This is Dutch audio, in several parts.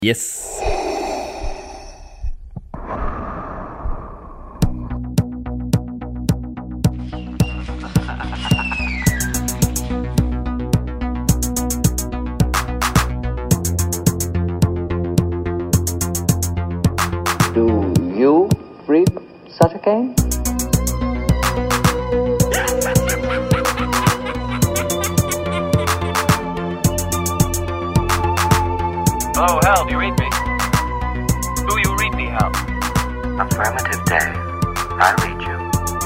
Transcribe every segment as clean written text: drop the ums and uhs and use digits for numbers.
Yes. Do you read such a game? Hello, Hal, do you read me? Do you read me, Hal? Affirmative, Dave. I read you.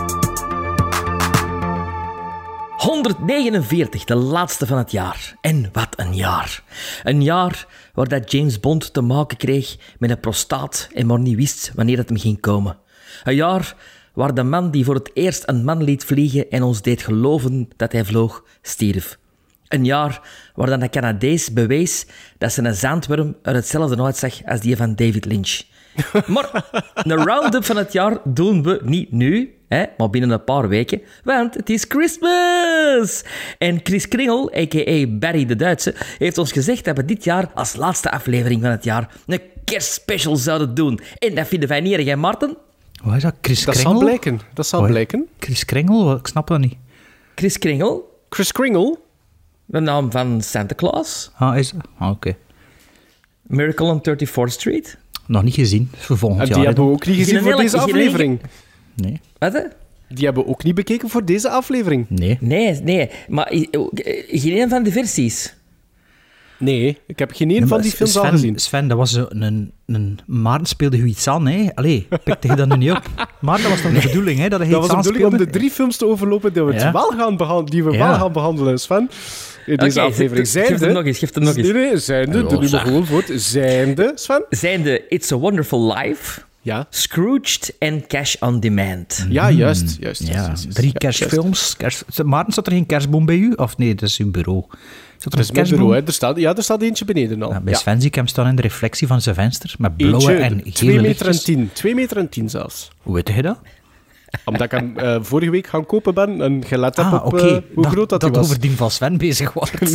149, de laatste van het jaar. En wat een jaar. Een jaar waar dat James Bond te maken kreeg met een prostaat en maar niet wist wanneer het hem ging komen. Een jaar waar de man die voor het eerst een man liet vliegen en ons deed geloven dat hij vloog, stierf. Een jaar waar dan de Canadees bewees dat ze een zandworm er hetzelfde uitzag als die van David Lynch. Maar een round-up van het jaar doen we niet nu, maar binnen een paar weken, want het is Christmas! En Chris Kringel, a.k.a. Barry de Duitse, heeft ons gezegd dat we dit jaar als laatste aflevering van het jaar een kerstspecial zouden doen. En dat vinden wij niet erg, hè, Maarten? Wat is dat? Chris Dat Kringel? zal blijken. Chris Kringel? Ik snap dat niet. Chris Kringel, Chris Kringle? de naam van Santa Claus. Is dat? Oké. Miracle on 34th Street. Nog niet gezien. Voor volgend En jaar. die hè, hebben we dan. ook niet gezien voor deze aflevering. Nee. Wat, hè? Die hebben we ook niet bekeken voor deze aflevering. Nee. Nee. Maar geen een van de versies. Nee, ik heb geen één van die films al gezien. Sven, dat was een Maarten speelde u iets aan, hè? Allee, pikte je dat nu niet op? Maar dat was toch de bedoeling, hè? Dat hij Dat iets was de bedoeling om aanspeelde? de 3 films te overlopen die we, Ja. wel gaan behandelen, Sven. In deze Oké, aflevering. geef hem nog eens. Nee, zijnde. Doe nu maar gewoon voort. Zijnde, Sven. Zijn de It's a Wonderful Life, Ja. Scrooged en Cash on Demand. Ja, juist. Ja, juist. 3 Ja, kerstfilms. Maarten, zat er geen kerstboom bij u? Of nee, dat is uw bureau. Zat er Dat is een mijn kerstboom? bureau, hè. Er staat eentje beneden al. Ja, bij Ja. Sven zie ik hem staan in de reflectie van zijn venster, met blauwe Eentje, en 2 gele meter en lichtjes. 10. 2 meter en 10 zelfs. Hoe weet je dat? Omdat ik hem vorige week gaan kopen ben en gelet heb op oké. hoe groot dat hij was. over die van Sven bezig wordt.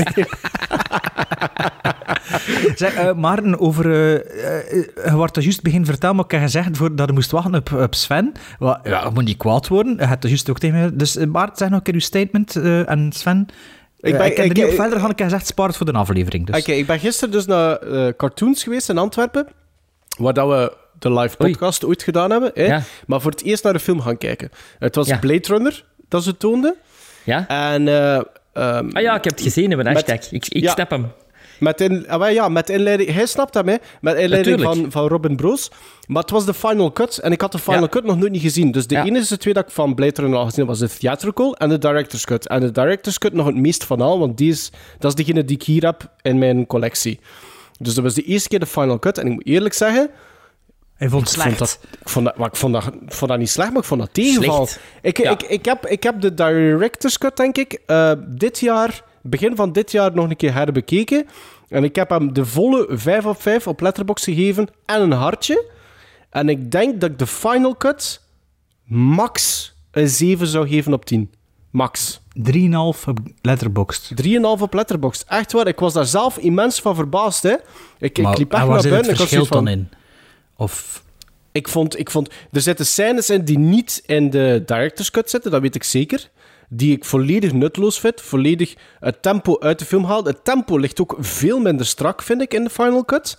Zeg, Maarten, je wordt er juist begin vertellen, maar ik heb gezegd dat je moest wachten op Sven. Je moet niet kwaad worden. Je hebt er juist ook tegen mij. Dus Maarten, zeg nog een keer uw statement. En Sven, ik heb er niet op verder gaan. Ik heb gezegd, spaar het voor de aflevering. Dus. Oké, ik ben gisteren dus naar Cartoons geweest in Antwerpen, waar dat we de live podcast ooit gedaan hebben. Hè? Ja. Maar voor het eerst naar de film gaan kijken. Het was Ja. Blade Runner dat ze toonden. Ja? En Ja, ik heb het gezien in mijn hashtag. Ik ja. snap hem. met inleiding... Hij snapt hem, hè. Met inleiding Natuurlijk. van Robin Broos. Maar het was de final cut. En ik had de final Ja. cut nog nooit niet gezien. Dus de Ja. enige twee dat ik van Blade Runner al gezien heb, was de theatrical en de director's cut. En de director's cut nog het meest van al, want dat is degene die ik hier heb in mijn collectie. Dus dat was de eerste keer de final cut. En ik moet eerlijk zeggen... Hij vond het slecht. Ik vond dat niet slecht, maar ik vond dat tegenval. Slecht. Ik heb de director's cut, denk ik, begin van dit jaar nog een keer herbekeken. En ik heb hem de volle 5 op 5 op Letterboxd gegeven en een hartje. En ik denk dat ik de final cut max een 7 zou geven op 10. Max. 3,5 op Letterboxd. 3,5 op Letterboxd. Echt waar, ik was daar zelf immens van verbaasd. Hè. Ik liep echt waar naar zit het buiten en ik had verschil zoiets van... dan in? Of... Ik vond... Er zitten scènes in die niet in de director's cut zitten, dat weet ik zeker. Die ik volledig nutteloos vind. Volledig het tempo uit de film haalt. Het tempo ligt ook veel minder strak, vind ik, in de final cut.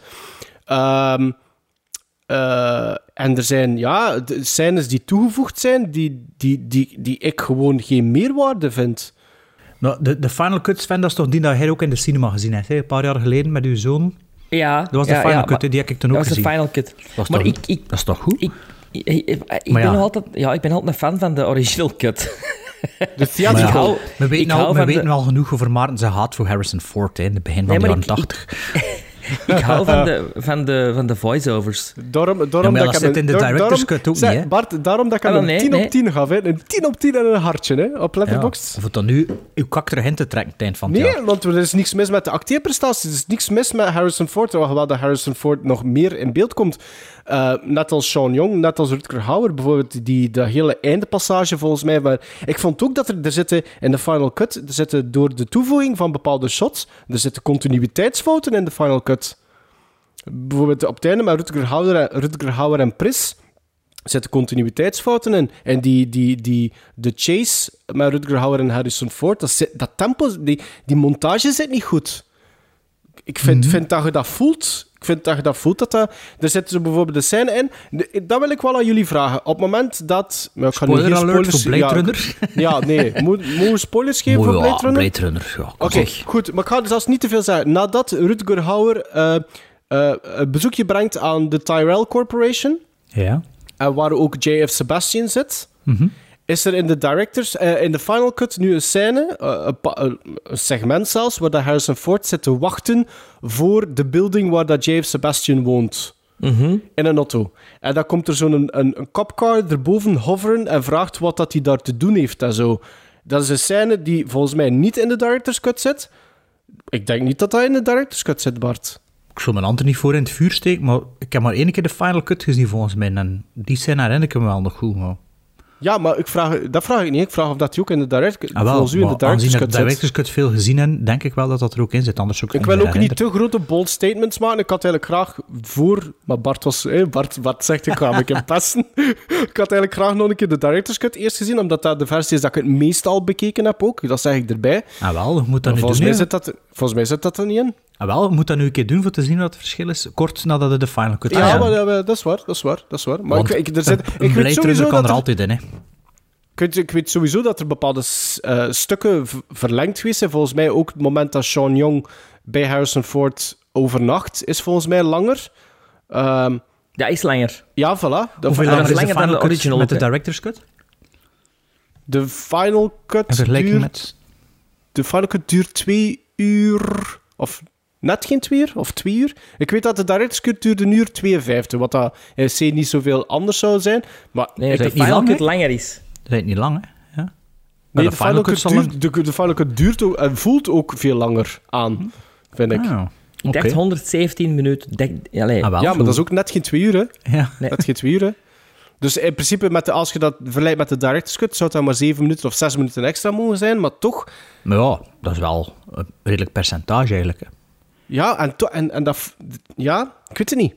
En er zijn de scènes die toegevoegd zijn, die ik gewoon geen meerwaarde vind. Nou, de Final Cut, Sven, dat is toch die dat jij ook in de cinema gezien hebt, hè? Een paar jaar geleden met uw zoon. Ja. Dat was de Final Cut, hè? Die heb ik toen ook gezien. Dat was de final cut. Dat is Maar toch, dat is toch goed? Ik Maar ben ja. altijd een fan van de original cut. De theatrical... Maar ja, we weten al genoeg over Maarten zijn haat voor Harrison Ford, hè, in het begin van de jaren 80. Ik hou van de voice-overs. Daarom maar dat dat ik zit in de director's cut ook niet, hè? Bart, daarom dat ik hem een 10 op 10 gaf. Hè. Een 10 op 10 en een hartje, hè, op Letterboxd. Of het dan nu uw kak erin te trekken het eind van het jaar. Nee, want er is niks mis met de acteerprestaties. Er is niks mis met Harrison Ford. Terwijl dat Harrison Ford nog meer in beeld komt. Net als Sean Young, net als Rutger Hauer. Bijvoorbeeld de hele eindepassage volgens mij. Maar ik vond ook dat er zitten in de final cut... Er zitten door de toevoeging van bepaalde shots... Er zitten continuïteitsfouten in de final cut. bijvoorbeeld op het einde met Rutger Hauer en Pris zitten continuïteitsfouten in. En de chase met Rutger Hauer en Harrison Ford, dat tempo, die montage zit niet goed. Ik vind dat je dat voelt. Ik vind dat je dat voelt. Er zitten zo bijvoorbeeld de scène in. Dat wil ik wel aan jullie vragen. Op het moment dat... Ik ga nu geen Spoiler alert voor Blade Runner. Ja, nee. Mogen we spoilers geven voor Blade Runner? Blade Runner, ja. Oké, goed. Maar ik ga zelfs niet te veel zeggen. Nadat Rutger Hauer een bezoekje brengt aan de Tyrell Corporation... Ja. En waar ook J.F. Sebastian zit... is er in de Final Cut nu een scène, een segment zelfs, waar dat Harrison Ford zit te wachten voor de building waar dat J.F. Sebastian woont. In een auto. En dan komt er zo'n een copcar erboven hoveren en vraagt wat dat hij daar te doen heeft en zo. Dat is een scène die volgens mij niet in de Director's Cut zit. Ik denk niet dat dat in de Director's Cut zit, Bart. Ik zou mijn hand er niet voor in het vuur steken, maar ik heb maar 1 keer de Final Cut gezien volgens mij. En die scène herinner ik me wel nog goed. Maar... Ja, maar dat vraag ik niet. Ik vraag of dat die ook in de Director's Cut volgens u in de Director's Cut zit. Als je de Director's Cut veel gezien hebt, denk ik wel dat dat er ook in zit. Anders ook ik wil ook niet te grote bold statements maken. Ik had eigenlijk graag voor... Maar Bart was... Bart zegt, ik ga me pesten. Ik had eigenlijk graag nog een keer de Director's Cut eerst gezien, omdat dat de versie is dat ik het meestal bekeken heb ook. Dat zeg ik erbij. Wel, je moet dat nu volgens doen. Volgens mij zit dat er niet in. Wel, je moet dat nu een keer doen voor te zien wat het verschil is. Kort nadat het de Final Cut is. Ja, maar dat is waar. Maar Want ik een Blade Runner kan er altijd in, hè. Ik weet sowieso dat er bepaalde stukken verlengd geweest zijn. Volgens mij ook het moment dat Sean Young bij Harrison Ford overnacht is volgens mij langer. Ja, is langer. Ja, voilà. Hoeveel langer is de Final Cut original met de Director's Cut? De Final Cut De Final Cut duurt 2 uur... Of net geen 2 uur, of 2 uur. Ik weet dat de Director's Cut duurde 1 uur 52, wat dat niet zoveel anders zou zijn. Maar nee, de Final Cut langer is. Dat is niet lang, hè? Ja. Nee, de Final Cut duurt ook, en voelt ook veel langer aan, vind ik. Ik dacht 117 minuten. Ja, maar dat is ook net geen 2 uur, hè? Ja. Net geen 2 uur, hè? Dus in principe, als je dat vergelijkt met de Director's Cut, zou dat maar 7 minuten of 6 minuten extra mogen zijn, maar toch... Maar ja, dat is wel een redelijk percentage, eigenlijk, hè? Ja, en dat... Ja, ik weet het niet.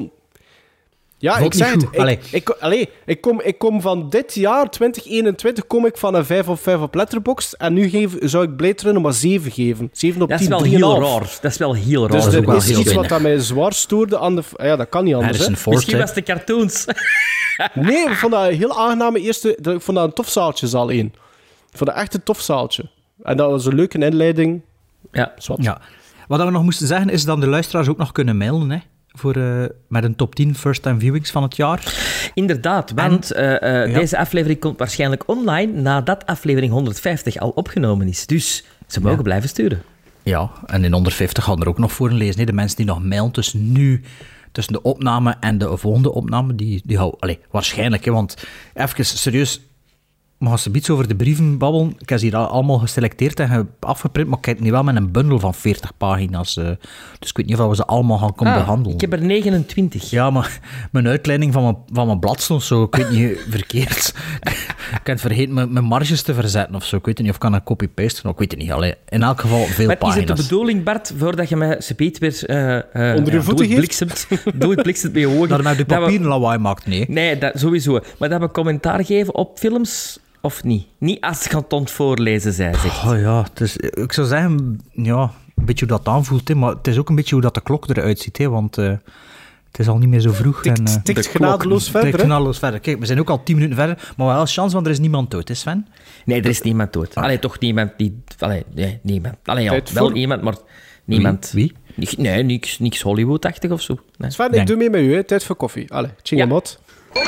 Ja, ik zeg het. Ik kom van dit jaar, 2021, kom ik van een 5 op 5 op Letterboxd. En nu zou ik Blade Runner maar 7 geven. 7 op 10, 3,5. Dat is wel heel raar. Dat is wel heel raar. Dus er is iets wat mij zwaar stoorde aan de... Ja, dat kan niet anders, hè. Misschien was de cartoons. Nee, ik vond dat een heel aangename eerste... Ik vond dat een tof zaaltje, zal één. Ik vond dat echt een tof zaaltje. En dat was een leuke inleiding. Ja. Wat we nog moesten zeggen, is dat de luisteraars ook nog kunnen mailen, hè. Met een top 10 first-time viewings van het jaar. Inderdaad, want deze aflevering komt waarschijnlijk online nadat aflevering 150 al opgenomen is. Dus ze mogen blijven sturen. Ja, en in 150 gaan we er ook nog voor lezen. De mensen die nog mailen tussen de opname en de volgende opname, die houden... Waarschijnlijk, hè, want even serieus... Mag ze iets over de brieven babbelen? Ik heb ze hier allemaal geselecteerd en afgeprint, maar ik heb het nu wel met een bundel van 40 pagina's. Dus ik weet niet of we ze allemaal gaan kunnen behandelen. Ik heb er 29. Ja, maar mijn uitleiding van mijn blad stond zo, ik weet niet, verkeerd. Ik heb vergeten mijn marges te verzetten of zo. Ik weet niet of ik kan een copy-paste. Ik weet het niet. In elk geval veel maar pagina's. Is het de bedoeling, Bart, voordat je mij subiet weer... onder je voeten geeft? Doe het bliksemt bij je ogen. Dat hij de papieren lawaai maakt, nee. Nee, dat sowieso. Maar dat we commentaar geven op films... Of niet? Niet als je het ont voorlezen, zij zegt. Oh ja, dus ik zou zeggen, ja, een beetje hoe dat aanvoelt, hè, maar het is ook een beetje hoe dat de klok eruit ziet, hè, want het is al niet meer zo vroeg. Tikt genadeloos verder. Tikt genadeloos verder. Kijk, we zijn ook al 10 minuten verder, maar wel chance, want er is niemand dood, hè Sven? Nee, er is niemand dood. Allee, toch niemand die... nee, niemand. Allee, ja, wel iemand, maar niemand. Wie? Nee, niks Hollywood-achtig of zo. Nee. Sven, ik doe mee met u, hè. Tijd voor koffie. Allee, tjingamot.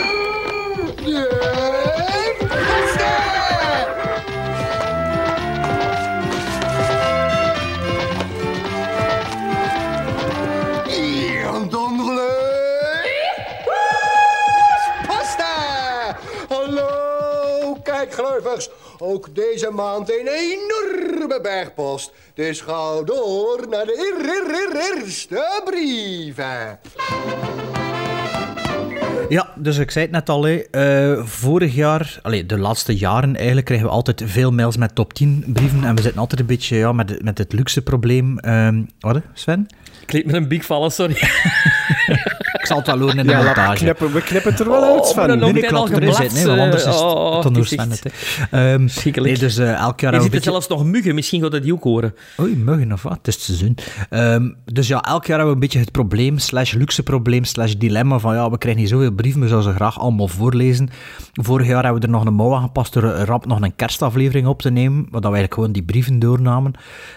Gluivers, ook deze maand een enorme bergpost. Dus ga door naar de eerste brieven. Ja, dus ik zei het net al, vorig jaar, de laatste jaren eigenlijk, krijgen we altijd veel mails met top 10 brieven en we zitten altijd een beetje met het luxe probleem. Wat, Sven? Ik liet me een big vallen, sorry. Ik zal het wel horen in de montage. We knippen het er wel uit, Sven. maar Nee, klopt, erin zit. Nee, want anders is het dan door Sven het. Schrikkelijk. Nee, dus elk jaar... Er zitten zelfs nog muggen, misschien gaat het die ook horen. Oei, muggen of wat? Het is het seizoen. Dus ja, elk jaar hebben we een beetje het probleem, /luxe probleem, /dilemma van ja, we krijgen niet zoveel brieven, we zouden ze graag allemaal voorlezen. Vorig jaar hebben we er nog een mouw aangepast door rap nog een kerstaflevering op te nemen, waar we eigenlijk gewoon die brieven doornamen.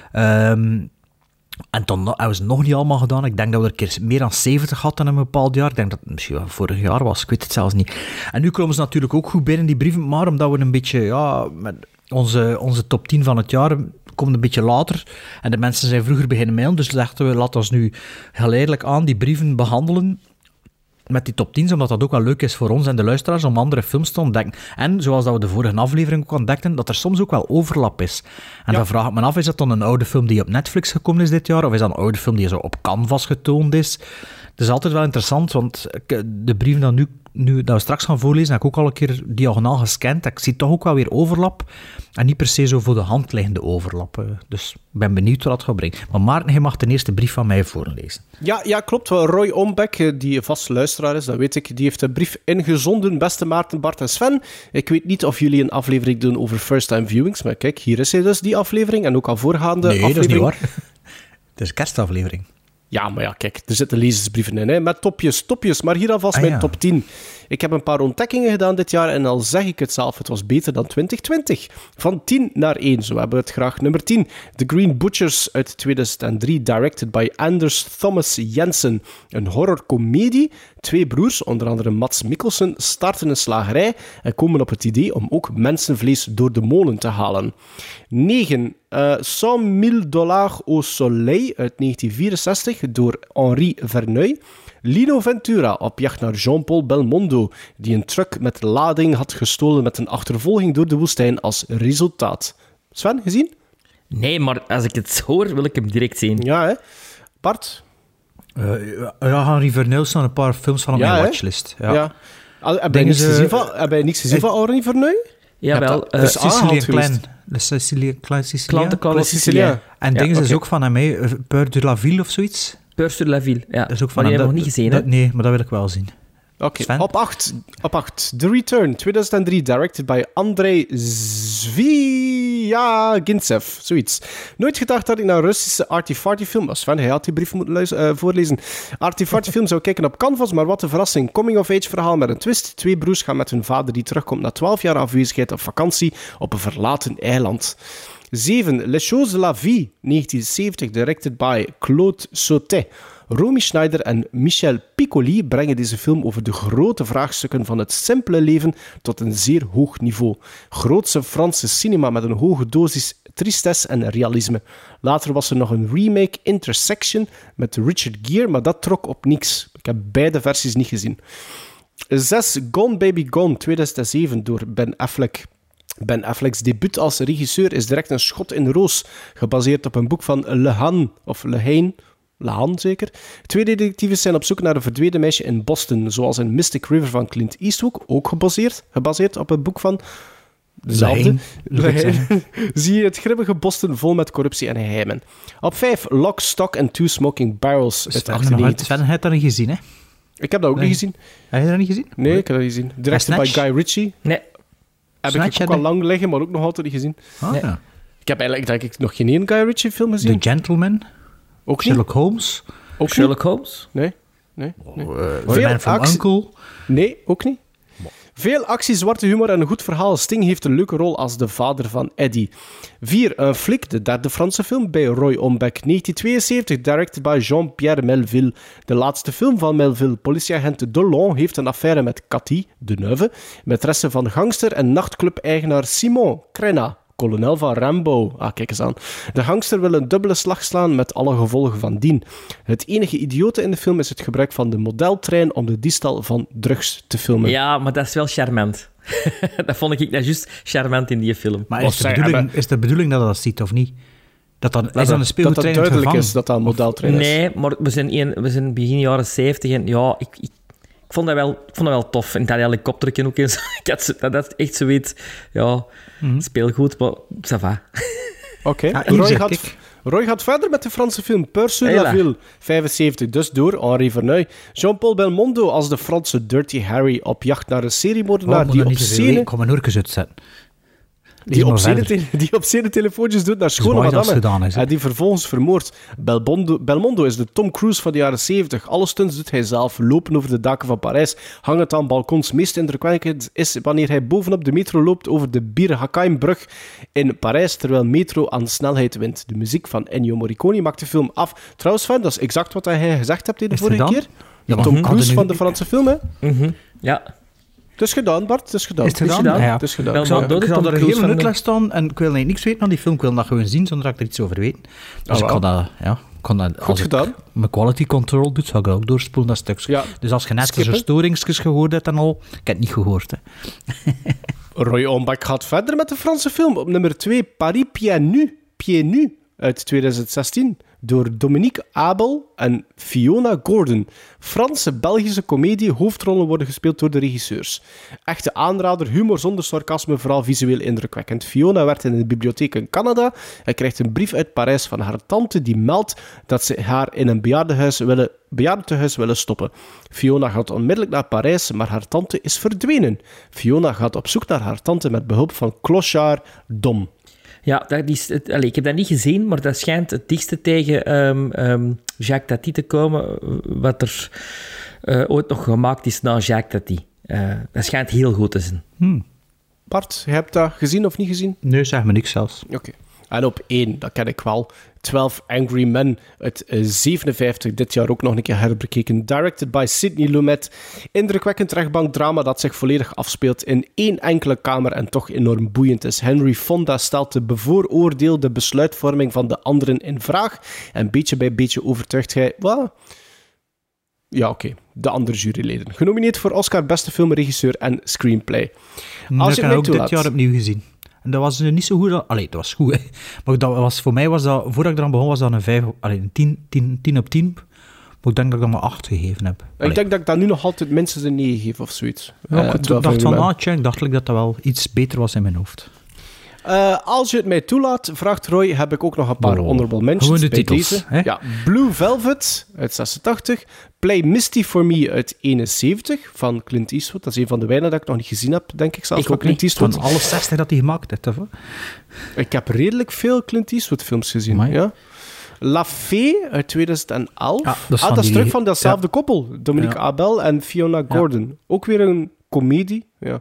En toen hebben we ze nog niet allemaal gedaan. Ik denk dat we er een keer meer dan 70 hadden in een bepaald jaar. Ik denk dat het misschien wel vorig jaar was. Ik weet het zelfs niet. En nu komen ze natuurlijk ook goed binnen, die brieven. Maar omdat we een beetje... met onze top 10 van het jaar komt een beetje later. En de mensen zijn vroeger beginnen mailen. Dus dachten we, laten we nu geleidelijk aan die brieven behandelen met die top 10's, omdat dat ook wel leuk is voor ons en de luisteraars om andere films te ontdekken. En, zoals dat we de vorige aflevering ook ontdekten, dat er soms ook wel overlap is. En dan vraag ik me af, is dat dan een oude film die op Netflix gekomen is dit jaar, of is dat een oude film die zo op Canvas getoond is? Het is altijd wel interessant, want de brieven dat nu dat we straks gaan voorlezen, heb ik ook al een keer diagonaal gescand. Ik zie toch ook wel weer overlap. En niet per se zo voor de hand liggende overlap. Dus ik ben benieuwd wat dat gaat brengen. Maar Maarten, hij mag de eerste brief van mij voorlezen. Ja, klopt. Roy Ombeck, die vast luisteraar is, dat weet ik, die heeft een brief ingezonden. Beste Maarten, Bart en Sven. Ik weet niet of jullie een aflevering doen over first-time viewings, maar kijk, hier is hij dus, die aflevering. En ook al voorgaande aflevering. Nee, dat is niet waar. Het is een kerstaflevering. Ja, maar ja, kijk, er zitten lezersbrieven in, hè, met topjes. Maar hier alvast mijn top 10. Ik heb een paar ontdekkingen gedaan dit jaar en al zeg ik het zelf, het was beter dan 2020. Van 10 naar 1, zo hebben we het graag. Nummer 10, The Green Butchers uit 2003, directed by Anders Thomas Jensen. Een horrorcomedie. 2 broers, onder andere Mads Mikkelsen, starten een slagerij en komen op het idee om ook mensenvlees door de molen te halen. 9, $100,000 au Soleil uit 1964 door Henri Verneuil. Lino Ventura op jacht naar Jean-Paul Belmondo, die een truck met lading had gestolen met een achtervolging door de woestijn als resultaat. Sven, gezien? Nee, maar als ik het hoor, wil ik hem direct zien. Ja, hè? Bart? Henri Verneuil staan een paar films van op mijn watchlist. Ja. Heb je niks gezien van Henri Verneuil? Jawel. Sicilien Sicilien. En dingen is ook van hem, Peur de la Ville of zoiets. Peur sur la Ville, ja. Dat is ook van maar die hem. hebben we nog niet gezien, hè? Nee, maar dat wil ik wel zien. Oké. Op 8, The Return, 2003, directed by Andrei Zvyagintsev, zoiets. Nooit gedacht dat ik naar een Russische arty-farty-film... Sven, hij had die brief moeten voorlezen. Arty-farty-film zou kijken op Canvas, maar wat een verrassing. Coming-of-age verhaal met een twist. 2 broers gaan met hun vader die terugkomt na 12 jaar afwezigheid op vakantie op een verlaten eiland. 7. Les Choses de la Vie, 1970, directed by Claude Sautet. Romy Schneider en Michel Piccoli brengen deze film over de grote vraagstukken van het simpele leven tot een zeer hoog niveau. Grootse Franse cinema met een hoge dosis tristesse en realisme. Later was er nog een remake, Intersection, met Richard Gere, maar dat trok op niks. Ik heb beide versies niet gezien. 6. Gone Baby Gone, 2007, door Ben Affleck. Ben Afflecks debuut als regisseur is direct een schot in de roos, gebaseerd op een boek van Lehane, zeker. 2 detectives zijn op zoek naar een verdwenen meisje in Boston, zoals in Mystic River van Clint Eastwood, ook gebaseerd op een boek van dezelfde. Lehane. Zie je het grimmige Boston vol met corruptie en geheimen. Op 5, Lock, Stock and Two Smoking Barrels uit 1998. Sven heeft dat niet gezien, hè? Ik heb dat ook niet gezien. Heb je dat niet gezien? Nee, ik heb dat niet gezien. Directed by Guy Ritchie. Nee. Heb ik ook al lang liggen, maar ook nog altijd niet gezien. Nee. Ja. Ik heb eigenlijk denk ik nog geen één Guy Ritchie film gezien. The Gentleman. Ook Sherlock Holmes. Ook Sherlock Holmes? Nee. The Man from Uncle. Nee, ook niet. Veel actie, zwarte humor en een goed verhaal. Sting heeft een leuke rol als de vader van Eddie. 4. Een flik, de derde Franse film bij Roy Ombeck. 1972, directed by Jean-Pierre Melville. De laatste film van Melville. Politieagent Delon heeft een affaire met Cathy Deneuve, maîtresse van gangster en nachtclub-eigenaar Simon Crenna, kolonel van Rambo. Kijk eens aan. De gangster wil een dubbele slag slaan met alle gevolgen van dien. Het enige idiote in de film is het gebruik van de modeltrein om de diefstal van drugs te filmen. Ja, maar dat is wel charmant. Dat vond ik nou juist charmant in die film. Maar is de bedoeling dat dat ziet, of niet? Is dan een speeltrein duidelijk is dat dat een modeltrein is? Nee, maar we zijn begin jaren 70 en ja, ik vond dat wel tof. En dat helikopterken ook eens. Dat is echt zoiets... Ja, speelgoed, maar ça va. Oké. Ja, Roy gaat verder met de Franse film Peur sur la ville, 75, dus door Henri Verneuil. Jean-Paul Belmondo als de Franse Dirty Harry op jacht naar een seriemoordenaar die op scène... Ik kom mijn oortjes uitzetten. Die op scène telefoontjes doet naar schone madame en die vervolgens vermoordt. Belmondo is de Tom Cruise van de jaren 70. Alle stunts doet hij zelf. Lopen over de daken van Parijs, hangend aan balkons. Meest indrukwekkend is wanneer hij bovenop de metro loopt over de Bir Hakeimbrug in Parijs, terwijl metro aan snelheid wint. De muziek van Ennio Morricone maakt de film af. Trouwens, Sven, dat is exact wat hij gezegd hebt de vorige keer. Ja, Tom Cruise van de Franse film, hè? Ja. Het is gedaan, Bart. Het is gedaan. Is het gedaan? Ja. Het is gedaan. Ik zal er een hele uitleg staan en ik wil niks weten van die film. Ik wil dat gewoon zien, zonder dat ik er iets over weet. Dus ik kan dat goed gedaan. Ik mijn quality control doet, zal ik dat ook doorspoelen, dat stukje. Ja. Dus als je net zo'n storingsjes gehoord hebt en al, ik heb het niet gehoord. Hè. Roy Ombak gaat verder met de Franse film. Op nummer 2, Paris Pieds Nus uit 2016. Door Dominique Abel en Fiona Gordon. Franse-Belgische komedie, hoofdrollen worden gespeeld door de regisseurs. Echte aanrader, humor zonder sarcasme, vooral visueel indrukwekkend. Fiona werkt in een bibliotheek in Canada en krijgt een brief uit Parijs van haar tante die meldt dat ze haar in een bejaardentehuis willen stoppen. Fiona gaat onmiddellijk naar Parijs, maar haar tante is verdwenen. Fiona gaat op zoek naar haar tante met behulp van clochard Dom. Ja, ik heb dat niet gezien, maar dat schijnt het dichtste tegen Jacques Tati te komen wat er ooit nog gemaakt is na Jacques Tati. Dat schijnt heel goed te zijn. Bart, je hebt dat gezien of niet gezien? Nee, zeg me niks zelfs. Oké. En op 1, dat ken ik wel, 12 Angry Men uit 57, dit jaar ook nog een keer herbekeken. Directed by Sidney Lumet. Indrukwekkend rechtbankdrama dat zich volledig afspeelt in één enkele kamer en toch enorm boeiend is. Henry Fonda stelt de bevooroordeelde besluitvorming van de anderen in vraag en beetje bij beetje overtuigt hij... de andere juryleden. Genomineerd voor Oscar Beste Film, Regisseur en Screenplay. Als je het ook dit jaar opnieuw gezien. En dat was niet zo goed. Allee, dat was goed, hè. Maar voor mij was dat, voordat ik eraan begon, was dat een 5... Allee, een 10 op 10. Maar ik denk dat ik dat maar 8 gegeven heb. Allee. Ik denk dat ik dat nu nog altijd minstens een 9 geef of zoiets. Ja, ik dacht van, ik dacht dat dat wel iets beter was in mijn hoofd. Als je het mij toelaat, vraagt Roy, heb ik ook nog een paar honorable mentions gewoon de bij titels, deze. Hè? Ja, Blue Velvet uit 86. Play Misty for Me uit 71 van Clint Eastwood. Dat is een van de weinigen dat ik nog niet gezien heb, denk ik zelf. Ik ook Clint niet. Eastwood. Van alle 60 dat hij gemaakt heeft, of? Ik heb redelijk veel Clint Eastwood films gezien. Ja. La Fée uit 2011. Dat is terug van datzelfde koppel. Dominique Abel en Fiona Gordon. Ja. Ook weer een komedie. Ja.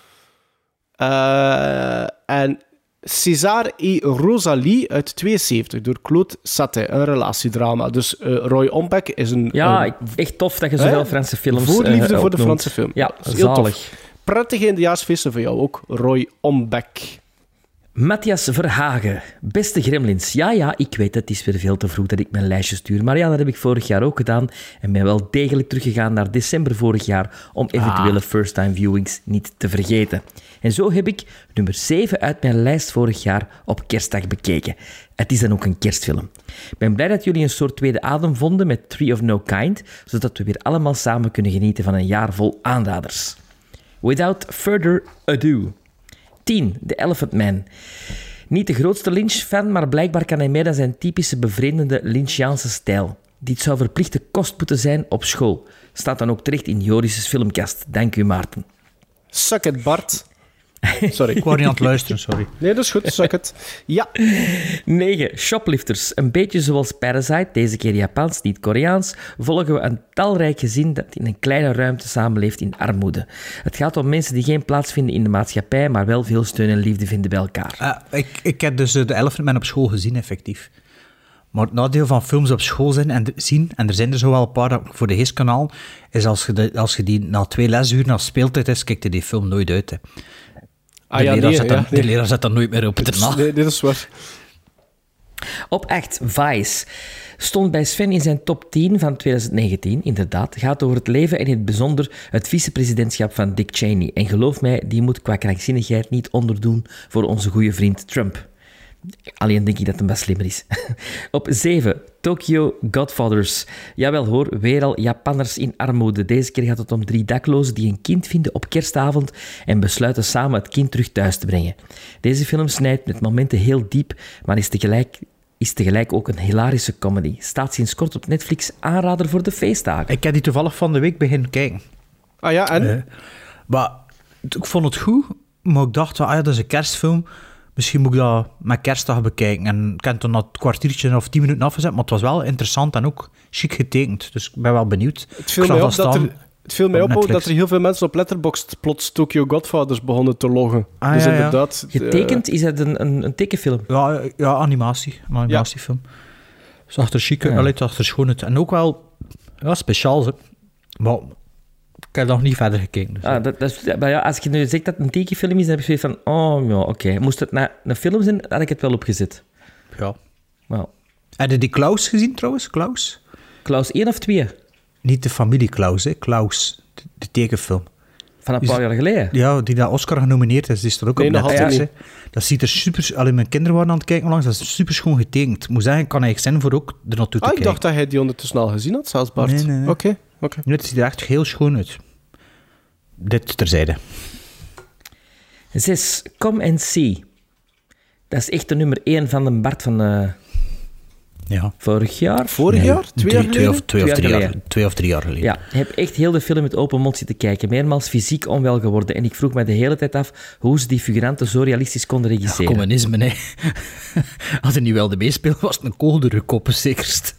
En César et Rosalie uit 72 door Claude Satin, een relatiedrama. Dus Roy Ombak is een... echt tof dat je zoveel Franse films voorliefde voor de Franse film. Ja, heel zalig. Tof. Prettige eindejaarsfeesten voor jou ook, Roy Ombak. Matthias Verhagen, beste Gremlins. Ja, ik weet, het is weer veel te vroeg dat ik mijn lijstje stuur. Maar ja, dat heb ik vorig jaar ook gedaan. En ben wel degelijk teruggegaan naar december vorig jaar om eventuele first-time viewings niet te vergeten. En zo heb ik nummer 7 uit mijn lijst vorig jaar op kerstdag bekeken. Het is dan ook een kerstfilm. Ik ben blij dat jullie een soort tweede adem vonden met Tree of No Kind, zodat we weer allemaal samen kunnen genieten van een jaar vol aanraders. Without further ado... 10. The Elephant Man. Niet de grootste Lynch-fan, maar blijkbaar kan hij meer dan zijn typische bevreemdende Lynchiaanse stijl. Dit zou verplichte kost moeten zijn op school. Staat dan ook terecht in Joris' filmkast. Dank u, Maarten. Suck it, Bart. Sorry. Ik wou niet aan het luisteren, sorry. Nee, dat is goed. Suck it. Ja. 9. Shoplifters. Een beetje zoals Parasite, deze keer Japans, niet Koreaans, volgen we een talrijk gezin dat in een kleine ruimte samenleeft in armoede. Het gaat om mensen die geen plaats vinden in de maatschappij, maar wel veel steun en liefde vinden bij elkaar. Ik heb dus de Elephant Man op school gezien, effectief. Maar het nadeel van films op school zien, en er zijn er zo wel een paar voor de Heeskanaal, is als je die na 2 lesuren als speeltijd is, kijkt je die film nooit uit. Hè. De leraar zet dan nooit meer op het na. Nee, dit is waar. Op 8, Vice. Stond bij Sven in zijn top 10 van 2019, inderdaad. Gaat over het leven en in het bijzonder het vicepresidentschap van Dick Cheney. En geloof mij, die moet qua krankzinnigheid niet onderdoen voor onze goede vriend Trump. Alleen denk ik dat het best slimmer is. Op 7, Tokyo Godfathers. Jawel hoor, weer al Japanners in armoede. Deze keer gaat het om 3 daklozen die een kind vinden op kerstavond en besluiten samen het kind terug thuis te brengen. Deze film snijdt met momenten heel diep, maar is tegelijk ook een hilarische comedy. Staat sinds kort op Netflix, aanrader voor de feestdagen. Ik heb die toevallig van de week beginnen kijken. Ah ja, en? Maar ik vond het goed, maar ik dacht, dat is een kerstfilm. Misschien moet ik dat met kerstdag bekijken. En ik heb het dan na het kwartiertje of 10 minuten afgezet, maar het was wel interessant en ook chic getekend. Dus ik ben wel benieuwd. Het viel mij op dat er heel veel mensen op Letterboxd plots Tokyo Godfathers begonnen te loggen. Dus inderdaad... Getekend? Is het een tekenfilm? Ja, animatie. Een animatiefilm. Zag er chic uit, het zag er schoon uit. En ook wel speciaal. Maar ik heb nog niet verder gekeken. Dus. Als je nu zegt dat het een tekenfilm is, dan heb ik zoiets van, oké. Moest het een film zijn, had ik het wel opgezet. Ja. Wow. Heb je die Klaus gezien trouwens? Klaus 1 of 2? Niet de familie Klaus, hè. Klaus, de tekenfilm. Van een paar jaar geleden? Ja, die naar Oscar genomineerd is. Die staat ook op Netflix. Dat ziet er super... Alleen mijn kinderen waren aan het kijken langs. Dat is super schoon getekend. Ik moet zeggen, ik kan eigenlijk zin voor ook er naartoe te kijken. Ik dacht dat hij die ondertussen al gezien had, zelfs Bart. Nee. Oké. Nee, het ziet er echt heel schoon uit. Dit terzijde. 6. Come and See. Dat is echt de nummer 1 van de Bart van vorig jaar. Vorig jaar? 2 jaar geleden? 2 of 3 jaar geleden. Ja, ik heb echt heel de film met open mond zitten kijken. Meermaals fysiek onwel geworden. En ik vroeg me de hele tijd af hoe ze die figuranten zo realistisch konden regisseren. Ja, communisme, hè. Als hij niet wilde meespelen, was het een koldere koppen zekerst.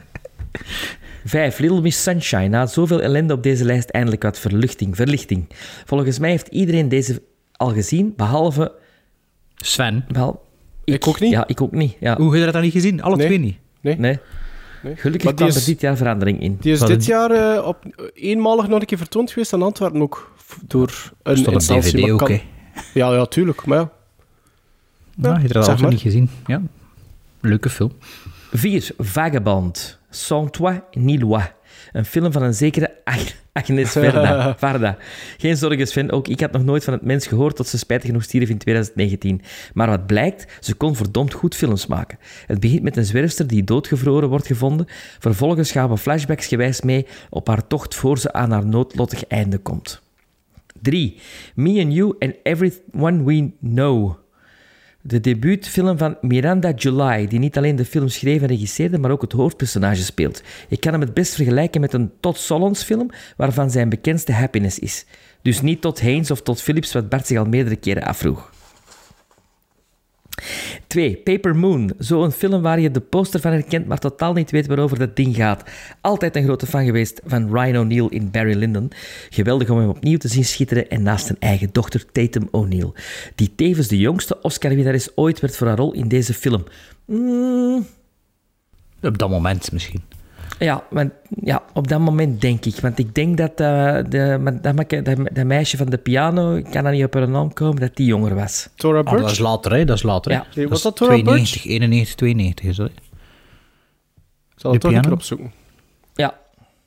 5. Little Miss Sunshine. Na zoveel ellende op deze lijst eindelijk wat verlichting. Volgens mij heeft iedereen deze al gezien, behalve... Sven. Ik ook niet. Ja, ik ook niet. Ja. Hoe heb je dat dan niet gezien? Alle twee niet? Nee. Gelukkig kwam er dit jaar verandering in. Die is dit jaar eenmalig nog een keer vertoond geweest in Antwerpen ook. Door een instantie. DVD ook, hè? Ja, tuurlijk. Maar ja, je hebt dat altijd niet gezien. Ja. Leuke film. 4. Vagabond. Sans toi ni loi. Een film van een zekere Agnes Varda. Geen zorgen, Sven. Ook ik had nog nooit van het mens gehoord tot ze spijtig genoeg stierf in 2019. Maar wat blijkt, ze kon verdomd goed films maken. Het begint met een zwerfster die doodgevroren wordt gevonden. Vervolgens gaan we flashbacksgewijs mee op haar tocht voor ze aan haar noodlottig einde komt. 3. Me and You and Everyone We Know. De debuutfilm van Miranda July, die niet alleen de film schreef en regisseerde, maar ook het hoofdpersonage speelt. Je kan hem het best vergelijken met een Todd Solondz film, waarvan zijn bekendste Happiness is. Dus niet Todd Haynes of Todd Phillips, wat Bart zich al meerdere keren afvroeg. 2. Paper Moon. Zo'n film waar je de poster van herkent, maar totaal niet weet waarover dat ding gaat. Altijd een grote fan geweest van Ryan O'Neal in Barry Lyndon. Geweldig om hem opnieuw te zien schitteren en naast zijn eigen dochter Tatum O'Neal, die tevens de jongste Oscar-winnares ooit werd voor haar rol in deze film. Op dat moment misschien. Ja, op dat moment denk ik. Want ik denk dat dat meisje van de piano, ik kan dat niet op haar naam komen, dat die jonger was. Tora Birch? Dat is later, hè? Ja. Nee, was dat Tora 92, Birch? 91, 92 is dat, hè? Ik zal het toch een keer opzoeken. Ja.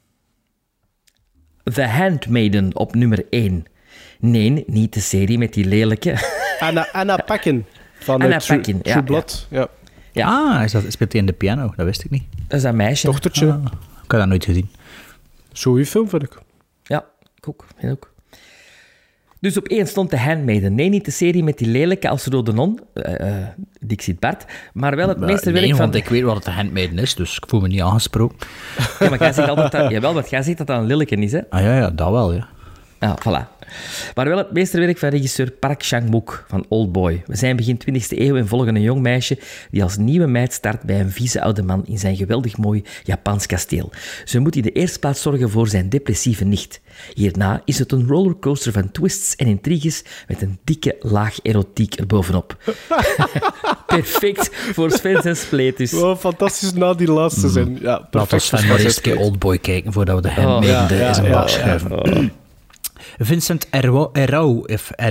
The Handmaiden op nummer 1. Nee, niet de serie met die lelijke... Anna Paquin. Van Anna Paquin, True Blood. Ja. Ja. Speelt hij in de piano? Dat wist ik niet. Dat is dat meisje. Dochtertje. Ik heb dat nooit gezien. Zo'n film, vind ik. Ja, ik ook. Dus op 1 stond The Handmaiden. Nee, niet de serie met die lelijke als rode non. Dixit Bart. Maar wel het meesterwerk van... want ik weet wat The Handmaiden is, dus ik voel me niet aangesproken. Ja, maar jij zegt altijd dat... Jawel, want jij zegt dat dat een lelijke is, hè? Ah ja, dat wel, ja. Ja, voilà. Maar wel het meesterwerk van regisseur Park Chan-wook van Oldboy. We zijn begin 20e eeuw en volgen een jong meisje die als nieuwe meid start bij een vieze oude man in zijn geweldig mooi Japans kasteel. Ze moet in de eerste plaats zorgen voor zijn depressieve nicht. Hierna is het een rollercoaster van twists en intriges met een dikke laag erotiek erbovenop. Perfect voor Sven en Spleetus. Oh, fantastisch na die laatste zin. Ja, perfect. Laten we Sven maar eens een keer Oldboy kijken voordat we de Handmaiden in zijn bak schuiven. Vincent Errau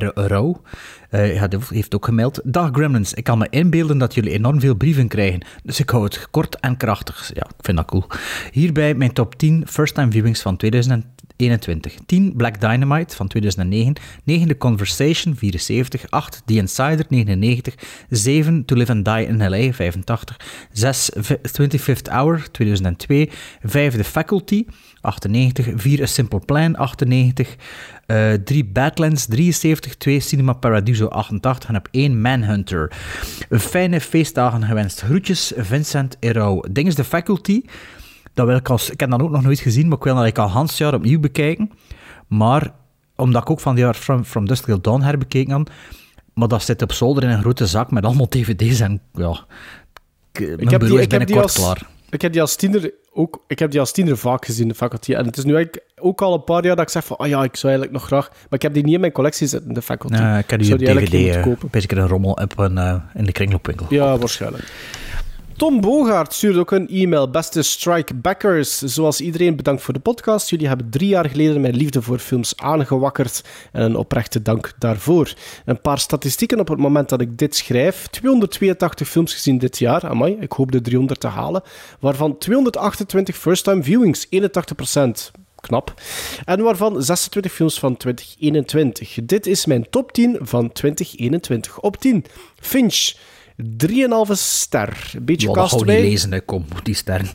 heeft ook gemeld: Dag Gremlins, ik kan me inbeelden dat jullie enorm veel brieven krijgen, dus ik hou het kort en krachtig. Ja, ik vind dat cool. Hierbij mijn top 10 first-time viewings van 21. 10, Black Dynamite van 2009. 9, The Conversation, 74. 8, The Insider, 99. 7, To Live and Die in L.A., 85. 6, 25th Hour, 2002. 5, The Faculty, 98. 4, A Simple Plan, 98. 3, Badlands, 73. 2, Cinema Paradiso, 88. En op 1, Manhunter. Fijne feestdagen gewenst. Groetjes, Vincent Erau. Ding is The Faculty. Dat wil ik heb dat ook nog nooit gezien, maar ik wil dat al Hans jaar opnieuw bekijken. Maar, omdat ik ook van die jaar From Dusk Till Dawn herbekeken had, maar dat zit op zolder in een grote zak met allemaal dvd's en ja... Ik heb die als tiener vaak gezien, de Faculty. En het is nu eigenlijk ook al een paar jaar dat ik zeg van, ik zou eigenlijk nog graag... Maar ik heb die niet in mijn collectie zitten, de Faculty. Ik heb die op dvd, een beetje een rommel in de kringloopwinkel. Ja, waarschijnlijk. Tom Bogaert stuurde ook een e-mail. Beste Strikebackers, zoals iedereen bedankt voor de podcast. Jullie hebben 3 jaar geleden mijn liefde voor films aangewakkerd en een oprechte dank daarvoor. Een paar statistieken op het moment dat ik dit schrijf. 282 films gezien dit jaar. Amai, ik hoop de 300 te halen. Waarvan 228 first-time viewings, 81%. Knap. En waarvan 26 films van 2021. Dit is mijn top 10 van 2021. Op 10, Finch. 3,5 ster. Een beetje Castaway. Dat ga je niet lezen, kom, die sterren.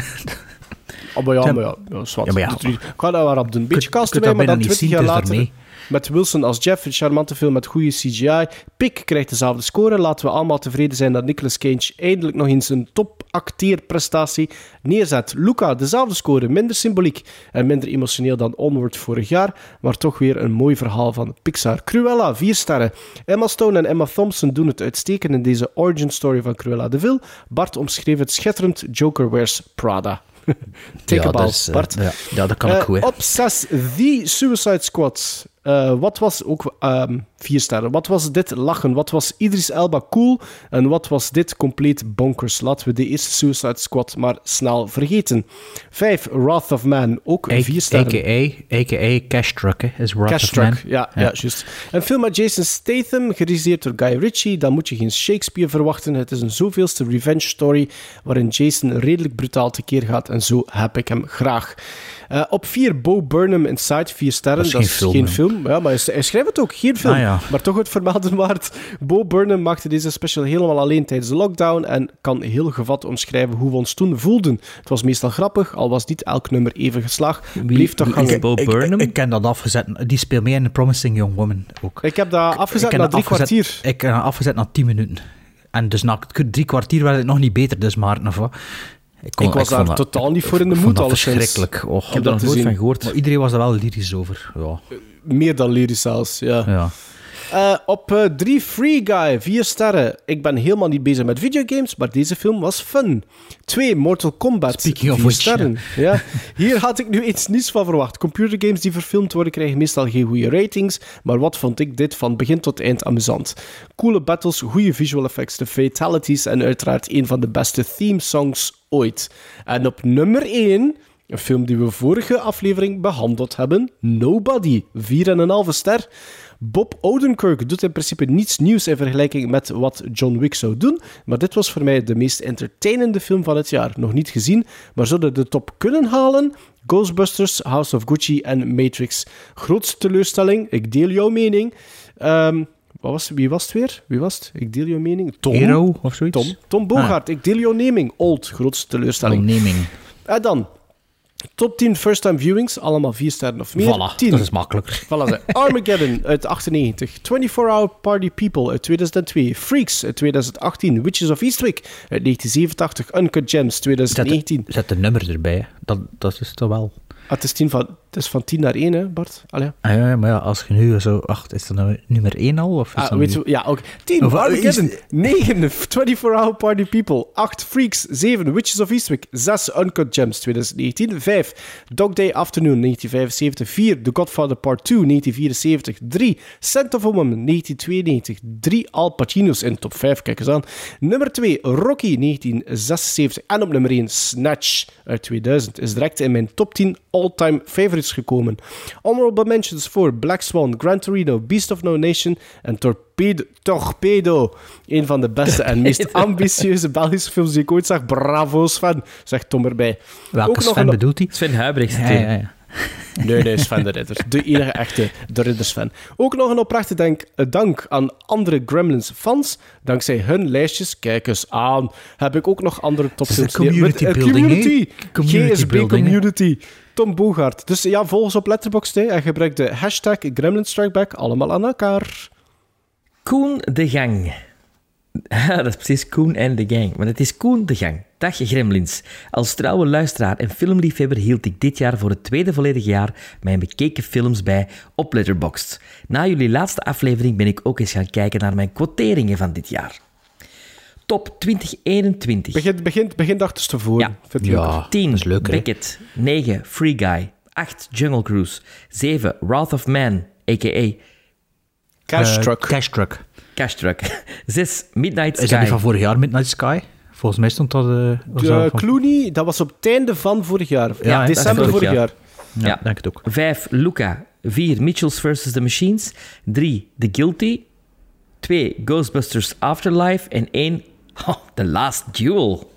Ik ga dat wel op doen. Een beetje Castaway, maar dan 20 jaar later... Met Wilson als Jeff, een charmante film met goede CGI. Pik krijgt dezelfde score. Laten we allemaal tevreden zijn dat Nicolas Cage eindelijk nog eens een topacteerprestatie neerzet. Luca, dezelfde score, minder symboliek en minder emotioneel dan Onward vorig jaar, maar toch weer een mooi verhaal van Pixar. Cruella, 4 sterren. Emma Stone en Emma Thompson doen het uitstekend in deze origin story van Cruella de Vil. Bart omschreef het schitterend. Joker wears Prada. Take a bow, Bart. Ja, dat kan ik goed. Op 6, The Suicide Squad. Wat was ook 4 sterren. Wat was dit lachen? Wat was Idris Elba cool? En wat was dit compleet bonkers? Laten we de eerste Suicide Squad maar snel vergeten. 5, Wrath of Man. Ook 4 sterren. A.k.a. Cash Truck, hè, is Wrath of Man. Ja, juist. Een film met Jason Statham, geregisseerd door Guy Ritchie. Dan moet je geen Shakespeare verwachten. Het is een zoveelste revenge story waarin Jason redelijk brutaal tekeer gaat. En zo heb ik hem graag. Op 4, Bo Burnham Inside, 4 sterren. Dat is geen film. Ja, maar hij schrijft het ook, geen film. Maar toch het vermelden waard. Bo Burnham maakte deze special helemaal alleen tijdens de lockdown en kan heel gevat omschrijven hoe we ons toen voelden. Het was meestal grappig, al was niet elk nummer even geslaagd. Bleef toch hangen. Bo Burnham? Ik ken dat afgezet. Die speelt mee in The Promising Young Woman ook. Ik heb dat afgezet na 3 kwartier. Ik heb dat afgezet na 10 minuten. En dus na 3 kwartier werd het nog niet beter, dus Maarten, of wat? Ik was daar totaal niet voor in de moed, alleszins. Verschrikkelijk. Ik heb daar nooit van gehoord. Maar iedereen was er wel lyrisch over. Ja. Meer dan lyrisch zelfs, ja. Op 3, Free Guy, 4 sterren. Ik ben helemaal niet bezig met videogames, maar deze film was fun. 2, Mortal Kombat, 4 sterren. Ja. Hier had ik nu iets nieuws van verwacht. Computergames die verfilmd worden krijgen meestal geen goede ratings, maar wat vond ik dit van begin tot eind amusant. Coole battles, goede visual effects, de fatalities en uiteraard een van de beste theme songs ooit. En op nummer 1... een film die we vorige aflevering behandeld hebben. Nobody, 4,5 ster. Bob Odenkirk doet in principe niets nieuws in vergelijking met wat John Wick zou doen, maar dit was voor mij de meest entertainende film van het jaar. Nog niet gezien, maar zouden de top kunnen halen? Ghostbusters, House of Gucci en Matrix. Grootste teleurstelling, ik deel jouw mening. Wie was het weer? Wie was het? Ik deel jouw mening. Tom. Hero of zoiets? Tom Bogaert, ik deel jouw mening. Old, grootste teleurstelling. En dan... Top 10 first-time viewings, allemaal 4 sterren of meer. Voilà, 10. Dat is makkelijker. Voilà, Armageddon uit 98, 24-Hour Party People uit 2002, Freaks uit 2018, Witches of Eastwick uit 1987, Uncut Gems 2019. Zet een nummer erbij, dat is toch wel... Het is van 10 naar 1, hè, Bart? Allee. Ja, maar ja, als je nu zo... is dat nou nummer 1 al? Of is dat ja, ook. 10, Armageddon. 9, 24-Hour Party People. 8, Freaks. 7, Witches of Eastwick. 6, Uncut Gems 2019. 5, Dog Day Afternoon 1975. 4, The Godfather Part 2 1974. 3, Scent of a Woman 1992. 3, Al Pacino's in top 5, kijk eens aan. Nummer 2, Rocky 1976. En op nummer 1, Snatch uit 2000. Is direct in mijn top 10 all-time favorites gekomen. Honorable mentions voor Black Swan, Gran Torino, Beast of No Nation en Torpedo. Een van de beste en meest ambitieuze Belgische films die ik ooit zag. Bravo, Sven, zegt Tom erbij. Welke Sven bedoelt hij? Sven Huibrechts. Ja. Nee, Sven de Ridder. De enige echte de Ridders-fan. Ook nog een oprechte dank aan andere Gremlins-fans. Dankzij hun lijstjes, kijk eens aan, heb ik ook nog andere topfilms. Community building, GSB Community. Tom Bogaert. Dus ja, volg ons op Letterboxd en gebruik de hashtag #GremlinStrikeBack allemaal aan elkaar. Koen de Gang. Dat is precies Koen en de Gang. Maar het is Koen de Gang. Dag Gremlins. Als trouwe luisteraar en filmliefhebber hield ik dit jaar voor het tweede volledige jaar mijn bekeken films bij op Letterboxd. Na jullie laatste aflevering ben ik ook eens gaan kijken naar mijn quoteringen van dit jaar. Top 2021. Begin achterstevoren. Ja. Vind je leuk? 10, dat is leuk, hè? Beckett. 9, Free Guy. 8, Jungle Cruise. 7, Wrath of Man, a.k.a. Cash Truck. Cash Truck. 6, Midnight Sky. Is dat niet van vorig jaar, Midnight Sky? Volgens mij stond dat... Clooney, dat was op het einde van vorig jaar. Ja, december vorig jaar. Ja, denk het ook. 5, Luca. 4, Mitchells vs. The Machines. 3, The Guilty. 2, Ghostbusters Afterlife. En 1, The Last Duel.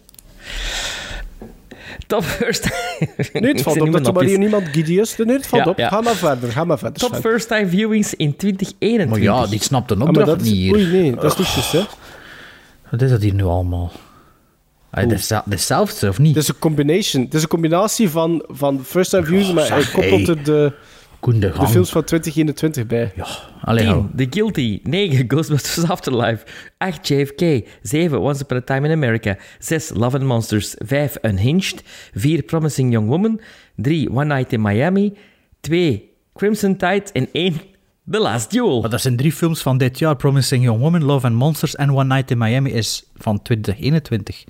Top first... Nee, het valt op dat er maar hier niemand giddy is. Nee, het valt op. Ja. Ga maar verder. Top first time viewings in 2021. Maar ja, die snapt een maar opdracht dat is, niet hier. oei, nee, dat is niet juist, hè. Wat is dat hier nu allemaal? Dat is hetzelfde, of niet? Het is een combinatie van first time views, maar hij koppelt er de films van 2021 bij. Ja, allee, 10, The Guilty. 9, Ghostbusters Afterlife. 8, JFK. 7, Once Upon a Time in America. 6, Love and Monsters. 5, Unhinged. 4, Promising Young Woman. 3, One Night in Miami. 2, Crimson Tide. En 1, The Last Duel. Maar dat zijn 3 films van dit jaar. Promising Young Woman, Love and Monsters en One Night in Miami is van 2021.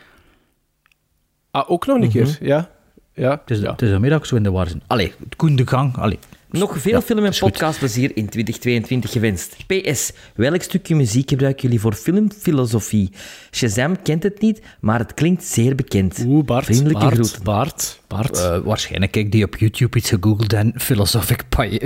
Ook nog een keer, ja. Het is een middag zo in de war zijn. Allee, Koen de Gang, allee. Nog veel film- en podcastplezier in 2022 gewenst. PS, welk stukje muziek gebruiken jullie voor filmfilosofie? Shazam kent het niet, maar het klinkt zeer bekend. Vriendelijke groeten. Bart. Waarschijnlijk heb ik die op YouTube iets gegoogeld en philosophic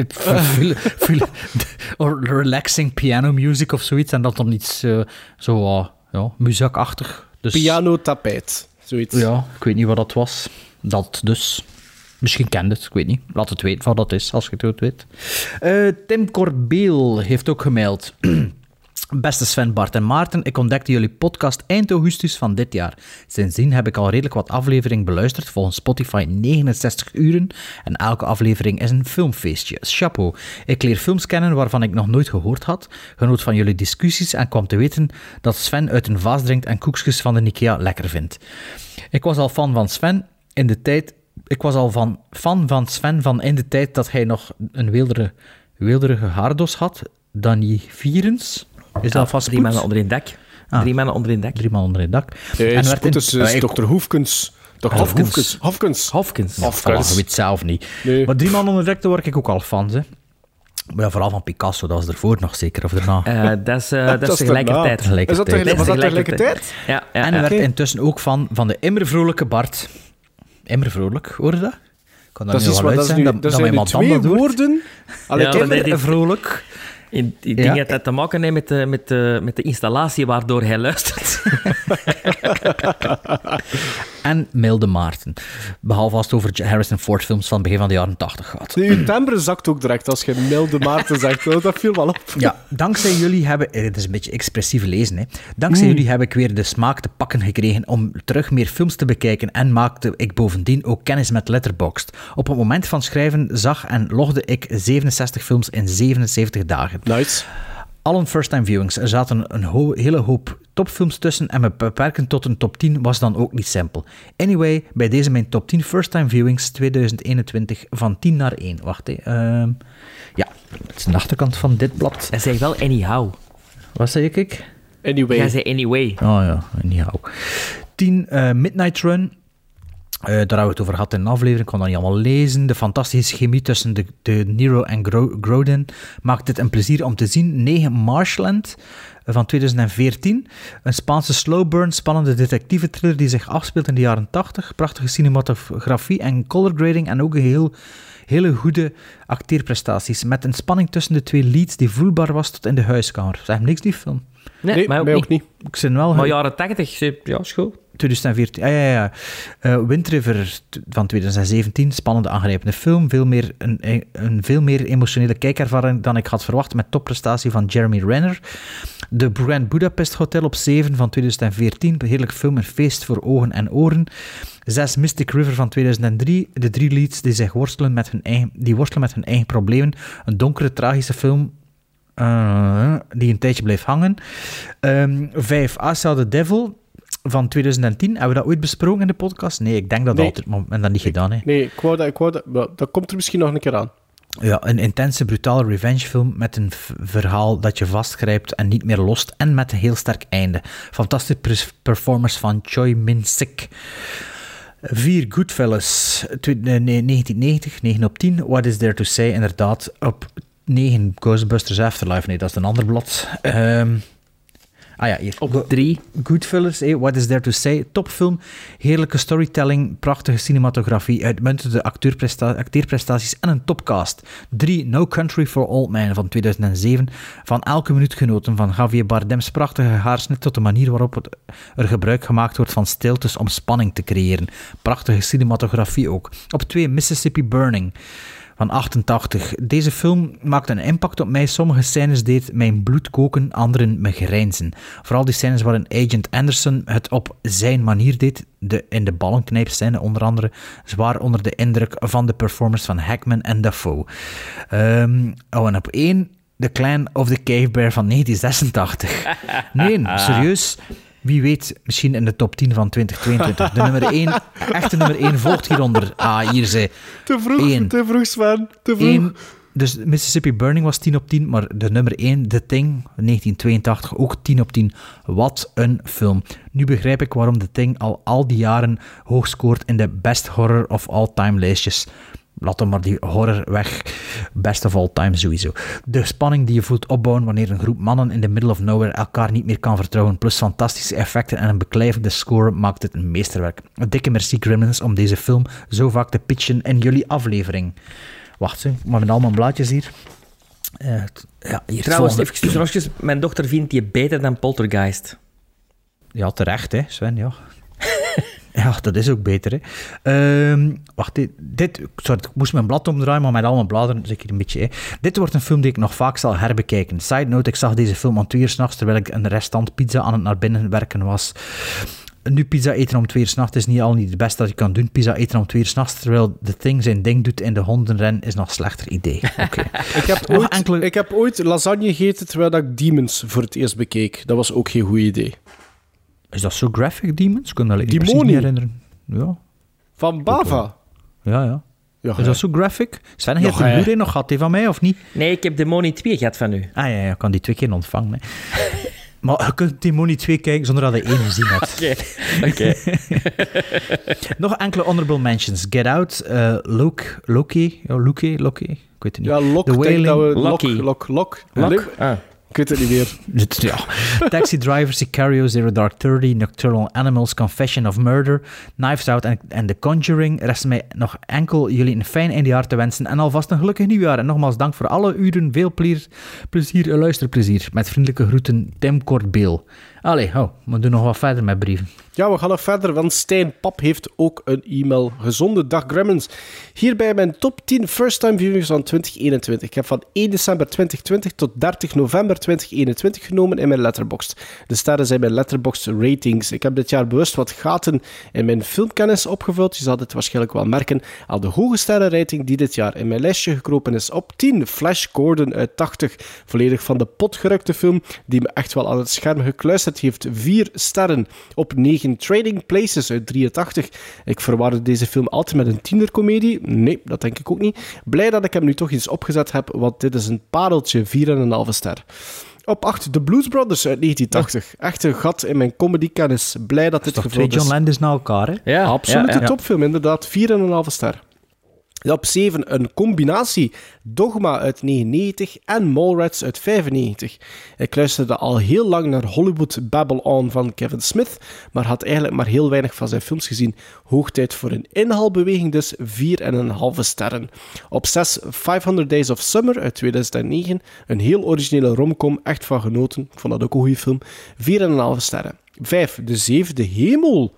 or relaxing piano music of zoiets. En dat dan iets muziekachtig. Dus, Piano-tapijt, zoiets. Ja, ik weet niet wat dat was. Dat dus. Misschien kent het, ik weet niet. Laat het weten wat dat is, als je het weet. Tim Corbeel heeft ook gemaild. Beste Sven, Bart en Maarten, ik ontdekte jullie podcast eind augustus van dit jaar. Sindsdien heb ik al redelijk wat afleveringen beluisterd, volgens Spotify 69 uren. En elke aflevering is een filmfeestje. Chapeau. Ik leer films kennen waarvan ik nog nooit gehoord had, genoot van jullie discussies en kwam te weten dat Sven uit een vaas drinkt en koekjes van de Ikea lekker vindt. Ik was al fan van Sven in de tijd... Ik was al fan van Sven van in de tijd dat hij nog een weelderige haardos had. Danny Vierens. Is dat vast 3 mannen onder één dak. 3 mannen onder één dak. 3 mannen onder één dak. En Dr. Hoefkens. Hofkens. Je weet zelf niet. Nee. Maar 3 mannen onder dak, daar word ik ook al fan. Hè. Maar ja, vooral van Picasso, dat was ervoor nog zeker, of daarna? Dat is tegelijkertijd. Was dat tegelijkertijd? Ja. En hij werd intussen ook van de immer vrolijke Bart... Immer vrolijk, hoor je dat? Kan dat niet wel uit zijn? Dat zijn nu 2 woorden. Immer vrolijk. Ik denk dat het te maken heeft met de installatie waardoor hij luistert. En Milde Maarten. Behalve als het over Harrison Ford films van het begin van de jaren 80 gaat. Je timbre zakt ook direct als je Milde Maarten zegt. Dat viel wel op. Ja, dankzij jullie hebben... Het is een beetje expressief lezen, hè. Dankzij jullie heb ik weer de smaak te pakken gekregen om terug meer films te bekijken en maakte ik bovendien ook kennis met Letterboxd. Op het moment van schrijven zag en logde ik 67 films in 77 dagen. Nice. Allen first-time viewings. Er zaten een hele hoop topfilms tussen en me beperken tot een top 10 was dan ook niet simpel. Anyway, bij deze mijn top 10 first-time viewings 2021 van 10 naar 1. Wacht, ja, het is de achterkant van dit blad. Hij zei wel anyhow. Wat zei ik? Anyway. Jij zei anyway. Oh ja, anyhow. 10, Midnight Run. Daar hebben we het over gehad in een aflevering, ik kon dat niet allemaal lezen. De fantastische chemie tussen de Nero en Grodin maakt het een plezier om te zien. 9, Marshland van 2014. Een Spaanse slow burn, spannende detectieve thriller die zich afspeelt in de jaren 80. Prachtige cinematografie en color grading en ook een hele goede acteerprestaties. Met een spanning tussen de 2 leads die voelbaar was tot in de huiskamer. Zeg hem niks, die film. Nee, mij ook niet. Ik zit wel... Maar jaren 80, ja, is goed. 2014. Ja. Wind River van 2017. Spannende, aangrijpende film. Een veel meer emotionele kijkervaring dan ik had verwacht, met topprestatie van Jeremy Renner. The Grand Budapest Hotel op 7 van 2014. Heerlijke film, een feest voor ogen en oren. 6 Mystic River van 2003. De 3 leads die worstelen met hun eigen problemen. Een donkere, tragische film die een tijdje blijft hangen. 5 I Saw the Devil van 2010. Hebben we dat ooit besproken in de podcast? Nee, ik denk dat altijd, maar we hebben dat niet gedaan. Hè. Nee, ik wou dat komt er misschien nog een keer aan. Ja, een intense, brutale revengefilm met een verhaal dat je vastgrijpt en niet meer lost, en met een heel sterk einde. Fantastische performance van Choi Min-sik. 4 Goodfellas, 1990, 9 op 10. What is there to say? Inderdaad, op 9 Ghostbusters Afterlife. Nee, dat is een ander blad. Hier. Op 3. Goodfellas, What is there to say? Topfilm, heerlijke storytelling, prachtige cinematografie, uitmuntende acteerprestaties en een topcast. 3. No Country for Old Men van 2007. Van elke minuut genoten, van Javier Bardem's prachtige haarsnit tot de manier waarop er gebruik gemaakt wordt van stiltes om spanning te creëren. Prachtige cinematografie ook. Op 2. Mississippi Burning van 88. Deze film maakte een impact op mij. Sommige scènes deed mijn bloed koken, anderen me grijnzen. Vooral die scènes waarin Agent Anderson het op zijn manier deed, in de ballenknijpscène onder andere, zwaar onder de indruk van de performance van Hackman en Dafoe. En op 1, The Clan of the Cave Bear van 1986. Nee, serieus. Wie weet, misschien in de top 10 van 2022. De nummer 1, echte nummer 1 volgt hieronder. Hier zei Te vroeg, Sven. Te vroeg. Dus Mississippi Burning was 10 op 10, maar de nummer 1, The Thing, 1982, ook 10 op 10. Wat een film. Nu begrijp ik waarom The Thing al die jaren hoog scoort in de Best Horror of All Time lijstjes. Laat dan maar die horror weg. Best of all time sowieso. De spanning die je voelt opbouwen wanneer een groep mannen in the middle of nowhere elkaar niet meer kan vertrouwen, plus fantastische effecten en een beklijvende score, maakt het een meesterwerk. Een dikke merci Gremlins om deze film zo vaak te pitchen in jullie aflevering. Wacht, maar met al mijn blaadjes hier. Hier trouwens, even tussenrostjes, mijn dochter vindt die beter dan Poltergeist. Ja, terecht, hè, Sven, ja. Ja, dat is ook beter, hè. Wacht, ik moest mijn blad omdraaien, maar met al mijn bladeren zit ik een beetje... Hè. Dit wordt een film die ik nog vaak zal herbekijken. Side note, ik zag deze film om 2 uur 's nachts, terwijl ik een restant pizza aan het naar binnen werken was. Nu, pizza eten om 2 uur 's nachts is niet het beste dat je kan doen. Pizza eten om 2 uur 's nachts, terwijl The Thing zijn ding doet in de hondenren, is nog een slechter idee. Okay. Ik heb ooit lasagne gegeten terwijl ik Demons voor het eerst bekeek. Dat was ook geen goed idee. Is dat zo graphic, Demons? Ik kan me dat precies niet herinneren. Ja. Van Bava? Ja. Is dat zo graphic? Sven, heeft de Blu-ray nog gehad, van mij, of niet? Nee, ik heb Demoni 2 gehad van u. Ja, ik kan die 2 keer ontvangen. Hè. Maar je kunt Demoni 2 kijken zonder dat je 1 gezien hebt. Oké. Nog enkele honorable mentions. Get Out, Loki. Ik weet het niet. Ja, Lok. Ik weet het niet meer. Ja. Taxi Driver, Sicario, Zero Dark 30, Nocturnal Animals, Confession of Murder, Knives Out en The Conjuring. Rest mij nog enkel jullie een fijn eindejaar te wensen en alvast een gelukkig nieuwjaar. En nogmaals dank voor alle uren, veel plezier, luisterplezier. Met vriendelijke groeten, Tim Kortbeel. Allee, we doen nog wat verder met brieven. Ja, we gaan nog verder, want Stijn Pap heeft ook een e-mail. Gezonde dag, Gremlins. Hierbij mijn top 10 first-time viewings van 2021. Ik heb van 1 december 2020 tot 30 november 2021 genomen in mijn Letterboxd. De sterren zijn mijn Letterboxd ratings. Ik heb dit jaar bewust wat gaten in mijn filmkennis opgevuld. Je zal dit waarschijnlijk wel merken. Al de hoge sterrenrating die dit jaar in mijn lijstje gekropen is op 10. Flash Gordon uit 80. Volledig van de pot gerukte film die me echt wel aan het scherm gekluisterd heeft. 4 sterren. Op 9 Trading Places uit 83. Ik verwarde deze film altijd met een tienercomedie. Nee, dat denk ik ook niet. Blij dat ik hem nu toch eens opgezet heb, want dit is een pareltje. 4,5 ster. Op 8 The Blues Brothers uit 1980. Echt een gat in mijn comedykennis. Blij dat dit gevuld is. 2 John Landis na elkaar, hè? Ja, absoluut een topfilm, inderdaad. 4,5 ster. Op 7 een combinatie. Dogma uit 99 en Mallrats uit 95. Ik luisterde al heel lang naar Hollywood Babble-On van Kevin Smith, maar had eigenlijk maar heel weinig van zijn films gezien. Hoog tijd voor een inhaalbeweging, dus 4,5 sterren. Op 6 500 Days of Summer uit 2009. Een heel originele romcom, echt van genoten. Ik vond dat ook een goede film. 4,5 sterren. 5 De Zevende Hemel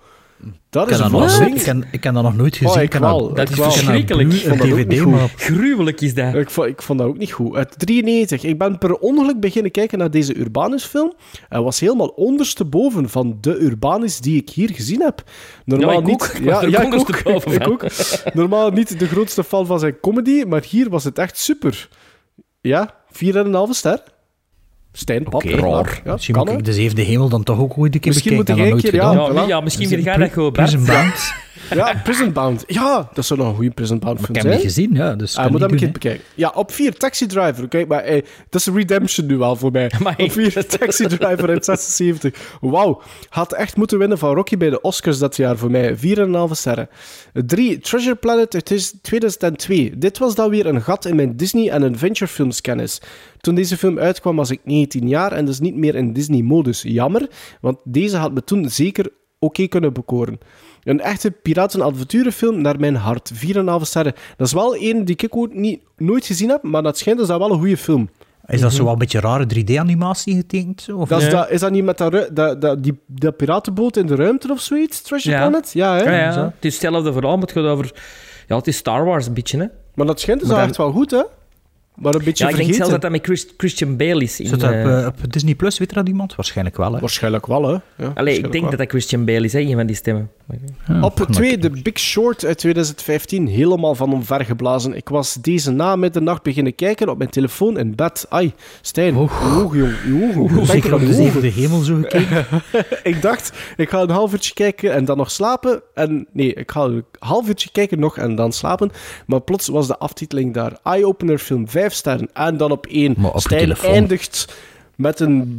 Dat Ik is heb een dat nog verrassing. nooit- ik heb dat nog nooit gezien. Oh, ik Ik ken dat- wel. Dat is Ik wel. verschrikkelijk. Een Ik vond dat ook niet DVD, goed. maar... Gruwelijk is dat. Ik vond dat ook niet goed. Uit 93. Ik ben per ongeluk beginnen kijken naar deze Urbanus-film. En was helemaal ondersteboven van de Urbanus die ik hier gezien heb. Normaal Ja, ik niet. ook. Ik was er ook ondersteboven ik van. ook. Normaal niet de grootste fan van zijn comedy, maar hier was het echt super. Ja, 4,5 ster. Stijn, pap, Oké, raar. Ja, Misschien kan, moet hè. ik de Zevende Hemel dan toch ook ooit een keer Misschien bekijken. moet Ik heb ik dat een nooit keer, gedaan. voilà. Misschien ga dat gewoon, Bert. Prison Bound. Ja, Prison Bound. Ja, dat zou nog een goede Prison Bound Ik film heb hem zijn. niet gezien, ja. Dus Ah, kan moet dat niet een doen, keer bekijken. Ja, op 4, Taxi Driver. Kijk, maar dat is Redemption nu al voor mij. Maar Op 4, Taxi Driver uit 76. Wauw. Had echt moeten winnen van Rocky bij de Oscars dat jaar voor mij. 4,5 sterren. 3, Treasure Planet uit 2002. Dit was dan weer een gat in mijn Disney- en adventurefilmskennis. Toen deze film uitkwam was ik 19 jaar en dus niet meer in Disney-modus. Jammer, want deze had me toen zeker oké kunnen bekoren. Een echte piraten-avonturenfilm naar mijn hart. 4,5 sterren. Dat is wel een die ik ook nooit gezien heb, maar dat schijnt dus dat wel een goede film. Is dat zo wel een beetje rare 3D-animatie getekend? Zo? Of? Dat is, Ja. is dat niet met dat piratenboot in de ruimte of zoiets? Treasure Ja. Planet? Ja, hè? Ja, Zo. ja. Het is hetzelfde verhaal, maar het gaat over... Ja, het is Star Wars een beetje, hè. Maar dat schijnt dus Maar wel dan- echt wel goed, hè? Maar een beetje Ja, ik denk vergeten. zelfs dat dat met Christian Bale is. In, Zit dat op Disney Plus, weet er dat iemand? Waarschijnlijk wel, hè? Waarschijnlijk wel, hè? Ja, Allee, ik waarschijnlijk denk wel. dat dat Christian Bale is, hè, een van die stemmen. Ja, Op maar 2, ik- The Big Short uit 2015. Helemaal van omvergeblazen. Ik was deze na middernacht beginnen kijken op mijn telefoon in bed. Ai, Stijn, je ogen, jong. Je ogen. Denk Zeker aan op de je ogen. Zevende Hemel zo gekeken. Ik dacht, ik ga een half uurtje kijken en dan nog slapen. En nee, ik ga een half uurtje kijken nog en dan slapen. Maar plots was de aftiteling daar. Eye-opener film, 5 sterren. En dan op 1. Maar op je Stijn telefoon. eindigt met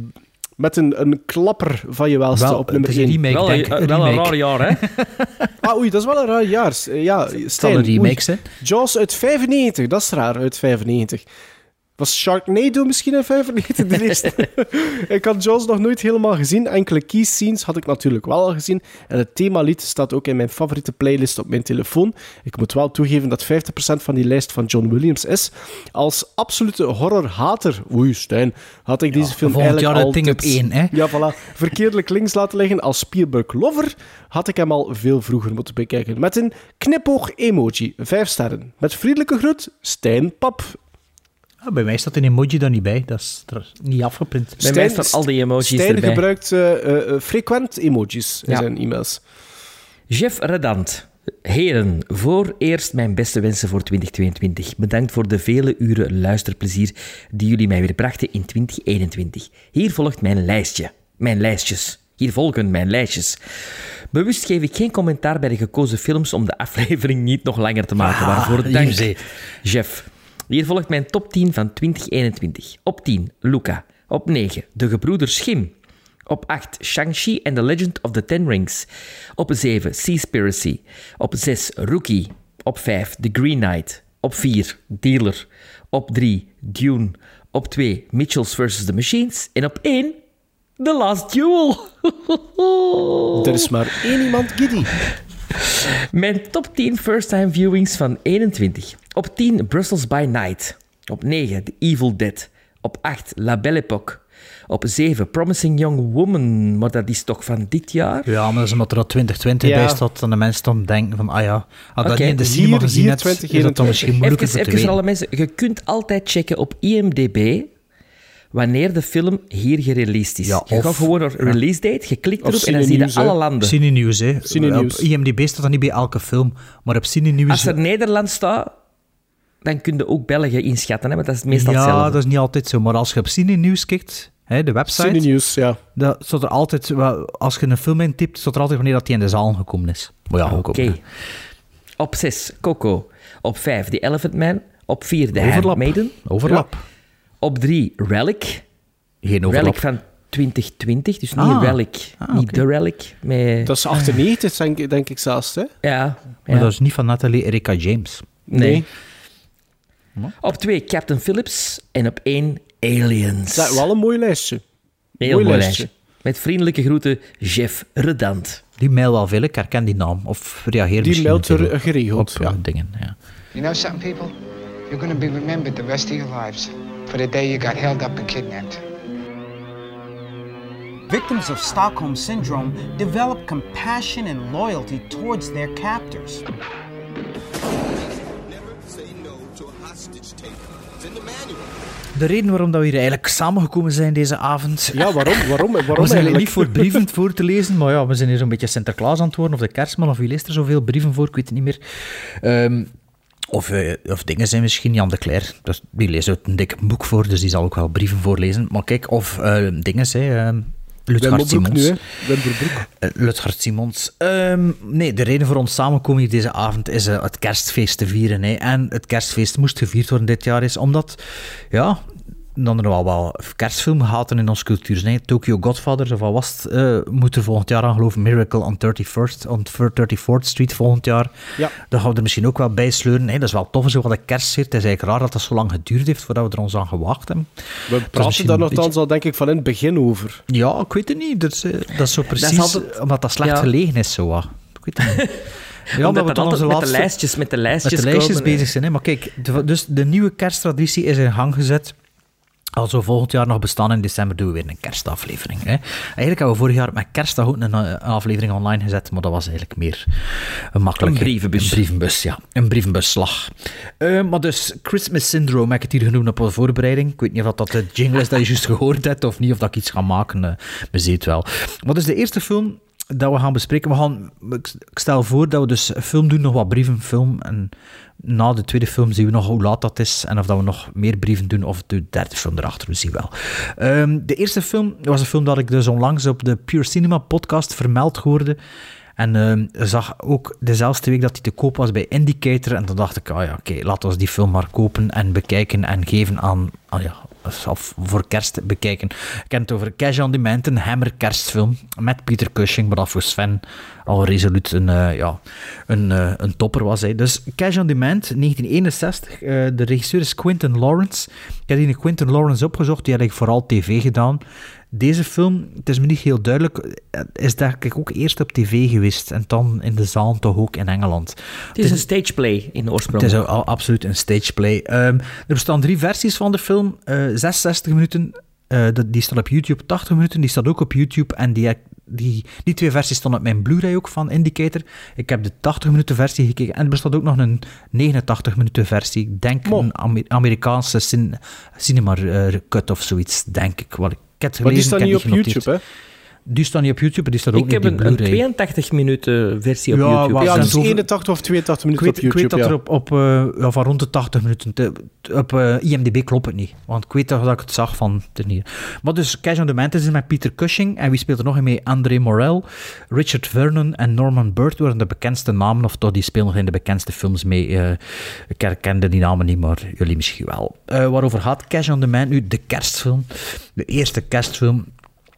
een klapper van je welste Wel, op nummer het is 1. een remake, Wel, denk ik. Een wel een remake. raar jaar, hè. Ah, oei, dat is wel een raar jaar. Ja, Het zal Stijn, een oei. remake zijn. Jaws uit 95, dat is raar, uit 95. Was Sharknado misschien in 95 de eerste? Ik had Jaws nog nooit helemaal gezien. Enkele key scenes had ik natuurlijk wel al gezien. En het themalied staat ook in mijn favoriete playlist op mijn telefoon. Ik moet wel toegeven dat 50% van die lijst van John Williams is. Als absolute horrorhater, oei Stijn, had ik deze film volgend eigenlijk jaar het ding altijd... op 1, hè? Ja, voilà. Verkeerdelijk links laten liggen. Als Spielberg-lover had ik hem al veel vroeger moeten bekijken. Met een knipoog-emoji, 5 sterren. Met vriendelijke groet, Stijn Pap. Ah, bij mij staat een emoji daar niet bij. Dat is er niet afgeprint. Bij mij staan al die emojis Stijn erbij. gebruikt frequent emojis in Ja. zijn e-mails. Jeff Redant. Heren, voor eerst mijn beste wensen voor 2022. Bedankt voor de vele uren luisterplezier die jullie mij weer brachten in 2021. Hier volgt mijn lijstje. Mijn lijstjes. Hier volgen mijn lijstjes. Bewust geef ik geen commentaar bij de gekozen films om de aflevering niet nog langer te maken. Waarvoor dank, liefde. Jeff. Hier volgt mijn top 10 van 2021. Op 10, Luca. Op 9, De Gebroeders Schim. Op 8, Shang-Chi and the Legend of the Ten Rings. Op 7, Seaspiracy. Op 6, Rookie. Op 5, The Green Knight. Op 4, Dealer. Op 3, Dune. Op 2, Mitchells vs. The Machines. En op 1, The Last Duel. Er is maar één iemand, Giddy. Mijn top 10 first-time viewings van 21. Op 10 Brussels by Night. Op 9 The Evil Dead. Op 8 La Belle Époque. Op 7 Promising Young Woman. Maar dat is toch van dit jaar? Ja, maar dat is omdat er al 2020 Ja. bij staat en de mensen dan denken van, ah ja, als dat Oké, niet in de hier- cinema gezien hier hebt, is dat 2021. dan misschien moeilijker voor te Even voor weten. alle mensen. Je kunt altijd checken op IMDb wanneer de film hier gereleased is. Ja, je of- gaat gewoon naar release date, je klikt Of erop en dan zie je Cinenews, hè. alle landen. Cinenews, hè. Cinenews. Op IMDb staat dat niet bij elke film, maar op Cinenews... Als er Nederland staat, dan kun je ook België inschatten, hè, want dat is meestal ja, hetzelfde. dat is niet altijd zo, maar als je op Cinenews kijkt, hè, de website, Cinenews, ja. dat staat er altijd, wel, als je een film intypt, staat er altijd wanneer dat die in de zaal gekomen is. Maar ja, ook Oké. Op 6, Coco. Op 5, The Elephant Man. Op 4, The Overlap. Handmaiden. Overlap. Op 3, Relic. Geen overlap. Relic van 2020, dus niet Ah. Relic. Niet oké. The Relic. Met... Dat is 98, denk ik zelfs, hè? Ja. Maar ja. dat is niet van Natalie Erika James. Nee. Op 2, Captain Phillips. En op 1, Aliens. Dat is wel een mooi lijstje. Heel mooi mooi lijstje. lijstje. Met vriendelijke groeten, Jeff Redant. Die mail wel veel, ik herken die naam. Of reageer Die misschien mailt een keer er geregeld, op ja. dingen. Ja. You know something, people? You're gonna be remembered the rest of your lives for the day you got held up and kidnapped. Victims of Stockholm Syndrome develop compassion and loyalty towards their captors. De reden waarom dat we hier eigenlijk samengekomen zijn deze avond... Ja, waarom we zijn eigenlijk? niet voor brieven voor te lezen, maar ja, we zijn hier zo'n beetje Sinterklaas aan het worden, of de Kerstman, of wie leest er zoveel brieven voor, ik weet het niet meer. Of dingen zijn misschien, Jan de Cler, dus die leest uit een dik boek voor, dus die zal ook wel brieven voorlezen. Maar kijk, of dingen zijn... Lutgard Simons. Lutgard Simons. Nee, de reden voor ons samenkomen hier deze avond is het kerstfeest te vieren. Hè. En het kerstfeest moest gevierd worden dit jaar, is omdat, ja, dan er wel kerstfilmen gaten in onze cultuur zijn. Tokyo Godfathers, of wat was het, moet er volgend jaar aan geloven. Miracle on 34th Street volgend jaar. Ja. Dat gaan we er misschien ook wel bij sleuren. Hè. Dat is wel tof, zo wat de kerstsfeer. Het is eigenlijk raar dat dat zo lang geduurd heeft voordat we er ons aan gewacht hebben. We praten daar nogthans al, denk ik, van in het begin over. Ja, ik weet het niet. Dat is zo precies, dat is altijd... omdat dat slecht gelegen is. Zo. Ik weet het niet. Ja, omdat we dan altijd met de lijstjes bezig zijn. Hè. Maar kijk, dus de nieuwe kersttraditie is in gang gezet. Als we volgend jaar nog bestaan, in december doen we weer een kerstaflevering. Hè. Eigenlijk hebben we vorig jaar met kerstdag ook een aflevering online gezet, maar dat was eigenlijk meer een makkelijke... Een brievenbus, ja. Een brievenbusslag. Maar dus, Christmas Syndrome heb ik het hier genoemd op de voorbereiding. Ik weet niet of dat de jingle is dat je juist gehoord hebt, of niet, of dat ik iets ga maken. We zien het wel. Maar dus de eerste film dat we gaan bespreken, ik stel voor dat we dus een film doen, nog wat brievenfilm, en na de tweede film zien we nog hoe laat dat is en of dat we nog meer brieven doen of de derde film erachter, we zien wel. De eerste film was een film dat ik dus onlangs op de Pure Cinema podcast vermeld hoorde. En zag ook dezelfde week dat hij te koop was bij Indicator. En dan dacht ik, oké, laten we die film maar kopen en bekijken en geven aan of voor kerst bekijken. Ik ken het over Cash on Demand, een Hammer kerstfilm met Peter Cushing, maar dat voor Sven al resoluut een topper was. Hè. Dus Cash on Demand, 1961. De regisseur is Quentin Lawrence. Ik heb die Quentin Lawrence opgezocht, die had eigenlijk vooral tv gedaan. Deze film, het is me niet heel duidelijk, is denk ik ook eerst op tv geweest en dan in de zaal toch ook in Engeland. Het is een stageplay in de oorsprong. Het is absoluut een stageplay. Er bestaan 3 versies van de film, 66 minuten, die staat op YouTube, 80 minuten, die staat ook op YouTube en die 2 versies stonden op mijn Blu-ray ook van Indicator. Ik heb de 80 minuten versie gekeken en er bestaat ook nog een 89 minuten versie. Ik denk een Amerikaanse cinema cut of zoiets, denk ik. Maar die staat niet op YouTube, hè? Die staat niet op YouTube, die staat ook niet op Blu-ray. Ik heb een 82 minuten versie op YouTube. Ja, dus 81 of 82 minuten op YouTube. Ik weet dat er van rond de 80 minuten... Op IMDb klopt het niet. Want ik weet dat ik het zag van... Maar dus Cash on Demand is met Peter Cushing. En wie speelt er nog in mee? André Morel, Richard Vernon en Norman Bird waren de bekendste namen. Of toch, die spelen nog in de bekendste films mee. Ik herkende die namen niet, maar jullie misschien wel. Waarover gaat Cash on Demand nu? De kerstfilm. De eerste kerstfilm.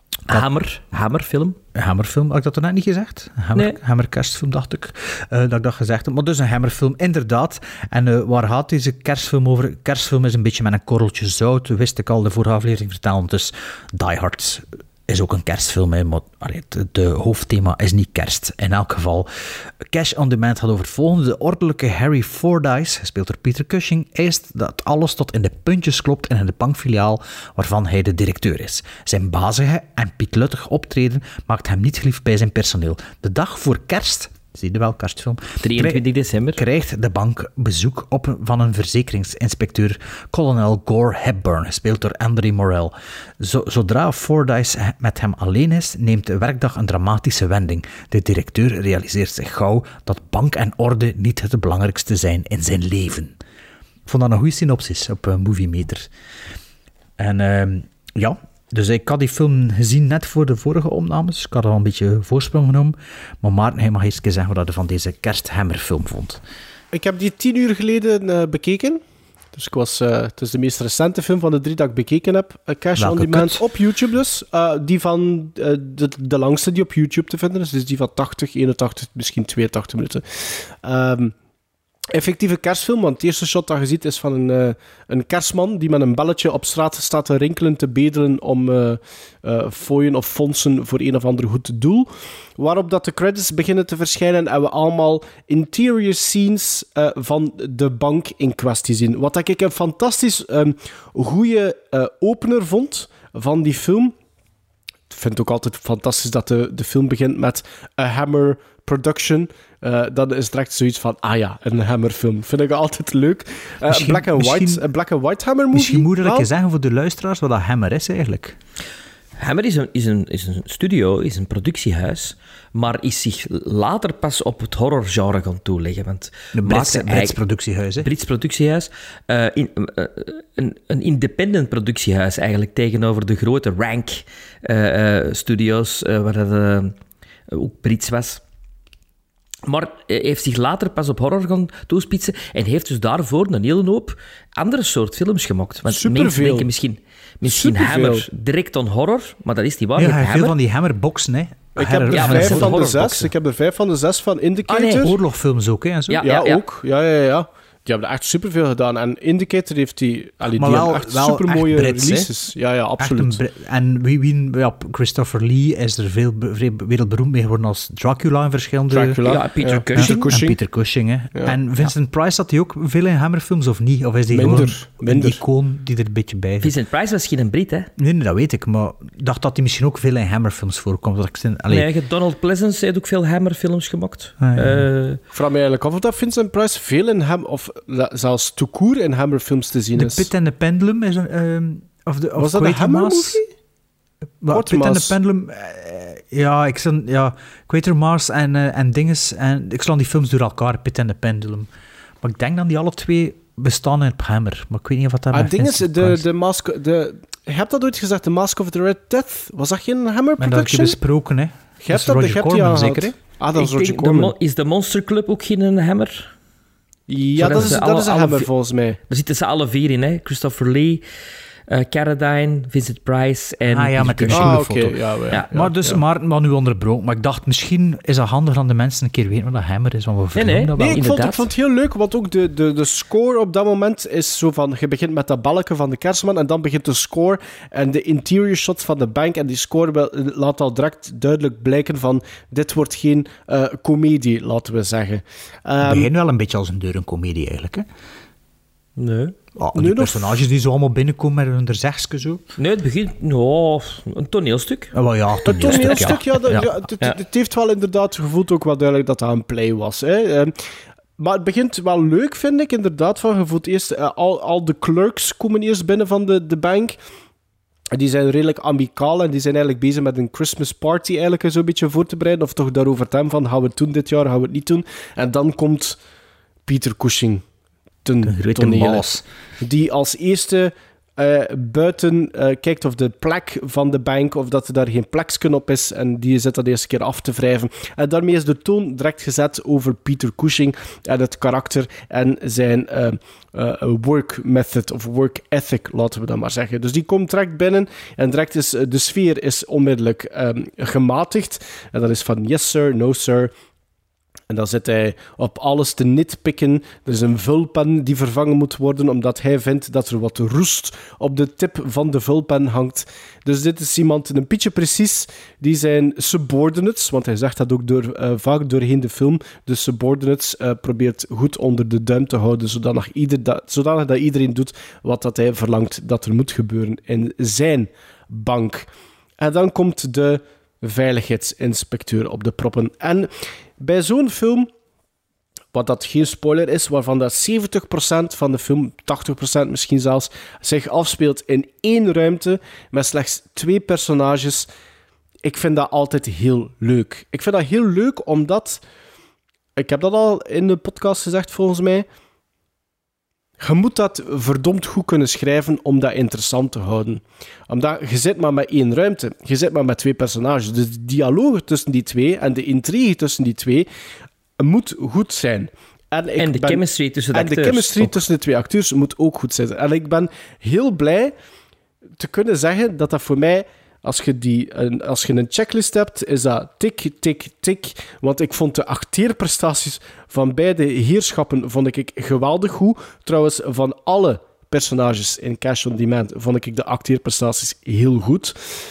Hammerfilm. Hammerfilm, had ik dat er net niet gezegd? Hammerkerstfilm, dacht ik. Dat ik dat gezegd heb. Maar dus een Hammerfilm, inderdaad. En waar gaat deze kerstfilm over? Kerstfilm is een beetje met een korreltje zout. Wist ik al de vorige aflevering vertellen. Dus Die Hard is ook een kerstfilm, hè, maar de hoofdthema is niet kerst. In elk geval, Cash on Demand gaat over het volgende. De ordelijke Harry Fordyce, gespeeld door Peter Cushing, eist dat alles tot in de puntjes klopt in de bankfiliaal waarvan hij de directeur is. Zijn bazige en pietluttig optreden maakt hem niet geliefd bij zijn personeel. De dag voor kerst... Zie je wel, kerstfilm. 23 december. Krijgt de bank bezoek van een verzekeringsinspecteur, kolonel Gore Hepburn, gespeeld door André Morel. Zodra Fordyce met hem alleen is, neemt de werkdag een dramatische wending. De directeur realiseert zich gauw dat bank en orde niet het belangrijkste zijn in zijn leven. Ik vond dat een goede synopsis op Movie Meter. En dus ik had die film gezien net voor de vorige opnames. Ik had al een beetje voorsprong genomen. Maar Maarten, hij mag eens zeggen wat je van deze kersthammerfilm vond. Ik heb die 10 uur geleden bekeken. Dus het is de meest recente film van de 3 dat ik bekeken heb. Cash on Demand op YouTube dus. Die van de langste die op YouTube te vinden is. Dus die van 80, 81, misschien 82 minuten. Effectieve kerstfilm, want het eerste shot dat je ziet is van een kerstman die met een belletje op straat staat te rinkelen, te bedelen om fooien of fondsen voor een of ander goed doel. Waarop dat de credits beginnen te verschijnen en we allemaal interior scenes van de bank in kwestie zien. Wat ik een fantastisch goede opener vond van die film. vind het ook altijd fantastisch dat de film begint met A Hammer Production. Dan is het direct zoiets van, een Hammer-film. Vind ik altijd leuk. Een black and white Hammer-movie. Misschien moet ik eens zeggen voor de luisteraars wat dat Hammer is eigenlijk. Hammer is een studio, is een productiehuis, maar is zich later pas op het horrorgenre gaan toeleggen. Want Een Brits productiehuis, hè? Brits productiehuis. Een independent productiehuis eigenlijk, tegenover de grote Rank studios, waar dat ook Brits was. Maar heeft zich later pas op horror gaan toespitsen en heeft dus daarvoor een hele hoop andere soort films gemaakt. Want mensen denken misschien Hammer direct aan horror, maar dat is niet waar. Ja, hij heeft veel van die Hammerboxen, hè. Ik heb er 5 van de 6. Ik heb er 5 van de 6 van Indicator. Oorlogfilms ook, hè. En zo. Ja, ook. Ja. Die hebben echt superveel gedaan. En Indicator heeft die echt supermooie releases. Hè? Ja, absoluut. Christopher Lee is er wereldberoemd mee geworden als Dracula in verschillende... Peter Cushing. En Peter Cushing, hè. Ja. En Vincent Price had hij ook veel in Hammerfilms, of niet? Of is die minder. Een icoon die er een beetje bij zit? Vincent Price was geen Brit, hè? Nee, dat weet ik. Maar ik dacht dat hij misschien ook veel in Hammerfilms voorkomt. Donald Pleasence heeft ook veel Hammerfilms gemaakt. Ik vraag me eigenlijk af of dat Vincent Price veel in of zelfs tout court in Hammerfilms te zien is. The Pit and the Pendulum is een... Was dat een Hammer-movie? Pit and the Pendulum... Quatermass en dinges... En ik sla die films door elkaar, Pit and the Pendulum. Maar ik denk dat die alle twee bestaan in Hammer. Maar ik weet niet of dat met Vincent Price... Je hebt dat ooit gezegd, The Mask of the Red Death. Was dat geen Hammer production? En dat heb je besproken, hè. Je hebt die aangehaald. Zeker, hè? Dat is Roger Corman. Is de Monster Club ook geen Hammer? Ja, dat is een Hammer volgens mij. Daar zitten ze alle 4 in, hè. Christopher Lee, Carradine, Vincent Price en... met die foto. Maar nu onderbroken. Maar ik dacht, misschien is het handig dat de mensen een keer weten wat dat Hammer is. Want we ik vond het heel leuk, want ook de score op dat moment is zo van... Je begint met dat balken van de kerstman en dan begint de score en de interior shots van de bank. En die score laat al direct duidelijk blijken van... Dit wordt geen komedie, laten we zeggen. Het begint wel een beetje als een komedie eigenlijk, hè? Nee. Die personages die zo allemaal binnenkomen met hun zegske zo. Nee, het begint... een toneelstuk. Een toneelstuk, het heeft wel inderdaad gevoeld ook wel duidelijk dat dat een play was. Hè. Maar het begint wel leuk, vind ik, inderdaad. Van, je voelt eerst... al de clerks komen eerst binnen van de bank. Die zijn redelijk amicaal en die zijn eigenlijk bezig met een Christmas party eigenlijk zo'n beetje voor te bereiden. Of toch daarover te hebben van, gaan we het doen dit jaar, gaan we het niet doen. En dan komt Peter Cushing die als eerste buiten kijkt of de plek van de bank, of dat er daar geen plekje op is, en die zit dat de eerste keer af te wrijven. En daarmee is de toon direct gezet over Peter Cushing en het karakter en zijn work method of work ethic, laten we dat maar zeggen. Dus die komt direct binnen en direct is de sfeer is onmiddellijk gematigd. En dat is van yes sir, no sir. En dan zit hij op alles te nitpikken. Er is een vulpen die vervangen moet worden, omdat hij vindt dat er wat roest op de tip van de vulpen hangt. Dus dit is iemand, een beetje precies, die zijn subordinates, want hij zegt dat ook vaak doorheen de film, de subordinates probeert goed onder de duim te houden, zodanig dat iedereen doet wat dat hij verlangt dat er moet gebeuren in zijn bank. En dan komt de veiligheidsinspecteur op de proppen. En bij zo'n film, wat dat geen spoiler is, waarvan dat 70% van de film, 80% misschien zelfs, zich afspeelt in 1 ruimte met slechts 2 personages, ik vind dat altijd heel leuk. Ik vind dat heel leuk omdat, ik heb dat al in de podcast gezegd volgens mij, je moet dat verdomd goed kunnen schrijven om dat interessant te houden. Omdat je zit maar met 1 ruimte. Je zit maar met 2 personages. Dus de dialoog tussen die 2 en de intrigue tussen die 2 moet goed zijn. En de chemistry tussen de acteurs. En de chemistry tussen de 2 acteurs moet ook goed zijn. En ik ben heel blij te kunnen zeggen dat voor mij... Als je een checklist hebt, is dat tik, tik, tik. Want ik vond de acteerprestaties van beide heerschappen vond ik geweldig goed. Trouwens, van alle personages in Cash on Demand vond ik de acteerprestaties heel goed.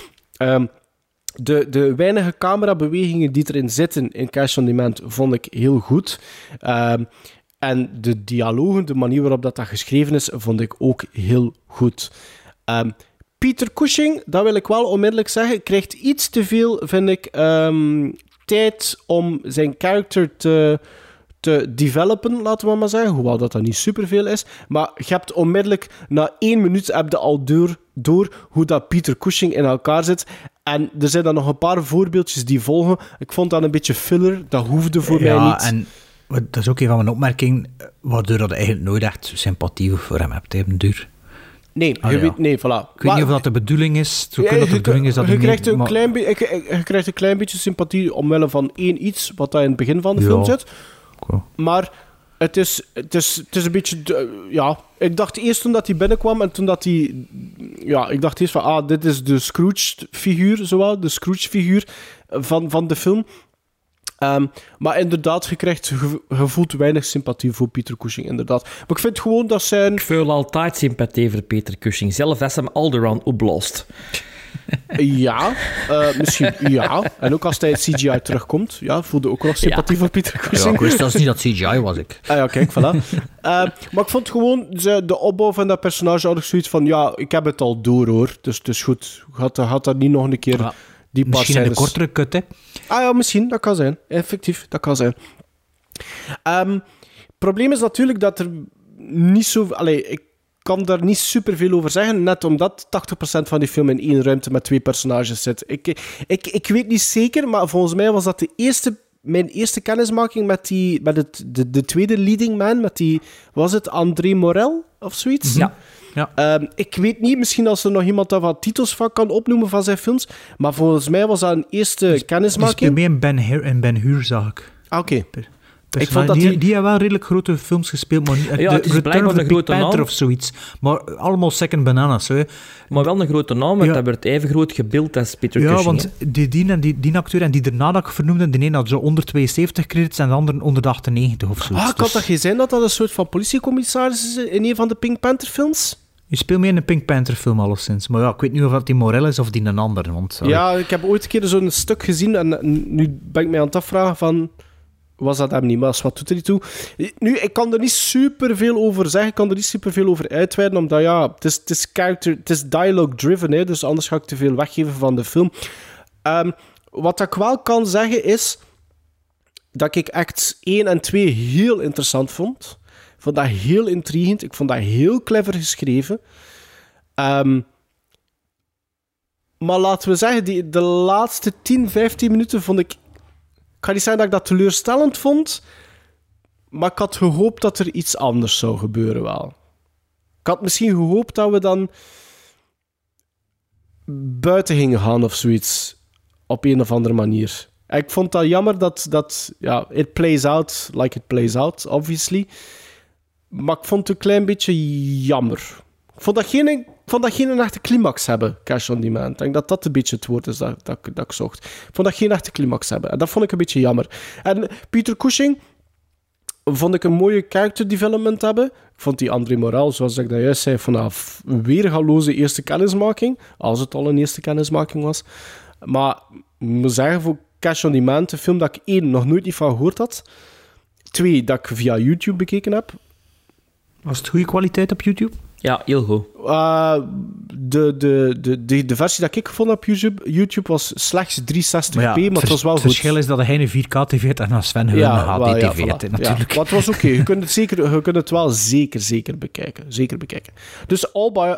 De weinige camerabewegingen die erin zitten in Cash on Demand vond ik heel goed. En de dialogen, de manier waarop dat geschreven is, vond ik ook heel goed. Peter Cushing, dat wil ik wel onmiddellijk zeggen, krijgt iets te veel, vind ik, tijd om zijn character te developen, laten we maar zeggen. Hoewel dat niet superveel is. Maar je hebt onmiddellijk, na 1 minuut, heb je al door hoe dat Peter Cushing in elkaar zit. En er zijn dan nog een paar voorbeeldjes die volgen. Ik vond dat een beetje filler. Dat hoefde voor mij niet. En dat is ook een van mijn opmerkingen, waardoor dat eigenlijk nooit echt sympathie voor hem hebt, op den duur. Nee, nee, voilà. Ik weet niet of dat de bedoeling is. Je krijgt een klein beetje sympathie omwille van één iets wat daar in het begin van de film zit. Cool. Maar het is een beetje... ik dacht eerst toen dat hij binnenkwam en toen dat hij... Ja, ik dacht eerst van, dit is de Scrooge-figuur, zowel. De Scrooge-figuur van de film. Maar inderdaad, je voelt weinig sympathie voor Peter Cushing, inderdaad. Maar ik vind gewoon dat zijn... Ik voel altijd sympathie voor Peter Cushing. Zelf als hem Alderaan opblaast. Ja, misschien ja. En ook als hij het CGI terugkomt, voelde ook wel sympathie voor Peter Cushing. Ja, ik wist zelfs niet dat CGI was ik. Ja, kijk, voilà. Maar ik vond gewoon de opbouw van dat personage had ik zoiets van, ik heb het al door, hoor. Dus het is goed. Gaat dat niet nog een keer... Misschien in een kortere cut, hè? Ja, misschien. Dat kan zijn. Effectief, dat kan zijn. Het probleem is natuurlijk dat er niet zo... ik kan daar niet superveel over zeggen, net omdat 80% van die film in 1 ruimte met 2 personages zit. Ik weet niet zeker, maar volgens mij was dat mijn eerste kennismaking met de tweede leading man, met die... Was het André Morel of zoiets? Ja. Ja. Ik weet niet, misschien als er nog iemand daar wat titels van kan opnoemen van zijn films, maar volgens mij was dat een eerste kennismaking. Die speelt mee in Ben Hur, zag ik. Oké. Ik vond dat die hebben wel redelijk grote films gespeeld, maar niet het is Return of the een Big grote Panther naam. of zoiets. Maar allemaal second bananas. Hè. Maar wel een grote naam, want dat werd even groot gebeeld als Peter Cushing. Ja, want die acteur en die daarna dat ik vernoemde, de ene had zo onder 72 credits en de andere onder de 98 of zoiets. Kan dat geen zijn dat een soort van politiecommissaris is in een van de Pink Panther films? Je speelt mee in een Pink Panther film alleszins. Maar ik weet niet of dat die Morel is of die een ander. Want, ja, ik heb ooit een keer zo'n stuk gezien en nu ben ik mij aan het afvragen van... Was dat hem niet, maar wat doet er niet toe? Nu, ik kan er niet superveel over zeggen, ik kan er niet superveel over uitweiden, omdat het is dialogue-driven, hè, dus anders ga ik te veel weggeven van de film. Wat ik wel kan zeggen is dat ik act 1 en 2 heel interessant vond. Ik vond dat heel intrigend, ik vond dat heel clever geschreven. Maar laten we zeggen, de laatste 10, 15 minuten vond ik... Ik ga niet zeggen dat ik dat teleurstellend vond, maar ik had gehoopt dat er iets anders zou gebeuren wel. Ik had misschien gehoopt dat we dan buiten gingen gaan of zoiets, op een of andere manier. En ik vond dat jammer dat it plays out like it plays out, obviously. Maar ik vond het een klein beetje jammer. Ik vond dat geen echte climax hebben, Cash on Demand. Ik denk dat dat een beetje het woord is dat ik zocht. Ik vond dat geen echte climax hebben. En dat vond ik een beetje jammer. En Peter Cushing vond ik een mooie character development hebben. Ik vond die André Morel, zoals ik dat juist zei, vanaf een weergaloze eerste kennismaking. Als het al een eerste kennismaking was. Maar ik moet zeggen, voor Cash on Demand, een film dat ik 1, nog nooit niet van gehoord had. 2, dat ik via YouTube bekeken heb. Was het goede kwaliteit op YouTube? Ja, heel goed. De versie dat ik gevonden heb op YouTube was slechts 360p, maar het was wel goed. Het verschil is dat hij een 4K-tv heeft en als Sven een HD-tv heeft, natuurlijk. Maar het was oké. Je kunt het wel zeker bekijken. Zeker bekijken. Dus all by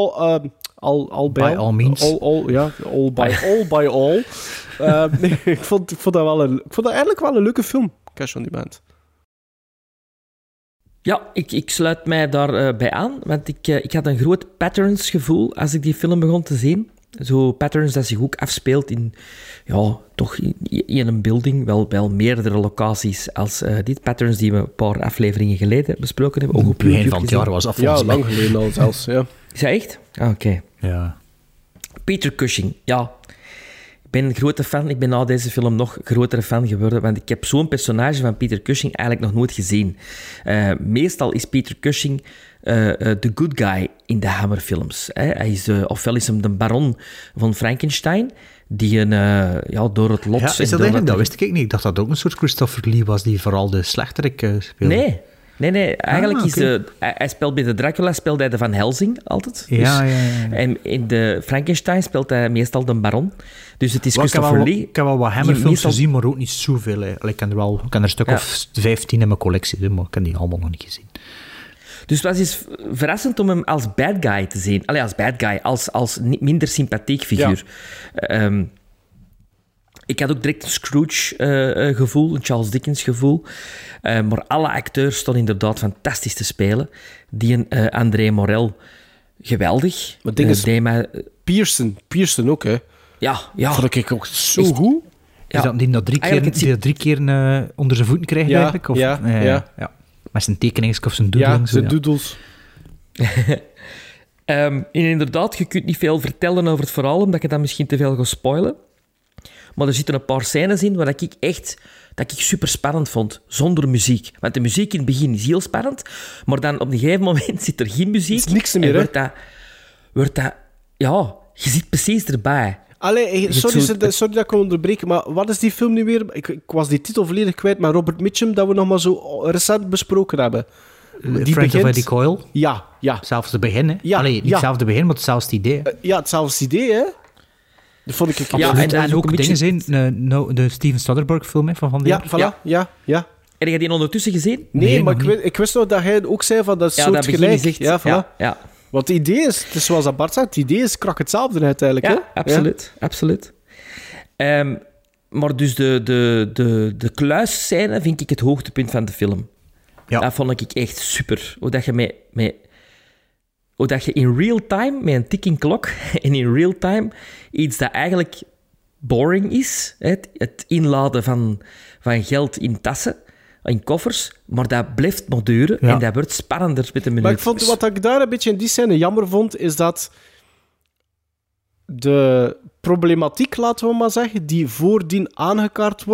all means. All by all. Nee, ik vond dat eigenlijk wel een leuke film, Cash on Demand. Ja, ik sluit mij daarbij aan, want ik had een groot Patterns-gevoel als ik die film begon te zien. Zo Patterns dat zich ook afspeelt in een building, wel meerdere locaties als dit. Patterns die we een paar afleveringen geleden besproken hebben. Ook op het begin van het jaar was af. Ja, lang geleden al zelfs, ja. Is dat echt? Oké. Ja. Peter Cushing, ja. Ik ben een grote fan. Ik ben na deze film nog grotere fan geworden, want ik heb zo'n personage van Peter Cushing eigenlijk nog nooit gezien. Meestal is Peter Cushing de good guy in de Hammer-films. Hij is ofwel is hem de baron van Frankenstein, die door het lot... Ja, is dat eigenlijk? Dat wist ik niet. Ik dacht dat het ook een soort Christopher Lee was, die vooral de slechterik speelde. Nee. Nee, eigenlijk oké. is hij speelt bij de Dracula speelt hij de Van Helsing altijd. Ja. En in de Frankenstein speelt hij meestal de baron. Dus het is Wel, Christopher Lee. Ik heb wel wat die Hammer-films meestal- gezien, maar ook niet zoveel. Hè. Ik ken er een stuk of 15 in mijn collectie, hè, maar ik heb die allemaal nog niet gezien. Dus het was eens verrassend om hem als bad guy te zien. Allee, als bad guy, als minder sympathiek figuur. Ik had ook direct een Scrooge-gevoel, een Charles Dickens-gevoel. Maar alle acteurs stonden inderdaad fantastisch te spelen. Die André Morel, geweldig. Maar ding is- deed mij- Pearson ook, hè. ja. Vond ik ook zo Echt. goed. Is dat die dat Eigenlijk drie keer onder zijn voeten krijgt Ja, eigenlijk? Of, ja. Met zijn tekeningen of zijn Ja, doodling. zijn doodles. En inderdaad, je kunt niet veel vertellen over het verhaal, omdat je dat misschien te veel gaat spoilen. Maar er zitten een paar scènes in waar dat ik super spannend vond, zonder muziek. Want de muziek in het begin is heel spannend, maar dan op een gegeven moment zit er geen muziek. Is niks meer, en hè? wordt dat... Ja, je zit precies erbij. Allee, sorry dat ik onderbreek, maar wat is die film nu weer? Ik was die titel volledig kwijt, maar Robert Mitchum, dat we nog maar zo recent besproken hebben. Friends of Eddie Coyle. Ja. Zelfs de begin, hè? Ja, Allee, niet ja. zelfs de begin, maar hetzelfde idee. Hè. Ja, hetzelfde idee, hè? Dat vond ik... Ja, Absoluut. en dat is en ook ook een dingen beetje- zijn, de Steven Soderbergh-film hè, van die Ja, jaar. voilà. Ja. Heb je die ondertussen gezien? Nee, Nee, maar nog ik wist nog dat hij ook zei van dat is Ja, dat soort begin gelijk. is echt... Ja, voilà. Ja. Want het idee is, het is zoals dat Bart zegt, het idee is krak hetzelfde uiteindelijk. Ja, hè? absoluut. Maar dus de kluisscène vind ik het hoogtepunt van de film. Ja. Dat vond ik echt super. Hoe dat je in real time, met een ticking klok, en in real time iets dat eigenlijk boring is, het inladen van geld in tassen, in koffers, maar dat blijft maar duren Ja. en dat wordt spannender met de minuut. Maar ik vond, wat ik daar een beetje in die scène jammer vond, is dat de problematiek, laten we maar zeggen, die voordien aangekaart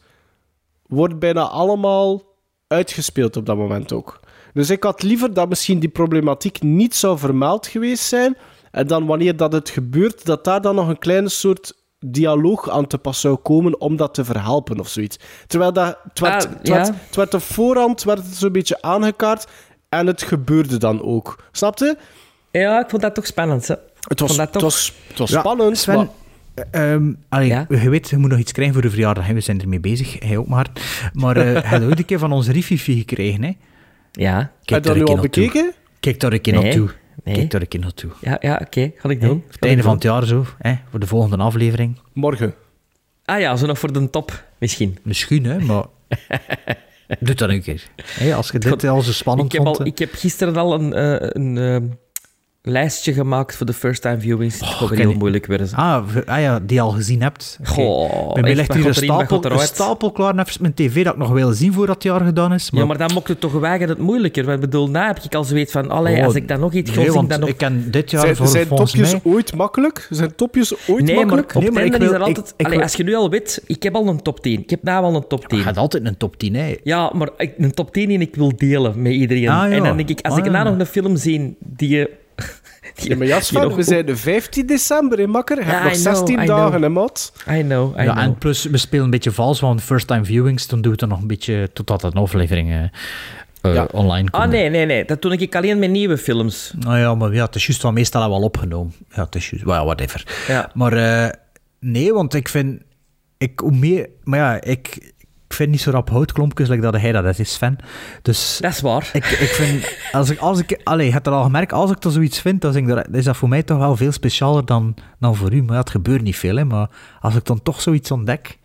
wordt bijna allemaal uitgespeeld op dat moment ook. Dus ik had liever dat misschien die problematiek niet zou vermeld geweest zijn, en dan wanneer dat het gebeurt, dat daar dan nog een kleine soort dialoog aan te pas zou komen om dat te verhelpen of zoiets. Terwijl dat, het werd op voorhand werd het zo'n beetje aangekaart en het gebeurde dan ook. Snap je? Ja, ik vond dat toch spannend. Hè? Het was Ja, spannend, Sven, maar... Ja? Je weet, je moet nog iets krijgen voor de verjaardag. Hè. We zijn ermee bezig, hij ook maar. Maar hij had ooit een keer van ons Rififi gekregen. Hè. Ja. Heb je daar dat nu een al keer naartoe. bekeken? Kijk daar een keer Nee. naartoe. Nee. Kijk daar een keer naartoe. Ja, oké. Ga ik Hè? doen. Het einde van het jaar zo, hè, voor de volgende aflevering. Morgen. Ah ja, zo nog voor de top, misschien. Misschien, hè, maar... Doe dat een keer. Hè, als je dit al zo spannend vond... Ik heb gisteren al een lijstje gemaakt voor de first-time viewings. Het gaat weer ken heel je- moeilijk worden. ja, die al gezien hebt. Oké. Goh, Bij mij echt, ligt wat hier gaat erin, wat gaat een eruit? stapel klaar naast mijn tv dat ik nog wil zien voor dat jaar gedaan is. Ja, maar dan mocht het toch weigeren het moeilijker. Want ik bedoel, nou heb ik al zoiets van, allee, Oh, als ik dan nog iets ga nee, zien, want dan nog... ik ken dit jaar Zijn volgens topjes mij... ooit makkelijk? Zijn topjes ooit Nee, maar makkelijk? op Nee, maar Tinder ik is er wil- altijd... ik allee, wil- als je nu al weet, ik heb al een top 10. Ik heb nou al een top 10. Je had altijd een top 10, hè. Ja, maar een top 10 die ik wil delen met iedereen. Ah, ja. En dan denk ik, als Ah, ik ja. nou nog een film zie die je... Ja, maar Jasper, we zijn de 15 december, hè, makker? Je Ja, hebt nog I know, 16 I dagen, know. hè, maat? I know. Ja, en plus, we spelen een beetje vals, want first time viewings, dan doen we het er nog een beetje totdat een aflevering online komt. Ah, nee. Dat doe ik alleen met nieuwe films. Nou ja, maar ja, het is juist wat meestal al wel opgenomen. Ja, het is juist, well, whatever. Ja. Maar nee, want ik vind... hoe meer... Maar ja, ik vind niet zo rap houtklompjes like dat hij dat is, Sven. Dus... Dat is waar. Ik vind, je hebt er al gemerkt, als ik er zoiets vind, dan is dat voor mij toch wel veel specialer dan voor u. Maar ja, het gebeurt niet veel, hè. Maar als ik dan toch zoiets ontdek,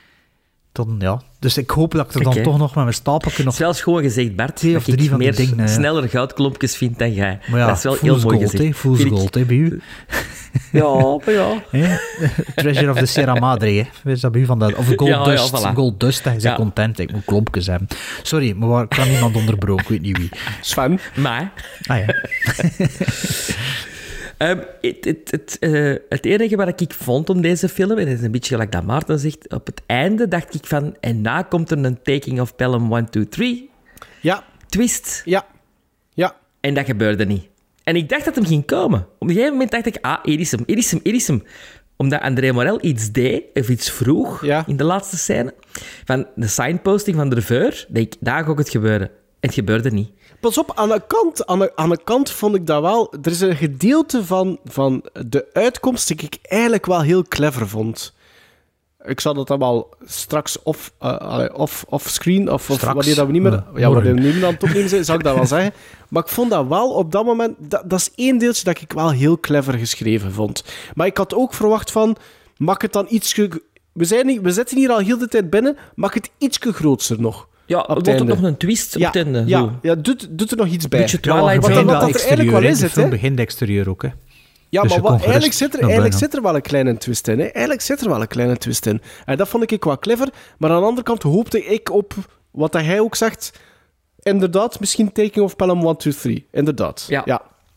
dan ja. Dus ik hoop dat ik er dan Oké. toch nog met mijn stapeltje Het nog... is wel schoon gezegd, Bart. 2 of dat 3 ik van die meer dingen, sneller goudklompjes vind dan jij. Maar ja, dat is wel fool's heel mooi gold, gezegd. hè. Fool's Vind ik- gold, hè, bij u. Ja, maar ja. Hè? Treasure of the Sierra Madre, hè. Wees dat bij u van dat? Of Gold Ja, Dust. voilà. Gold Dust, hij is Ja. content. Ik moet klompjes hebben. Sorry, maar ik kan niemand onderbroken, ik weet niet wie. Sven? Maar... Ah ja. Het enige wat ik vond om deze film, en dat is een beetje gelijk dat Maarten zegt, op het einde dacht ik van, en na komt er een Taking of Pelham 1, 2, 3 Ja, twist. ja. En dat gebeurde niet. En ik dacht dat hem ging komen. Op een gegeven moment dacht ik, hier is hem. Omdat André Morel iets deed, of iets vroeg, Ja. in de laatste scène, van de signposting van de reveur, denk ik, daar gaat het gebeuren. Het gebeurde niet. Pas op, aan de kant vond ik dat wel... Er is een gedeelte van de uitkomst die ik eigenlijk wel heel clever vond. Ik zal dat dan wel straks off-screen, of wanneer dat we niet meer... wanneer we niet meer aan het opnemen zijn, zal ik dat wel zeggen. Maar ik vond dat wel op dat moment... Dat is één deeltje dat ik wel heel clever geschreven vond. Maar ik had ook verwacht van... Mag het dan iets... We zitten hier al heel de tijd binnen. Mag het ietsje grootser nog? Ja, wordt er nog een twist op het einde? Ja, doet er nog iets bij. Beetje Twilight. Ja, wat dat er eigenlijk wel is, het begint de exterieur ook, hè. Ja, Dus maar eigenlijk zit zit er wel een kleine twist in. Hè. Eigenlijk zit er wel een kleine twist in. En dat vond ik wel clever. Maar aan de andere kant hoopte ik op wat dat hij ook zegt. Inderdaad, misschien Taking of Pelham 1, 2, 3. Inderdaad. Ja.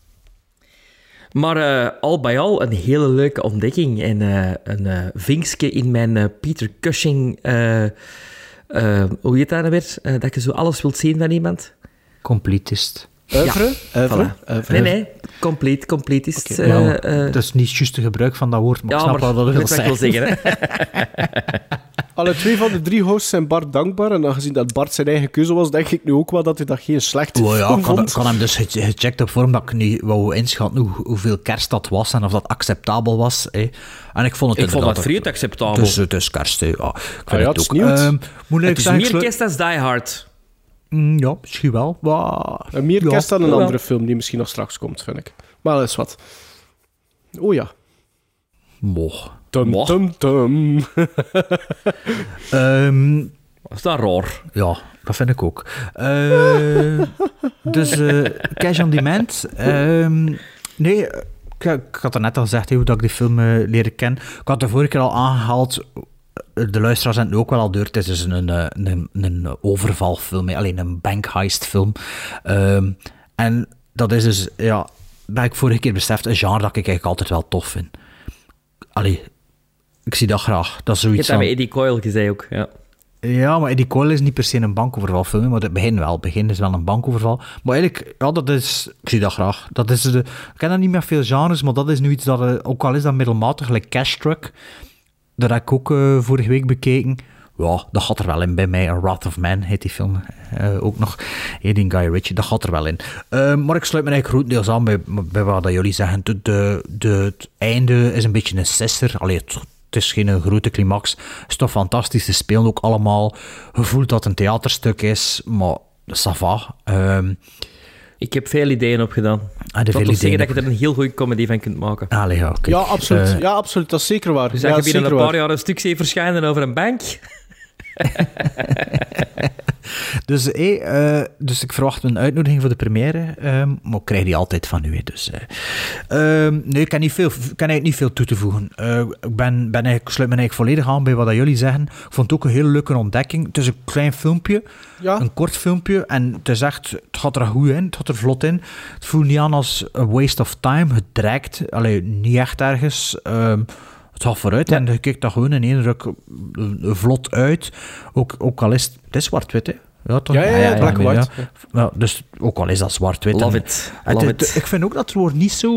Maar al bij al een hele leuke ontdekking. En een vinkje in mijn Peter Cushing... hoe heet dat nou weer? Dat je zo alles wilt zien van iemand? Completist. Oeuvre? Nee. Completist. Okay, dat is niet juist de gebruik van dat woord, maar ik snap wel wat dat wil zeggen. Alle 2 van de 3 hosts zijn Bart dankbaar. En aangezien dat Bart zijn eigen keuze was, denk ik nu ook wel dat hij dat geen slechte film vond. Ik kan hem dus gecheckt op vorm dat ik niet wou inschatten hoeveel kerst dat was en of dat acceptabel was. Hè. En ik vond het vreed acceptabel. Dus het is kerst. Ja. Ik vind het is nieuw. Het is meer kerst dan Die Hard. Ja, misschien wel. Meer kerst dan een andere film die misschien nog straks komt, vind ik. Maar dat is wat. Oh ja. Moch. Tum. Dat is dat raar. Ja, dat vind ik ook. Dus Cash on Demand. Nee, ik had er net al gezegd hoe dat ik die film leren ken. Ik had de vorige keer al aangehaald. De luisteraars zijn het ook wel al door. Het is dus een overvalfilm, alleen een bankheistfilm. En dat is dus, ja, dat ik vorige keer beseft, een genre dat ik eigenlijk altijd wel tof vind. Allee, ik zie dat graag. Dat is zoiets. Je hebt dat bij Eddie Coyle gezegd ook, ja. Ja, maar Eddie Coyle is niet per se een bankovervalfilm, maar het begin wel. Het begin is wel een bankoverval. Maar eigenlijk, ja, dat is... Ik zie dat graag. Dat is ik ken dat niet meer veel genres, maar dat is nu iets dat... Ook al is dat middelmatig, like Cash Truck... Dat heb ik ook vorige week bekeken. Ja, dat gaat er wel in bij mij. A Wrath of Man heet die film ook nog. Die Guy Ritchie, dat gaat er wel in. Maar ik sluit me eigenlijk grotendeels aan bij wat dat jullie zeggen. Het einde is een beetje een sisser. Allee, het is geen grote climax. Het is toch fantastisch. Ze spelen ook allemaal. Je voelt dat het een theaterstuk is, maar ça va. Ik heb veel ideeën opgedaan. Dat wil zeggen dat je er een heel goede comedy van kunt maken. Allee, ja, okay. Ja, absoluut. Ja, absoluut. Dat is zeker waar. Dus dat je binnen een paar jaar een stuk ziet verschijnen over een bank. Dus ik verwacht een uitnodiging voor de première, maar ik krijg die altijd van u. Dus, nee, ik kan eigenlijk niet veel toe te voegen. Ik sluit me eigenlijk volledig aan bij wat jullie zeggen. Ik vond het ook een hele leuke ontdekking. Het is een klein filmpje, een kort filmpje, en het is echt, het gaat er goed in, het gaat er vlot in. Het voelt niet aan als een waste of time. Het dreigt, niet echt ergens... Het gaat vooruit en je kijkt dat gewoon in één ruk vlot uit. Ook al is het is zwart-wit, hè? Ja, toch? Ja, black and white. Ja, dus ook al is dat zwart-wit. Love it. Ik vind ook dat er wordt niet zo...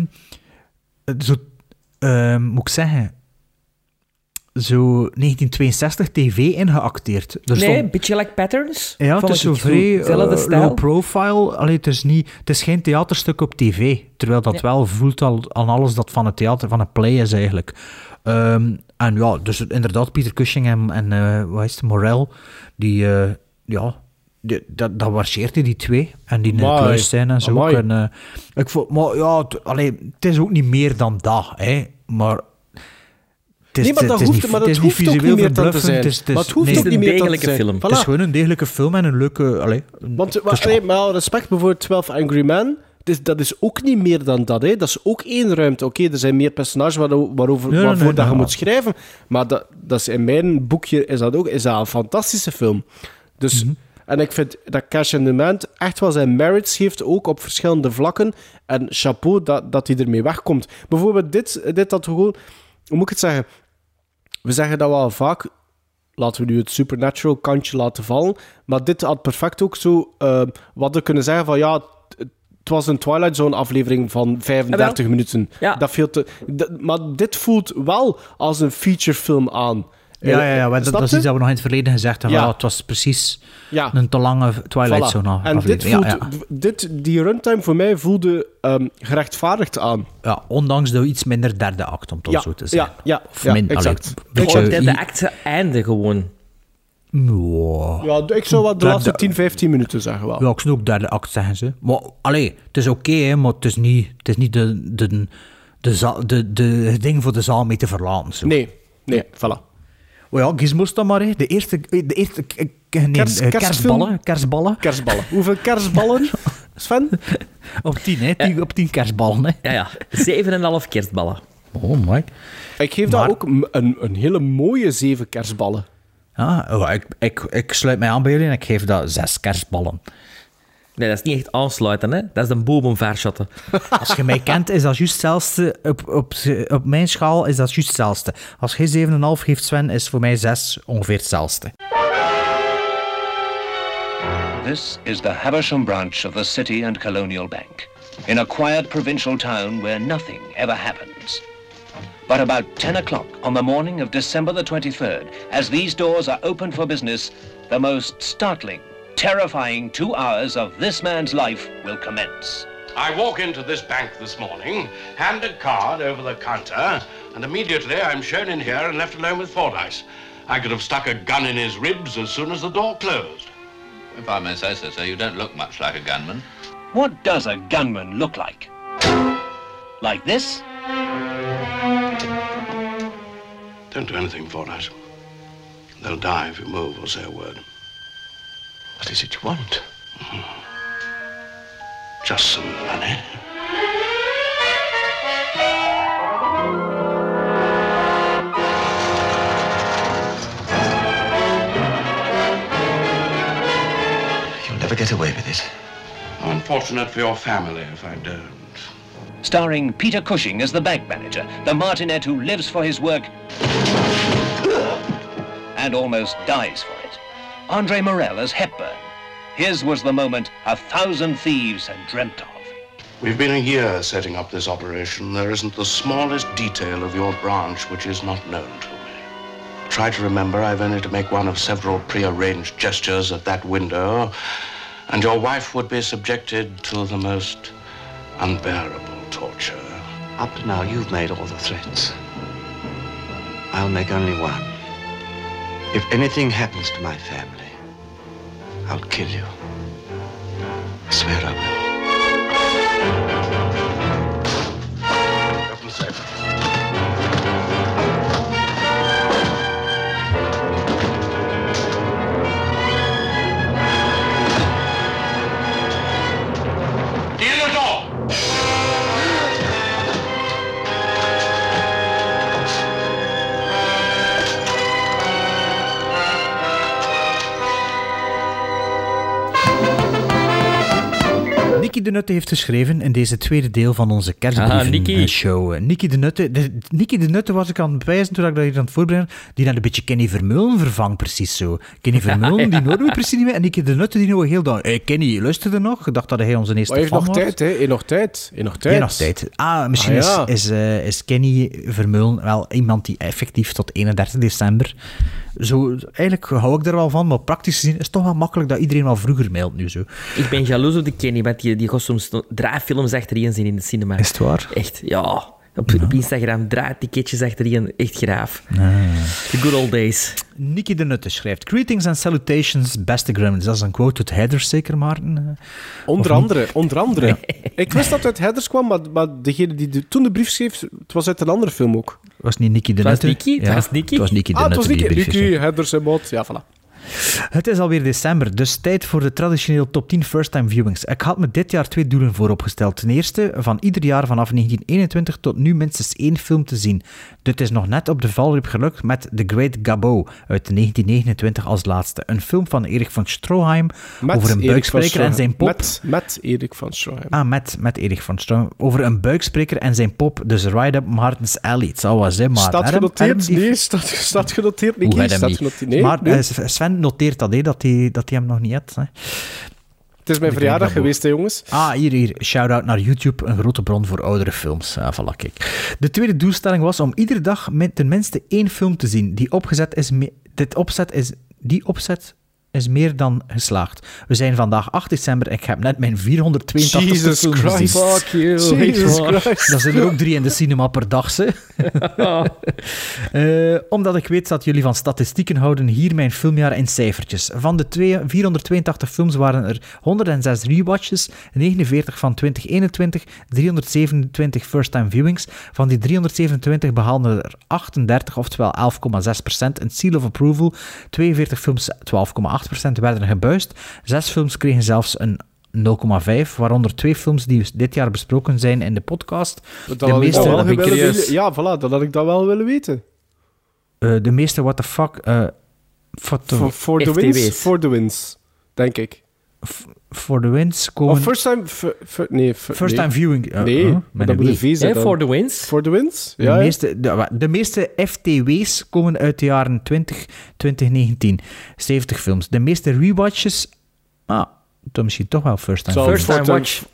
moet ik zeggen... Zo 1962 tv ingeacteerd. Een beetje like Patterns. Ja, het is zo vrij low profile. Allee, het is geen theaterstuk op tv. Terwijl dat wel voelt aan alles dat van het theater, van een play is eigenlijk. En ja, dus inderdaad, Peter Cushing en wat is het, Morel, die... dat marcheert die twee. En die in het kluis zijn en zo. En, ik vond, maar ja, het is ook niet meer dan dat. Hè. Maar... Het is niet visueel verbluffend. Maar het hoeft ook niet meer te zijn. Film. Het is gewoon een degelijke film en een leuke... met alle respect, bijvoorbeeld 12 Angry Men, dat is ook niet meer dan dat. Hè. Dat is ook één ruimte. Oké, er zijn meer personages waarvoor je moet schrijven. Maar dat is in mijn boekje is dat een fantastische film. Dus... En ik vind dat Cash on Demand echt wel zijn merits heeft, ook op verschillende vlakken. En chapeau dat hij ermee wegkomt. Bijvoorbeeld dit dat gewoon... Hoe moet ik het zeggen? We zeggen dat wel vaak. Laten we nu het supernatural kantje laten vallen. Maar dit had perfect ook zo... wat we kunnen zeggen van... Ja, het was een Twilight Zone aflevering van 35 minuten. Ja. Maar dit voelt wel als een featurefilm aan. Ja, dat Snap is je? iets dat we nog in het verleden gezegd hebben. Ja. Het was precies Ja. een te lange Twilight Voilà. Zone En dit aflevering. voelt, die runtime voor mij voelde gerechtvaardigd aan. Ja, ondanks de iets minder derde act, om het zo te zeggen. Ja, Of ja, min- exact. allee, Ik beetje- zou derde act einde gewoon. Wow. Ja, ik zou wat de laatste 10-15 minuten zeggen wel. Ja, ik zou ook derde act zeggen ze. Maar allee, het is oké, hè, maar het is niet de ding voor de zaal mee te verlaten. Zo. Nee, voilà. Oh ja, gizmos dan maar, hè. De eerste Kerstfilm? kerstballen. Kerstballen. Hoeveel kerstballen, Sven? Op 10, hè. Op 10 kerstballen, hè. Ja. 7,5 kerstballen. Oh, my. Ik geef Maar- daar ook een hele mooie 7 kerstballen. Ja, ik sluit mij aan bij jullie en ik geef dat 6 kerstballen. Nee, dat is niet echt aansluiten, hè. Dat is een boom om verschatten. Als je mij kent, is dat juist hetzelfde. Op mijn schaal is dat juist hetzelfde. Als jij 7,5 geeft, Sven, is voor mij 6 ongeveer hetzelfde. This is the Habersham branch of the City and Colonial Bank, in a quiet provincial town where nothing ever happens. But about 10 o'clock on the morning of December the 23rd, as these doors are opened for business, the most startling, terrifying 2 hours of this man's life will commence. I walk into this bank this morning, hand a card over the counter, and immediately I'm shown in here and left alone with Fordyce. I could have stuck a gun in his ribs as soon as the door closed. If I may say so, sir, you don't look much like a gunman. What does a gunman look like? Like this? Don't do anything, Fordyce. They'll die if you move or say a word. What is it you want? Just some money. You'll never get away with it. Unfortunate for your family if I don't. Starring Peter Cushing as the bank manager, the martinet who lives for his work and almost dies for it. Andre Morell as Hepburn. His was the moment 1,000 thieves had dreamt of. We've been a year setting up this operation. There isn't the smallest detail of your branch which is not known to me. Try to remember I've only to make one of several prearranged gestures at that window, and your wife would be subjected to the most unbearable torture. Up to now, you've made all the threats. I'll make only one. If anything happens to my family, I'll kill you. I swear I will. Up and safe. Deal the door! Nicky de Nutte heeft geschreven in deze tweede deel van onze kerstbrieven-show. Nicky de Nutte was ik aan het wijzen toen ik dat hier aan het voorbereiden. Die had een beetje Kenny Vermeulen vervangt, precies zo. Kenny Vermeulen, die hoorden we precies niet meer. En Nicky de Nutte, die nog heel dan... Hey, Kenny, luisterde nog? Ik dacht dat hij onze eerste Maar fan heeft nog was. tijd, hè? Heeft nog tijd. Heeft nog tijd. Misschien ja. is Kenny Vermeulen wel iemand die effectief tot 31 december... Zo, eigenlijk hou ik er wel van, maar praktisch gezien is het toch wel makkelijk dat iedereen wel vroeger mailt nu zo. Ik ben jaloers op de Kenny, want die gaat soms draaifilms achterin zien in de cinema. Is het waar? Echt, ja. Op Instagram draaiticketjes achterin. Echt graaf. The good old days. Nicky de Nutte schrijft... Greetings and salutations, beste Gremlins. Dat is een quote uit Headers, zeker, Maarten? Onder andere. Ik wist dat het uit Headers kwam, maar degene die toen de brief schreef, het was uit een andere film ook. Was niet Nicky de Nutte? Het was Nicky? Het was Nicky de Het Nutte was die de brief Nicky, schreef. Headers en Mot. Ja, voilà. Het is alweer december, dus tijd voor de traditionele top 10 first-time viewings. Ik had me dit jaar 2 doelen vooropgesteld. Ten eerste, van ieder jaar vanaf 1921 tot nu minstens 1 film te zien. Dit is nog net op de valreep gelukt met The Great Gabot uit 1929 als laatste. Een film van Erich von Stroheim over een buikspreker en zijn pop. Met Erich von Stroheim. Met Erich von Stroheim. Over een buikspreker en zijn pop, dus Ride Up Martin's Alley. Het zal wel zijn, maar... Staat genoteerd? Nee, staat genoteerd. Nicky, staat genoteerd. Nee, maar nee. Sven noteert dat, dat hij hem nog niet had. Hè. Het is mijn verjaardag geweest, hè, jongens. Hier. Shout-out naar YouTube. Een grote bron voor oudere films. Voilà, kijk. De tweede doelstelling was om iedere dag tenminste 1 film te zien. Die opzet is meer dan geslaagd. We zijn vandaag 8 december en ik heb net mijn 482 film gezien. Fuck you. Jesus Christ. Dan zijn er ook 3 in de cinema per dag, hè. Omdat ik weet dat jullie van statistieken houden, hier mijn filmjaar in cijfertjes. Van de 482 films waren er 106 rewatches, 49 van 2021, 327 first-time viewings. Van die 327 behaalden er 38, oftewel 11,6%, een seal of approval. 42 films, 12,8%, werden gebuist. 6 films kregen zelfs een 0,5, waaronder 2 films die dit jaar besproken zijn in de podcast. Ja, voilà, dat had ik dan wel willen weten. De meeste what the fuck... For the wins, denk ik. For the wins komen... First time viewing. Dat moet een V zijn. For the wins? For the wins, ja. De meeste FTW's komen uit de jaren 2019. 70 films. De meeste rewatches... dan misschien toch wel first time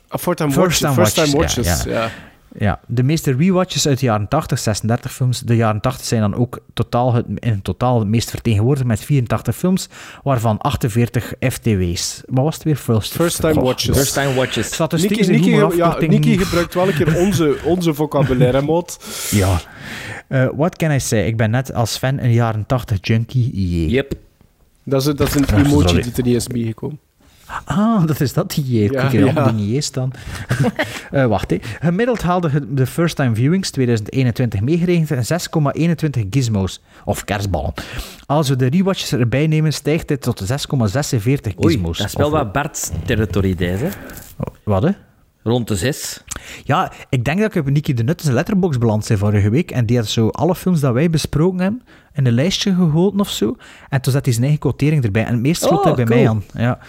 watches. Ja, de meeste rewatches uit de jaren 80, 36 films. De jaren 80 zijn dan ook in totaal het meest vertegenwoordigd met 84 films, waarvan 48 FTW's. Wat was het weer? First time watches. Nicky gebruikt wel een keer onze vocabulaire, Mot. Ja. What can I say? Ik ben net als fan een jaren 80 junkie. Yep. Dat is een emoji die er niet is bijgekomen. Dat is dat die niet is dan. Wacht, gemiddeld haalde de first-time viewings 2021 meegerekend 6,21 gizmos, of kerstballen. Als we de rewatches erbij nemen, stijgt dit tot 6,46 gizmos. Dat is wel wat Bart's territorie, deze. Wat, hè? Rond de 6. Ja, ik denk dat ik op Nicky de Nut zijn letterbox beland zijn vorige week, en die had zo alle films dat wij besproken hebben in een lijstje gegoten of zo, en toen zet hij zijn eigen quotering erbij, en het meest sloot hij bij mij aan. Ja.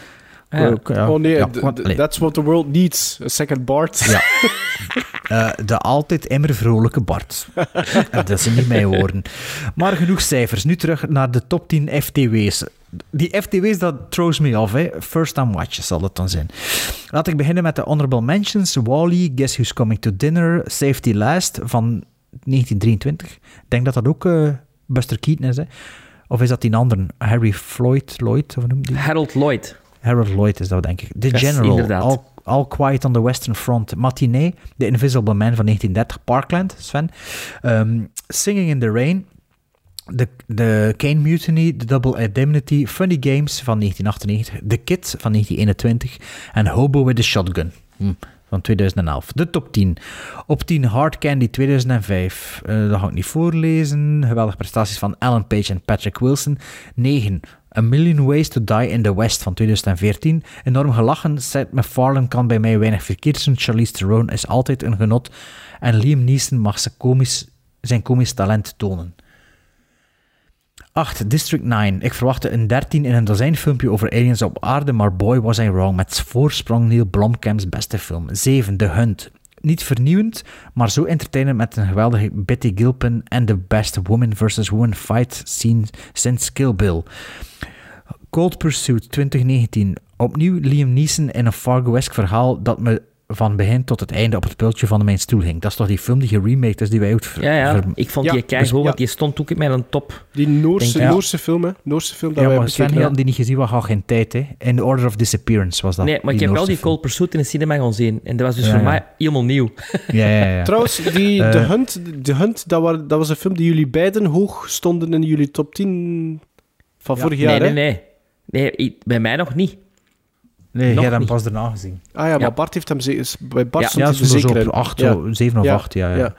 That's what the world needs. A second Bart. Ja. De altijd immer vrolijke Bart. Dat zijn niet mijn woorden. Maar genoeg cijfers. Nu terug naar de top 10 FTW's. Die FTW's, dat throws me off. Hè. First time watches zal het dan zijn. Laat ik beginnen met de honorable mentions. Wall-E, Guess Who's Coming to Dinner, Safety Last van 1923. Ik denk dat dat ook Buster Keaton is. Hè. Of is dat die andere? Harry Lloyd? Of noem die? Harold Lloyd. Harold Lloyd is dat, denk ik. The General, All Quiet on the Western Front, Matinee, The Invisible Man van 1930, Parkland, Sven, Singing in the Rain, The Kane Mutiny, The Double Indemnity, Funny Games van 1998, The Kid van 1921 en Hobo with a Shotgun van 2011. De top 10. Op 10 Hard Candy 2005. Dat ga ik niet voorlezen. Geweldige prestaties van Alan Page en Patrick Wilson. 9. A Million Ways to Die in the West van 2014. Enorm gelachen. Seth MacFarlane kan bij mij weinig verkeerd doen. Charlize Theron is altijd een genot. En Liam Neeson mag zijn komisch talent tonen. 8. District 9. Ik verwachtte een 13 in een dozijnfilmpje over aliens op aarde, maar boy was I wrong. Met voorsprong Neil Blomkamp's beste film. 7. The Hunt. Niet vernieuwend, maar zo entertainend met een geweldige Betty Gilpin en de best woman versus woman fight scene sinds Kill Bill. Cold Pursuit 2019. Opnieuw Liam Neeson in een Fargo-esque verhaal dat me van begin tot het einde op het pultje van mijn stoel hing. Dat is toch die film die geremaked is, die wij ook... Ik vond die keigoed, want die stond ook in mijn top. Die Noorse film, hè? Noorse film dat wij maar Sven had die niet gezien, had geen tijd, hè? In The Order of Disappearance was dat. Nee, maar ik heb wel die Cold Pursuit in de cinema gaan zien. En dat was dus voor mij helemaal nieuw. Ja. Trouwens, The Hunt, dat was een film die jullie beiden hoog stonden in jullie top 10 van vorig jaar, hè? Nee, bij mij nog niet. Nee, jij hebt hem pas daarna gezien. Maar Bart heeft hem zeker... Bij Bart stond hij zeker in. 7 of 8, ja.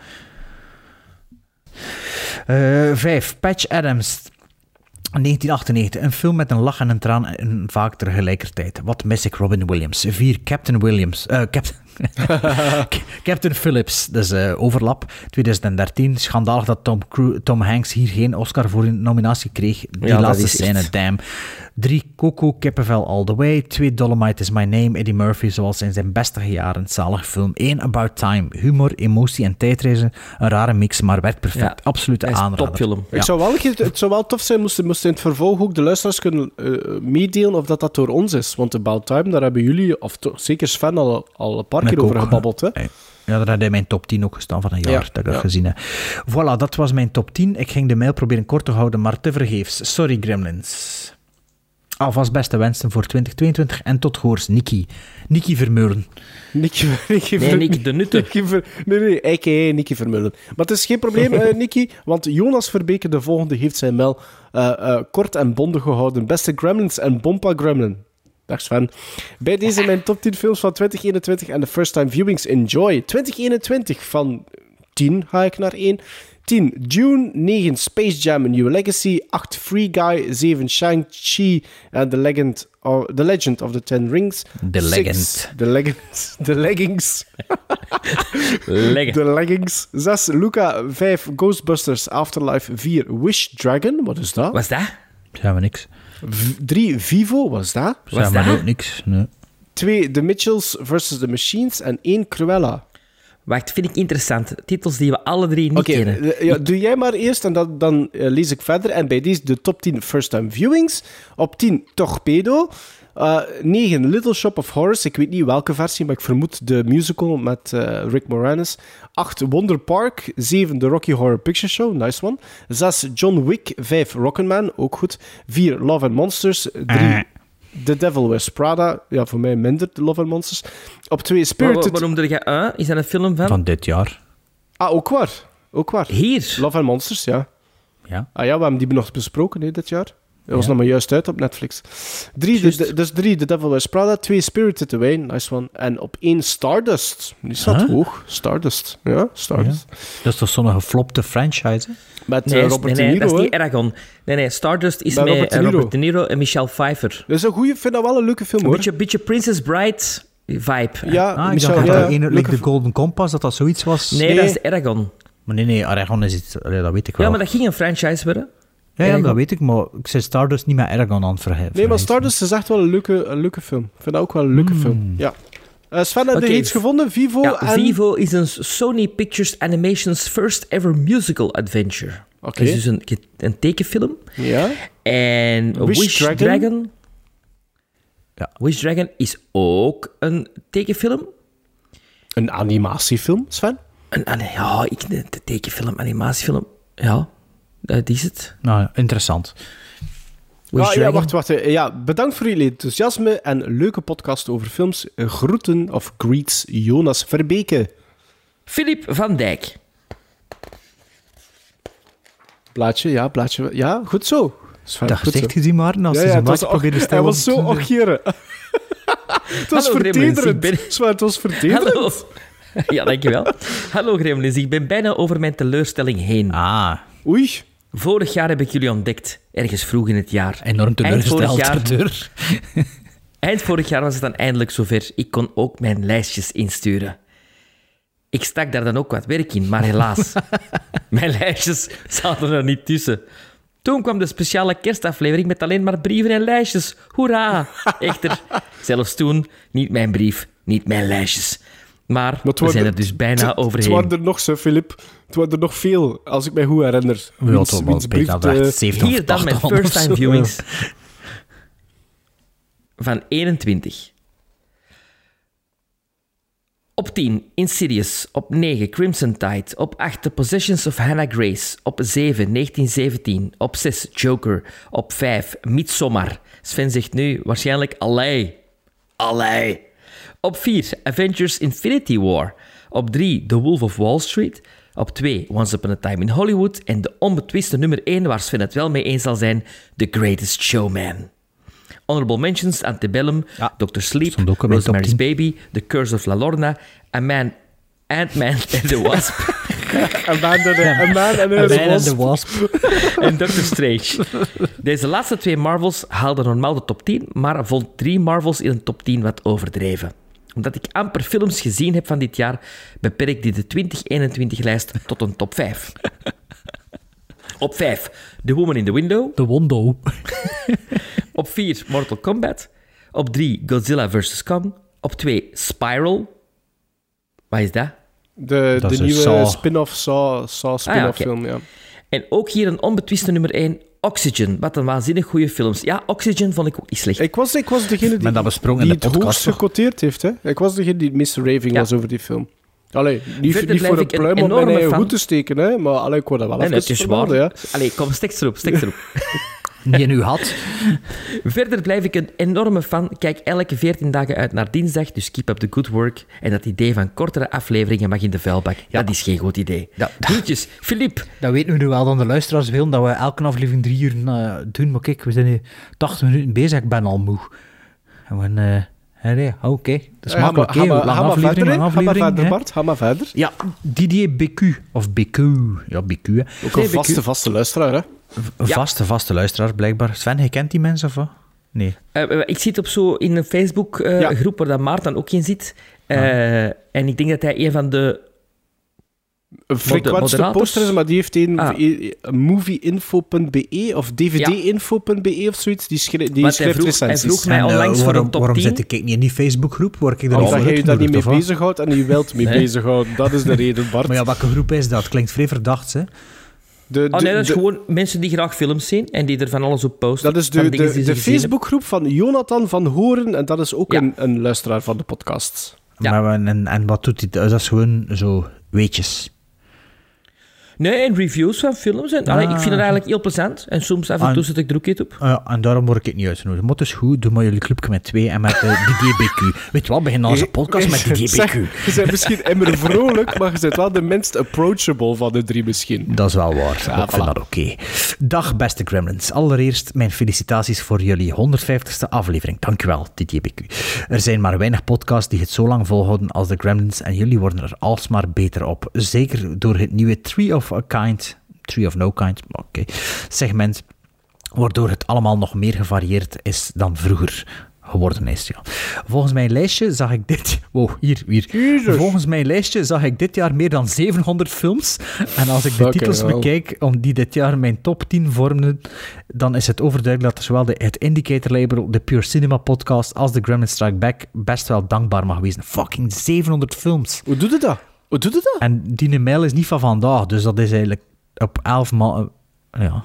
5. Patch Adams. 1998. Een film met een lach en een traan en vaak tegelijkertijd. Wat mis ik Robin Williams. 4. Captain Captain Phillips, dus overlap. 2013, schandalig dat Tom Hanks hier geen Oscar voor een nominatie kreeg. Die laatste scène, echt... damn. 3, Coco, kippenvel all the way. 2, Dolomite is my name. Eddie Murphy, zoals in zijn beste jaren. Zalige film. 1, About Time. Humor, emotie en tijdreizen. Een rare mix, maar werkt perfect. Ja, absolute aanrader. Topfilm. Ja. Het zou wel tof zijn moesten in het vervolg ook de luisteraars kunnen meedelen of dat door ons is. Want About Time, daar hebben jullie, of toch, zeker Sven, al een paar keer over gebabbeld. Hè? Ja, daar had hij mijn top 10 ook gestaan van een jaar dat ik dat gezien heb. Voilà, dat was mijn top 10. Ik ging de mail proberen kort te houden, maar tevergeefs. Sorry, Gremlins. Alvast beste wensen voor 2022 en tot hoors, Nicky Vermeulen. Nicky de Nutte. Nee, a.k.a. Nicky Vermeulen. Maar het is geen probleem, Nicky, want Jonas Verbeke, de volgende, heeft zijn mail kort en bondig gehouden. Beste Gremlins en Bompa Gremlin. Dag Sven. Bij deze mijn top 10 films van 2021 en de first time viewings. Enjoy. 2021 van 10 ga ik naar 1. 10, Dune. 9, Space Jam: A New Legacy. 8, Free Guy. 7, Shang-Chi and The Legend of the Ten Rings. The 6, The Leggings. The Leggings. 6, Luca. 5, Ghostbusters Afterlife. 4, Wish Dragon. Wat is dat? Wat is dat? Zijn we niks. 3, Vivo. Wat is dat? Zijn we ook niks. Nee. 2, The Mitchells vs. The Machines. En 1, Cruella. Wacht, vind ik interessant. Titels die we alle drie niet kennen. Ja, doe jij maar eerst en dan lees ik verder. En bij deze de top 10 first-time viewings. Op 10, Torpedo. 9, Little Shop of Horrors. Ik weet niet welke versie, maar ik vermoed de musical met Rick Moranis. 8, Wonder Park. 7, The Rocky Horror Picture Show. Nice one. 6, John Wick. 5, Rocketman. Ook goed. 4, Love and Monsters. 3... The Devil Wears Prada. Ja, voor mij minder, The Love and Monsters. Op 2, Spirited... Waarom doe je Is dat een film van? Van dit jaar. Ah, ook waar. Hier? Love and Monsters, ja. Ja. Ah ja, we hebben die nog besproken dit jaar. Dat was nog maar juist uit op Netflix. 3, The Devil Wears Prada. 2, Spirited Away. Nice one. En op 1, Stardust. Die staat hoog. Stardust. Ja, Stardust. Ja. Dat is toch zo'n geflopte franchise, hè? Met Robert De Niro, dat is niet Eragon. Nee, Stardust is met Robert De Niro en Michelle Pfeiffer. Dat is een goeie, ik vind dat wel een leuke film, hoor. Een beetje Princess Bride vibe. Ja, ik dacht dat de Golden Compass, dat zoiets was. Nee, dat is Eragon. Maar nee, Eragon is iets, dat weet ik wel. Ja, maar dat ging een franchise worden. Ja, dat weet ik, maar ik zei Stardust niet met Eragon aan het verheffen. Nee, maar Stardust is echt wel een leuke film. Ik vind dat ook wel een leuke film. Ja. Sven, heb je iets gevonden? Vivo? Ja, Vivo is een Sony Pictures Animation's first ever musical adventure. Okay. Dat is dus een tekenfilm. Ja. En Wish Dragon. Ja. Wish Dragon is ook een tekenfilm. Een animatiefilm, Sven? De tekenfilm, animatiefilm. Ja, dat is het. Nou, interessant. Wacht. Ja, bedankt voor jullie enthousiasme en leuke podcast over films. Groeten of greets, Jonas Verbeke. Filip van Dijk. Blaadje. Ja, goed zo. Sven, dat gezicht gezien, Maarten, als hij zijn maatje probeerde te stellen. Hij was zo ochjeren. Het was vertederend. Sven, het was vertederend. Hallo. Ja, dankjewel. Hallo Gremlins, ik ben bijna over mijn teleurstelling heen. Oei. Vorig jaar heb ik jullie ontdekt, ergens vroeg in het jaar. Enorm teleurgesteld. Eind vorig jaar was het dan eindelijk zover. Ik kon ook mijn lijstjes insturen. Ik stak daar dan ook wat werk in, maar helaas. Mijn lijstjes zaten er niet tussen. Toen kwam de speciale kerstaflevering met alleen maar brieven en lijstjes. Hoera! Echter, zelfs toen, niet mijn brief, niet mijn lijstjes. Maar we zijn er dus bijna overheen. Het waren er nog zo, Filip. Het waren er nog veel, als ik mij goed herinner. Hier dan mijn first-time viewings. Van 21. Op 10, Insidious. Op 9, Crimson Tide. Op 8, The Possessions of Hannah Grace. Op 7, 1917. Op 6, Joker. Op 5, Midsommar. Sven zegt nu waarschijnlijk Allee. Op 4, Avengers Infinity War. Op 3, The Wolf of Wall Street. Op 2, Once Upon a Time in Hollywood. En de onbetwiste nummer 1, waar Sven het wel mee eens zal zijn, The Greatest Showman. Honorable mentions, Antebellum, Dr. Sleep, Rosemary's Baby, The Curse of La Lorna, Ant-Man and the Wasp. A Man and the Wasp. En Doctor Strange. Deze laatste 2 Marvels haalden normaal de top 10, maar vond 3 Marvels in een top 10 wat overdreven. Omdat ik amper films gezien heb van dit jaar, beperk ik de 2021-lijst tot een top 5. Op 5, The Woman in the Window. The Window. Op 4, Mortal Kombat. Op 3, Godzilla vs. Kong. Op 2, Spiral. Wat is dat? De nieuwe spin-off Saw spin-off film, ja. En ook hier een onbetwiste nummer 1, Oxygen. Wat een waanzinnig goede films. Ja, Oxygen vond ik ook niet slecht. Ik was degene die het hoogst gequoteerd heeft. Hè? Ik was degene die het meeste raving was over die film. Allee, niet voor een pluim op mijn eigen hoed te steken, hè? Maar ik word dat wel even vermelden. Ja. Allee, kom, stek erop. Niet in uw had. Verder blijf ik een enorme fan. Kijk elke 14 dagen uit naar dinsdag, dus keep up the good work. En dat idee van kortere afleveringen mag in de vuilbak. Ja. Dat is geen goed idee. Ja. Groetjes, Filip. Dat weten we nu wel dan de luisteraars willen, dat we elke aflevering 3 uur doen. Maar kijk, we zijn nu 80 minuten bezig. Ik ben al moe. Oké. Dat is makkelijk. Ga maar verder, Bart. Ga maar verder. Ja, Didier BQ. Of BQ. Ja, BQ. Hè. Ook een vaste luisteraar, hè? Vaste luisteraar, blijkbaar. Sven, je kent die mensen of wat? Nee. Ik zit in een Facebook-groep waar dat Maarten ook in zit. En ik denk dat hij een van de frequentste poster is, maar die heeft movieinfo.be of dvdinfo.be of zoiets. Die schrijft recensies. Hij vroeg mij onlangs voor een top 10. Waarom zit ik niet in die Facebookgroep? Omdat je daar niet mee bezighoudt en je wilt mee bezighouden. Dat is de reden, Bart. Maar ja, welke groep is dat? Klinkt vrij verdacht, hè? Dat is gewoon mensen die graag films zien en die er van alles op posten. Dat is de Facebookgroep van Jonathan van Horen en dat is ook een luisteraar van de podcast. Ja. En wat doet hij? Dat is gewoon zo weetjes. Nee, en reviews van films. En, ik vind het eigenlijk heel plezant. En soms af en toe zet ik er ook iets op. En daarom word ik het niet uitgenodigd. Maar het is goed, doe maar jullie clubje met 2 en met Didier BQ. Weet je wat, begin onze podcast met Didier BQ. Je bent misschien immer vrolijk, maar je bent wel de minst approachable van de 3 misschien. Dat is wel waar. Ja, ik vind dat oké. Dag, beste Gremlins. Allereerst mijn felicitaties voor jullie 150ste aflevering. Dankjewel, Didier BQ. Er zijn maar weinig podcasts die het zo lang volhouden als de Gremlins en jullie worden er alsmaar beter op. Zeker door het nieuwe Tree of No Kind, segment, waardoor het allemaal nog meer gevarieerd is dan vroeger geworden is. Ja. Volgens mijn lijstje zag ik dit... Wow, hier. Volgens mijn lijstje zag ik dit jaar meer dan 700 films. En als ik de titels bekijk, om die dit jaar mijn top 10 vormden, dan is het overduidelijk dat zowel het Indicator Label, de Pure Cinema podcast, als de Gremlins Strike Back best wel dankbaar mag wezen. Fucking 700 films. Hoe doet het dat? En die mail is niet van vandaag, dus dat is eigenlijk op 11 maanden... Ja.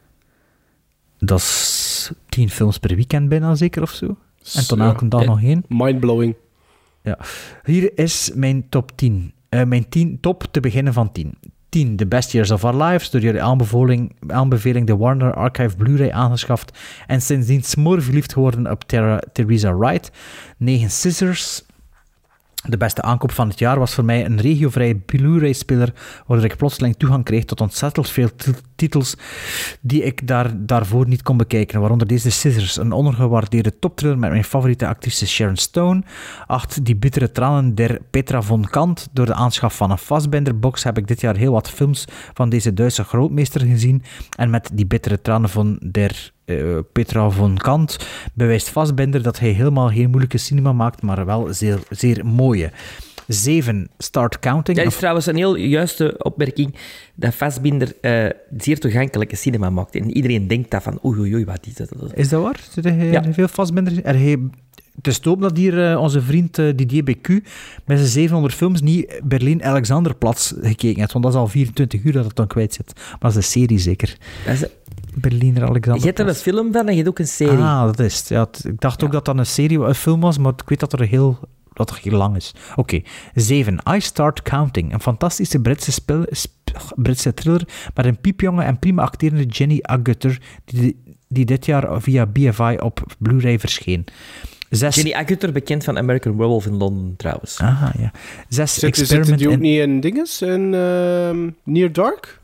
Dat is 10 films per weekend bijna zeker, of zo. En dan elke dag nog 1. Mindblowing. Ja. Hier is mijn top 10. Mijn 10 top te beginnen van 10. 10. The Best Years of Our Lives, door jullie aanbeveling de Warner Archive Blu-ray aangeschaft en sindsdien smoorverliefd geworden op Theresa Wright. 9. Scissors. De beste aankoop van het jaar was voor mij een regiovrije Blu-ray-speler, waardoor ik plotseling toegang kreeg tot ontzettend veel titels die ik daarvoor niet kon bekijken, waaronder deze Scissors, een ondergewaardeerde topthriller met mijn favoriete actrice Sharon Stone. 8. Die bittere tranen der Petra von Kant. Door de aanschaf van een Fassbinder-box heb ik dit jaar heel wat films van deze Duitse grootmeester gezien, en met die bittere tranen van der Petra von Kant bewijst Fassbinder dat hij helemaal geen moeilijke cinema maakt, maar wel zeer, zeer mooie. 7. Start Counting. Dat is trouwens een heel juiste opmerking, dat Fassbinder zeer toegankelijke cinema maakt. En iedereen denkt dat van oei, wat is dat? Is dat waar? Zit er veel Fassbinder? Het is top dat hier onze vriend Didier BQ met zijn 700 films niet Berlin-Alexanderplatz gekeken heeft, want dat is al 24 uur dat het dan kwijt zit. Maar dat is een serie zeker. Berliner Alexander. Je hebt er een film van en je hebt ook een serie. Dat is het. Ja, ik dacht ook dat dat een film was, maar ik weet dat het heel lang is. Oké. 7. I Start Counting. Een fantastische Britse thriller met een piepjonge en prima acterende Jenny Agutter, die dit jaar via BFI op Blu-ray verscheen. 6. Jenny Agutter, bekend van American Werewolf in Londen, trouwens. Aha, ja. 6. Zitten die ook niet in dinges? In Near Dark?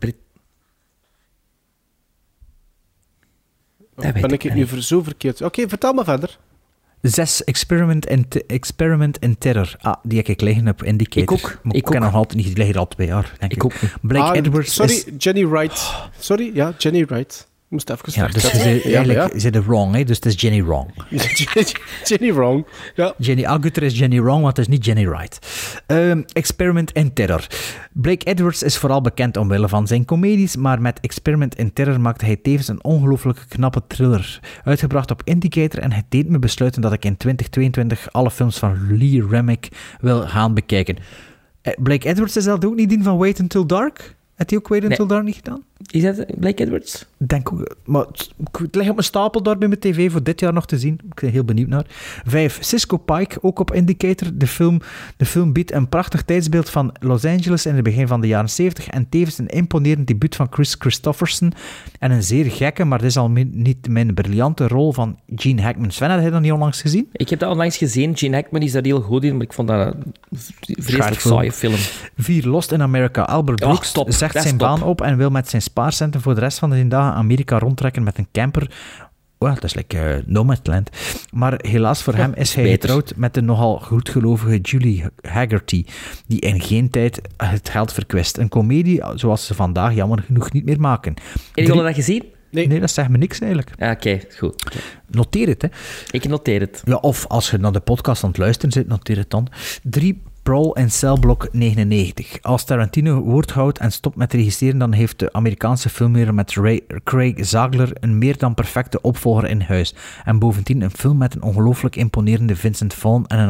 Ben ik nu zo verkeerd? Oké, vertel maar verder. 6. Experiment in Terror. Die heb ik liggen op Indicator. Ik ken nog altijd niet. Die liggen al 2 jaar, denk ik. Ook. Blake Edwards Jenny Wright. Sorry, ja, Jenny Wright. Moest even Ja, recht dus zetten. eigenlijk is het wrong, hè? Dus het is Jenny Wrong. Jenny Wrong. Ja. Jenny Agutter is Jenny Wrong, want het is niet Jenny Right. Experiment in Terror. Blake Edwards is vooral bekend omwille van zijn comedies, maar met Experiment in Terror maakte hij tevens een ongelooflijk knappe thriller. Uitgebracht op Indicator en het deed me besluiten dat ik in 2022 alle films van Lee Remick wil gaan bekijken. Blake Edwards is dat ook niet die van Wait Until Dark? Heeft hij ook Wait Until Dark niet gedaan? Is dat Blake Edwards? Denk ook, maar het ligt op mijn stapel daar bij mijn tv voor dit jaar nog te zien. Ik ben heel benieuwd naar. 5. Cisco Pike, ook op Indicator. De film biedt een prachtig tijdsbeeld van Los Angeles in het begin van de jaren 70 en tevens een imponerend debuut van Chris Christopherson en een zeer gekke, maar dit is al niet mijn briljante rol van Gene Hackman. Sven, had hij dat niet onlangs gezien? Ik heb dat onlangs gezien. Gene Hackman is daar heel goed in, maar ik vond dat een vreselijk saaie film. 4. Lost in America. Albert Brooks zegt zijn baan op en wil met zijn spaarcenten voor de rest van de dagen Amerika rondtrekken met een camper. Well, dat is like Nomadland. Maar helaas voor hem is hij getrouwd met de nogal goedgelovige Julie Haggerty, die in geen tijd het geld verkwist. Een komedie zoals ze vandaag jammer genoeg niet meer maken. Heb je dat gezien? Nee, dat zegt me niks eigenlijk. Ja, oké, goed. Okay. Noteer het, hè. Ik noteer het. Ja, of als je naar de podcast aan het luisteren zit, noteer het dan. 3. Brawl in Cellblok 99. Als Tarantino woord houdt en stopt met regisseren, dan heeft de Amerikaanse filmmaker met Craig Zagler een meer dan perfecte opvolger in huis. En bovendien een film met een ongelooflijk imponerende Vincent Vaughn en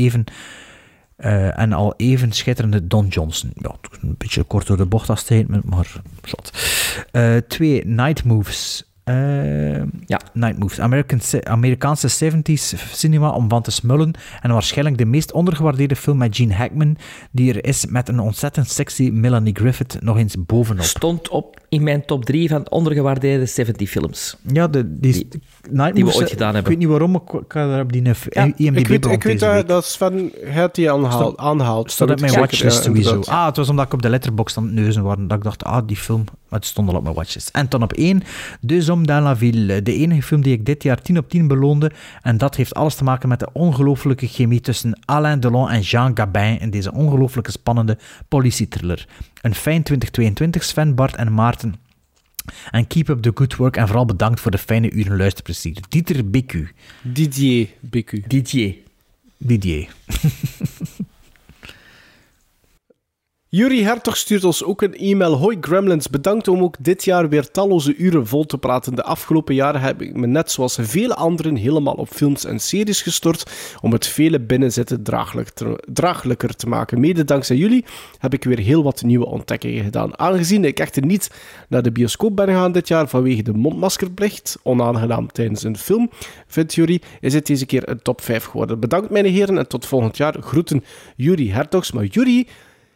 een al even schitterende Don Johnson. Ja, een beetje kort door de bocht als statement, maar zot. 2. Night Moves. Night Moves. Amerikaanse 70s cinema om van te smullen en waarschijnlijk de meest ondergewaardeerde film met Gene Hackman die er is, met een ontzettend sexy Melanie Griffith nog eens bovenop. Stond in mijn top 3 van ondergewaardeerde 70 films. Ja, die Night die Moves, we ooit gedaan hebben. Ik weet niet waarom, ik ga daar op die IMDb ik weet dat Sven het die aanhaalt. Stond op mijn watchlist sowieso. Het was omdat ik op de Letterboxd aan het neuzen was. Dat ik dacht, die film, maar het stond al op mijn watchlist. En dan op 1, Deux Hommes dans la Ville. De enige film die ik dit jaar 10 op 10 beloonde. En dat heeft alles te maken met de ongelooflijke chemie tussen Alain Delon en Jean Gabin in deze ongelooflijke spannende politiethriller. Een fijn 2022, Sven, Bart en Maarten. En keep up the good work en vooral bedankt voor de fijne uren luisterplezier. Dieter Bécu. Didier Bécu. Didier. Yuri Hertog stuurt ons ook een e-mail. Hoi Gremlins, bedankt om ook dit jaar weer talloze uren vol te praten. De afgelopen jaren heb ik me net zoals vele anderen helemaal op films en series gestort om het vele binnenzitten draaglijker te maken. Mede dankzij jullie heb ik weer heel wat nieuwe ontdekkingen gedaan. Aangezien ik echter niet naar de bioscoop ben gegaan dit jaar vanwege de mondmaskerplicht, onaangenaam tijdens een film, vindt Yuri, is het deze keer een top 5 geworden. Bedankt mijn heren en tot volgend jaar. Groeten Yuri Hertogs. Maar Yuri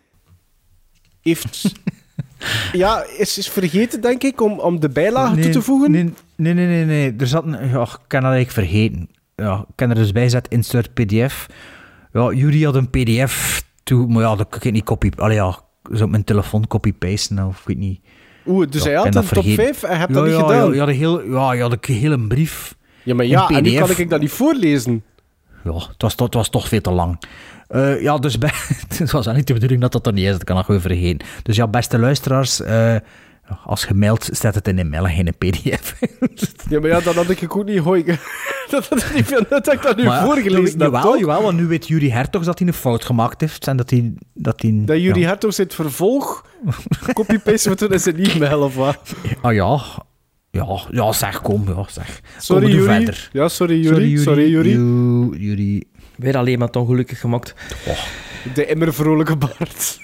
is vergeten, denk ik, om de bijlage toe te voegen. Nee. Er zat ik kan dat eigenlijk vergeten. Ja, ik kan er dus bij zetten, insert pdf. Ja, Yuri had een pdf toe, maar ja, dat kan ik niet copy... zo op mijn telefoon copy-pasten, of ik weet niet. Dus hij had een top 5 en hebt dat niet gedaan? Je had een hele brief. Ja, maar en nu kan ik dat niet voorlezen. Ja, het was toch veel te lang. Dus het was niet de bedoeling dat er niet is, dat kan ik gewoon vergeten. Dus ja, beste luisteraars, als je mailt, staat het in een mail en geen pdf. Ja, maar dan had ik ook niet dat had niet veel dat ik dat nu voorgelezen heb. Jawel, want nu weet Yuri Hertogs dat hij een fout gemaakt heeft. En dat Yuri Hertogs in het vervolg copy-paste met in zijn e-mail, of wat? Ja, zeg, kom. Ja, zeg. Sorry, Yuri. Verder. Ja, sorry, Yuri. Weer alleen maar het ongelukkig gemaakt. De immer vrolijke Bart.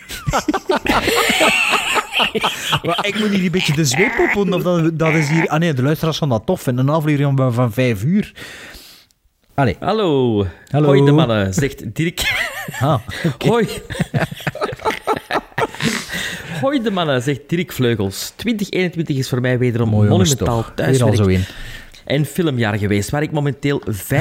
Maar ik moet hier een beetje de zweep openen, of dat is hier... Ah nee, de luisteraars gaan dat tof vinden. Een aflevering van 5 uur. Allee. Hallo. Hoi de mannen, zegt Dirk. Okay. Hoi. Hoi de mannen, zegt Dirk Vleugels. 2021 is voor mij wederom monumentaal thuiswerk en filmjaar geweest, waar ik momenteel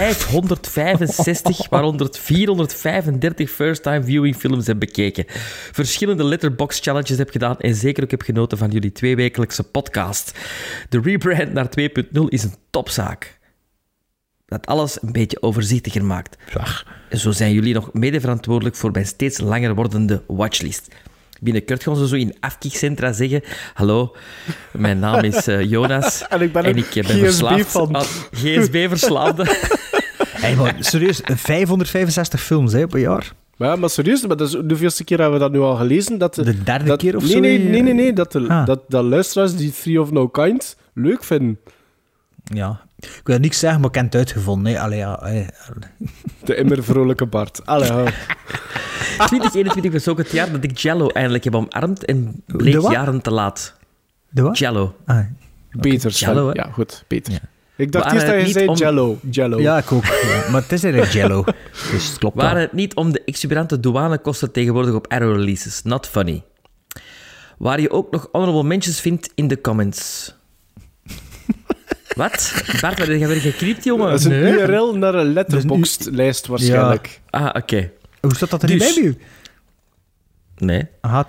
565, waaronder 435 first-time viewing films heb bekeken. Verschillende Letterboxd challenges heb gedaan en zeker ook heb genoten van jullie 2-wekelijkse podcast. De rebrand naar 2.0 is een topzaak. Dat alles een beetje overzichtiger maakt. En zo zijn jullie nog mede verantwoordelijk voor mijn steeds langer wordende watchlist. Binnenkort gaan ze zo in afkikcentra zeggen... Hallo, mijn naam is Jonas en ik ben verslaafd van GSB-verslaafde. Hey, maar serieus, 565 films hè, op een jaar. Maar serieus, maar dat is de hoeveelste keer hebben we dat nu al gelezen? De derde keer of zo? Nee. Dat luisteraars die Three of No Kind leuk vinden. Ja. Ik wil niks zeggen, maar ik heb het uitgevonden. Hè. Allee, ja. De immer vrolijke Bart. Allee, ja. 2021 was ook het jaar dat ik Jello eindelijk heb omarmd en bleek jaren te laat. De wat? Jello. Beter, Jello, ja, goed, beter. Ja. Ik Waren dacht eerst dat je zei Jello. Ja, ik ook. Ja. Maar het is eigenlijk Jello. Dus het klopt. Waren het niet om de exuberante douanekosten tegenwoordig op Arrow releases? Not funny. Waar je ook nog honorable mentions vindt in de comments. Wat? Bart, wat heb je weer gekript, jongen? Dat is een URL naar een Letterboxd-lijst waarschijnlijk. Ja. Oké. Hoe staat dat er niet bij u? Nee.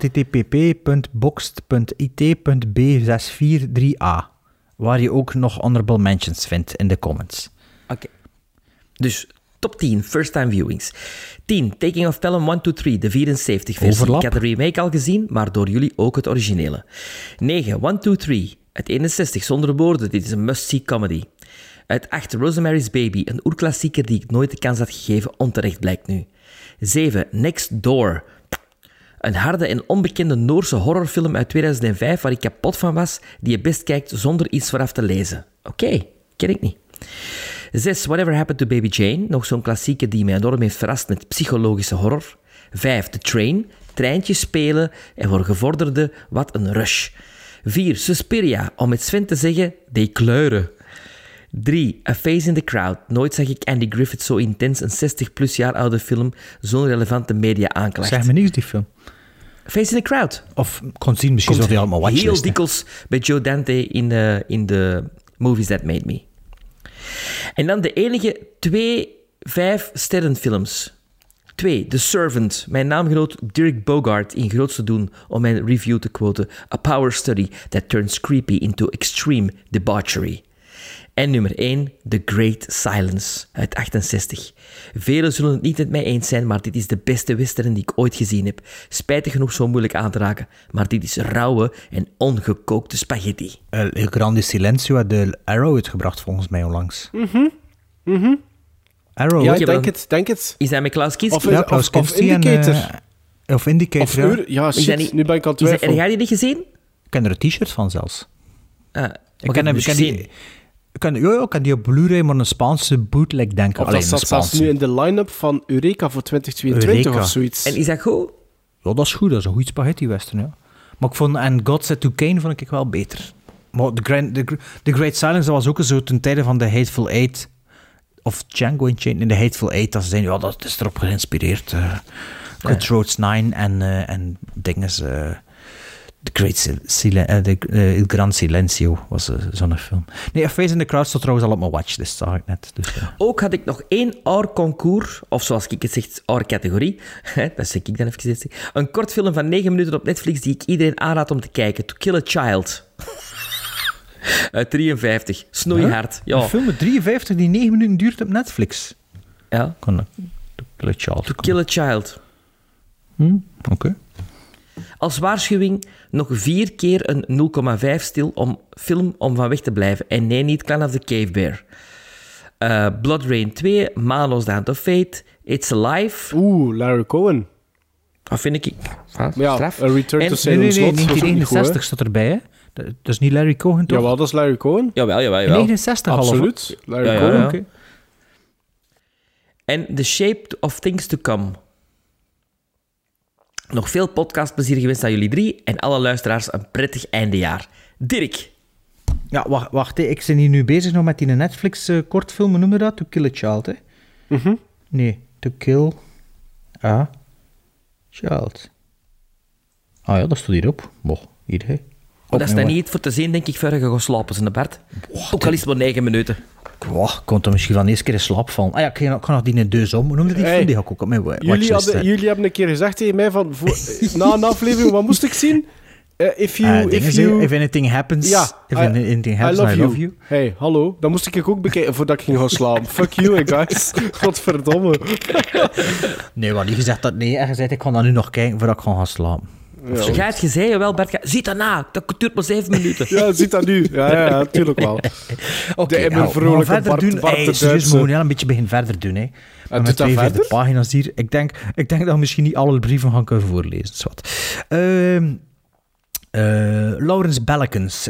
http://boxed.it.b643a waar je ook nog honorable mentions vindt in de comments. Oké. Dus top 10 first-time viewings. 10, Taking of Pelham 1, 2, 3, de 74-versie. Overlap. Ik had de remake al gezien, maar door jullie ook het originele. 9, 1, 2, 3, het 61, zonder woorden. Dit is een must-see comedy. Uit 8, Rosemary's Baby, een oerklassieker die ik nooit de kans had gegeven, onterecht blijkt nu. 7, Next Door. Een harde en onbekende Noorse horrorfilm uit 2005 waar ik kapot van was, die je best kijkt zonder iets vooraf te lezen. Oké, ken ik niet. 6, Whatever Happened to Baby Jane, nog zo'n klassieker die mij enorm heeft verrast met psychologische horror. 5, The Train, treintje spelen en voor gevorderden wat een rush. 4, Suspiria, om met Sven te zeggen, die kleuren. 3, A Face in the Crowd. Nooit zag ik Andy Griffith zo intens een 60+ jaar oude film zonder relevante media aanklacht. Zeg me niks, die film. Face in the Crowd. Of kon zien, misschien zat hij allemaal watchlist. Heel dikwijls bij Joe Dante in de Movies That Made Me. En dan de enige 2 5-sterrenfilms. 2, The Servant. Mijn naamgenoot Dirk Bogarde in grootste doen om mijn review te quoten. A power study that turns creepy into extreme debauchery. En nummer 1, The Great Silence uit 68. Velen zullen het niet met mij eens zijn, maar dit is de beste western die ik ooit gezien heb. Spijtig genoeg zo moeilijk aan te raken, maar dit is rauwe en ongekookte spaghetti. El Grande Silencio had de Arrow uitgebracht volgens mij onlangs. Arrow. Ja, denk het. Is dat met Klaus Kinski? Of Indicator. Of Indicator, ja, shit, nu ben ik aan het twijfelen. Heb jij die niet gezien? Ik ken er een t-shirt van zelfs. Ik ken hem dus gezien. Ik kan die op Blu-ray, maar een Spaanse bootleg denken. Of dat staat zelfs nu in de line-up van Eureka voor 2022 of zoiets. En is dat goed? Ja, dat is goed. Dat is een goed spaghetti-western, ja. Maar ik vond And God Said to Cain vond ik wel beter. Maar The Great Silence, dat was ook zo ten tijde van The Hateful Eight. Of Django Unchained in The Hateful Eight. Dat ze zeiden, ja, dat is erop geïnspireerd. Cutthroats 9 en dinges... El Gran Silencio was zo'n film. Nee, A Face in the Crowd stond trouwens al op mijn watchlist, zag ik net. Dus, Ook had ik nog 1 concours, of zoals ik het zeg, categorie. Dat zeg ik dan even. Een kortfilm van 9 minuten op Netflix die ik iedereen aanraad om te kijken. To Kill a Child. Uit 53. Snoeihard. Ja. Een film met 53 die 9 minuten duurt op Netflix. Ja. To Kill a Child. To Kill a Child. Oké. Als waarschuwing nog 4 keer een 0,5 film om van weg te blijven. En nee, niet Clan of the Cave Bear. Blood Rain 2, Manos, The Hand of Fate, It's Alive. Larry Cohen. Dat vind ik... Ja, straf. A Return to Salem Slot. 1969 staat erbij, hè? Dat is niet Larry Cohen, toch? Jawel, dat is Larry Cohen. Jawel. 69 Absoluut. Larry Cohen. Okay. En The Shape of Things to Come. Nog veel podcastplezier gewenst aan jullie 3 en alle luisteraars een prettig eindejaar. Dirk. Ja, wacht. Ik ben hier nu bezig nog met die Netflix-kortfilm, hoe noem je dat? To Kill a Child, hè? Nee, To Kill a Child. Ah ja, dat stond hierop. Hier, hè. Dat is dan niet voor te zien, denk ik, voor je gaat slapen, zijn Bart. Ook al is het maar 9 minuten. Ik kon er misschien wel eens keer in slaap vallen. Ah ja, ik ga nog die deus om. Hoe noemde die film? Die ga ik ook op mijn watchlist. Jullie hebben een keer gezegd tegen mij van... na een aflevering, wat moest ik zien? If anything happens, anything happens, I love you. Hey, hallo. Dat moest ik ook bekijken voordat ik ging gaan slapen. Fuck you, guys. Godverdomme. Nee, wat je gezegd dat nee. En je zei, ik ga dat nu nog kijken voordat ik ga gaan slapen. Jij het gezegd, jawel, Bert. Ziet dat na, dat duurt maar 7 minuten. Ja, ziet dat nu. Ja, natuurlijk wel. Oké, immer vrolijke verder doen. Bart de Serieus, Duitse. we moeten een beetje beginnen verder doen. Hè. doet Met dat 42 verder? pagina's hier. Ik denk dat we misschien niet alle brieven gaan kunnen voorlezen. Dus wat. Laurens Bellekens.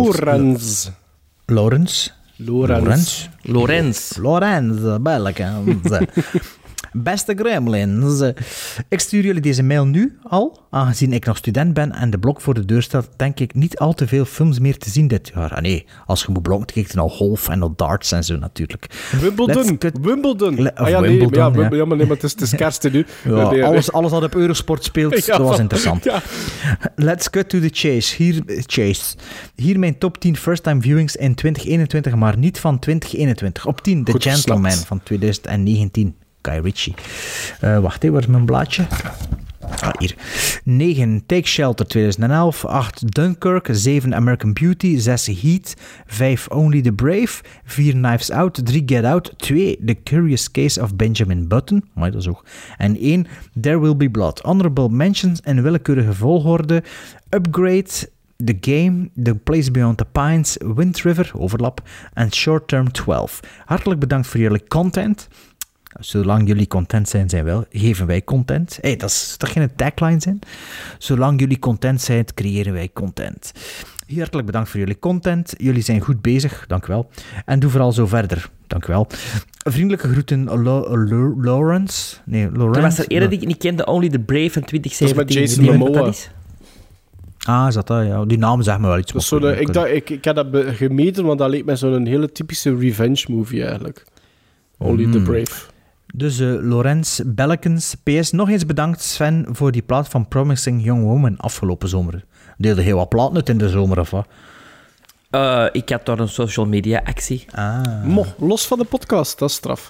Laurens Bellekens. Beste Gremlins, ik stuur jullie deze mail nu al. Aangezien ik nog student ben en de blok voor de deur staat, denk ik niet al te veel films meer te zien dit jaar. Nee, als je moet blokken, kijk je naar golf en naar darts en zo natuurlijk. Wimbledon. Wimbledon, maar het is kerst nu. Ja, alles wat op Eurosport speelt, dat was interessant. Ja. Let's cut to the chase. Hier mijn top 10 first-time viewings in 2021, maar niet van 2021. Op 10, The Goed Gentleman gesnapt. van 2019. Guy Ritchie. Wacht, waar is mijn blaadje? Hier. 9, Take Shelter 2011. 8, Dunkirk. 7, American Beauty. 6, Heat. 5, Only the Brave. 4, Knives Out. 3, Get Out. 2, The Curious Case of Benjamin Button. Maar dat is ook. En 1, There Will Be Blood. Honorable mentions in willekeurige volgorde. Upgrade, The Game, The Place Beyond the Pines, Wind River, overlap, en Short Term 12. Hartelijk bedankt voor jullie content. Zolang jullie content zijn, geven wij content. Dat is toch geen tagline zijn? Zolang jullie content zijn, creëren wij content. Hartelijk bedankt voor jullie content. Jullie zijn goed bezig, dank u wel. En doe vooral zo verder, dank u wel. Vriendelijke groeten, Lawrence. Er was er eerder die ik niet kende, Only the Brave van 2017. Dat is met Jason Momoa. Is dat? Ja. Die naam zegt me wel iets. Dat is ik heb dat gemeten, want dat leek mij zo'n hele typische revenge movie eigenlijk. Only the Brave. Dus Laurens Bellekens. PS, nog eens bedankt Sven voor die plaat van Promising Young Woman afgelopen zomer. Deelde heel wat platen uit in de zomer, of wat? Ik had daar een social media actie. Los van de podcast, dat is straf.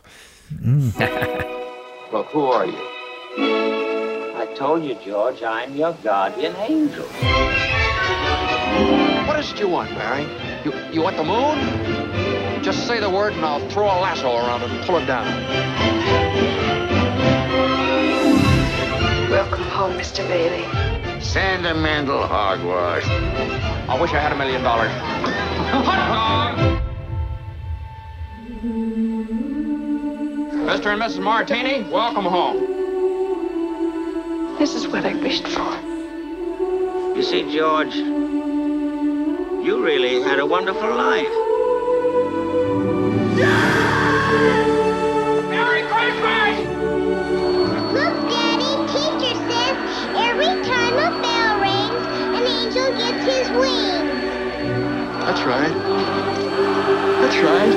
Well, who are you? I told you, George, I'm your guardian angel. What is it you want, Barry? You want the moon? Just say the word and I'll throw a lasso around it and pull it down. Welcome home, Mr. Bailey. Sentimental hogwash. I wish I had $1 million. Mr. and Mrs. Martini, welcome home. This is what I wished for. You see, George, you really had a wonderful life. Merry Christmas! Look, Daddy, teacher says every time a bell rings, an angel gets his wings. That's right. That's right.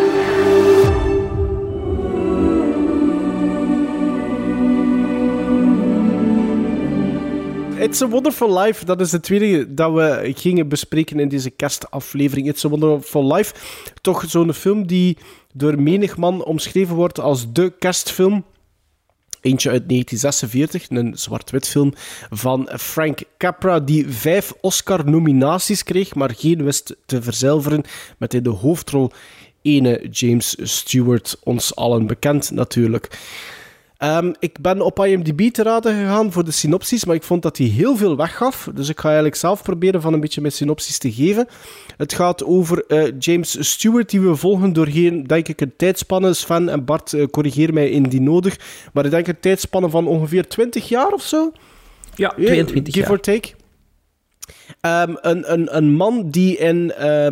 It's a Wonderful Life, dat is de tweede dat we gingen bespreken in deze kerstaflevering. It's a Wonderful Life, toch zo'n film die door menig man omschreven wordt als de kerstfilm. Eentje uit 1946, een zwart-wit film van Frank Capra, die 5 Oscar-nominaties kreeg, maar geen wist te verzilveren, met in de hoofdrol ene James Stewart, ons allen bekend natuurlijk. Ik ben op IMDb te raden gegaan voor de synopsis, maar ik vond dat hij heel veel weggaf. Dus ik ga eigenlijk zelf proberen van een beetje mijn synopsis te geven. Het gaat over James Stewart, die we volgen doorheen, denk ik, een tijdspanne. Sven en Bart, corrigeer mij indien nodig. Maar ik denk een tijdspanne van ongeveer 20 jaar of zo. Ja, 22 give jaar. or take. Een man die in...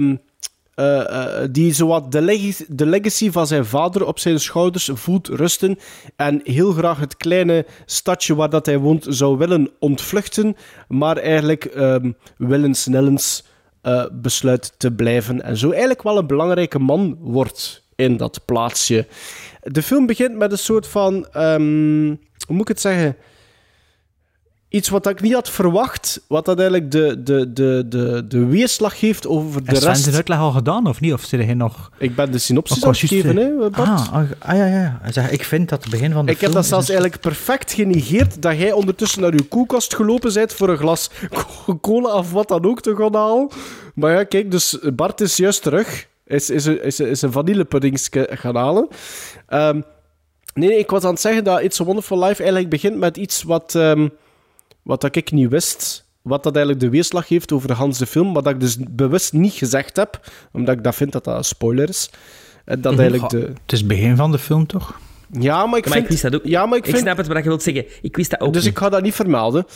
die zowat de legacy van zijn vader op zijn schouders voelt rusten en heel graag het kleine stadje waar dat hij woont zou willen ontvluchten, maar eigenlijk willens-nillens besluit te blijven en zo eigenlijk wel een belangrijke man wordt in dat plaatsje. De film begint met een soort van, hoe moet ik het zeggen... Iets wat ik niet had verwacht, wat dat eigenlijk de weerslag heeft over de rest. Is Sven zijn uitleg al gedaan, of niet? Of zit hij nog... Ik ben de synopsis aan het geven, hè, Bart. Ja. Zeg, ik vind dat het begin van de ik film... heb dat zelfs eigenlijk perfect genegeerd, dat jij ondertussen naar je koelkast gelopen bent voor een glas cola of wat dan ook te gaan halen. Maar ja, kijk, dus Bart is juist terug. Is een vanillepuddingske gaan halen. Nee, ik was aan het zeggen dat It's a Wonderful Life eigenlijk begint met iets wat ik niet wist. wat dat eigenlijk de weerslag heeft over de hele film, wat ik dus bewust niet gezegd heb, omdat ik dat vind dat een spoiler is. Dat eigenlijk Het is het begin van de film, toch? Ja, maar ik wist dat ook. Ja, maar ik snap het wat je wilt zeggen. Ik wist dat ook dus niet. Ik ga dat niet vermelden.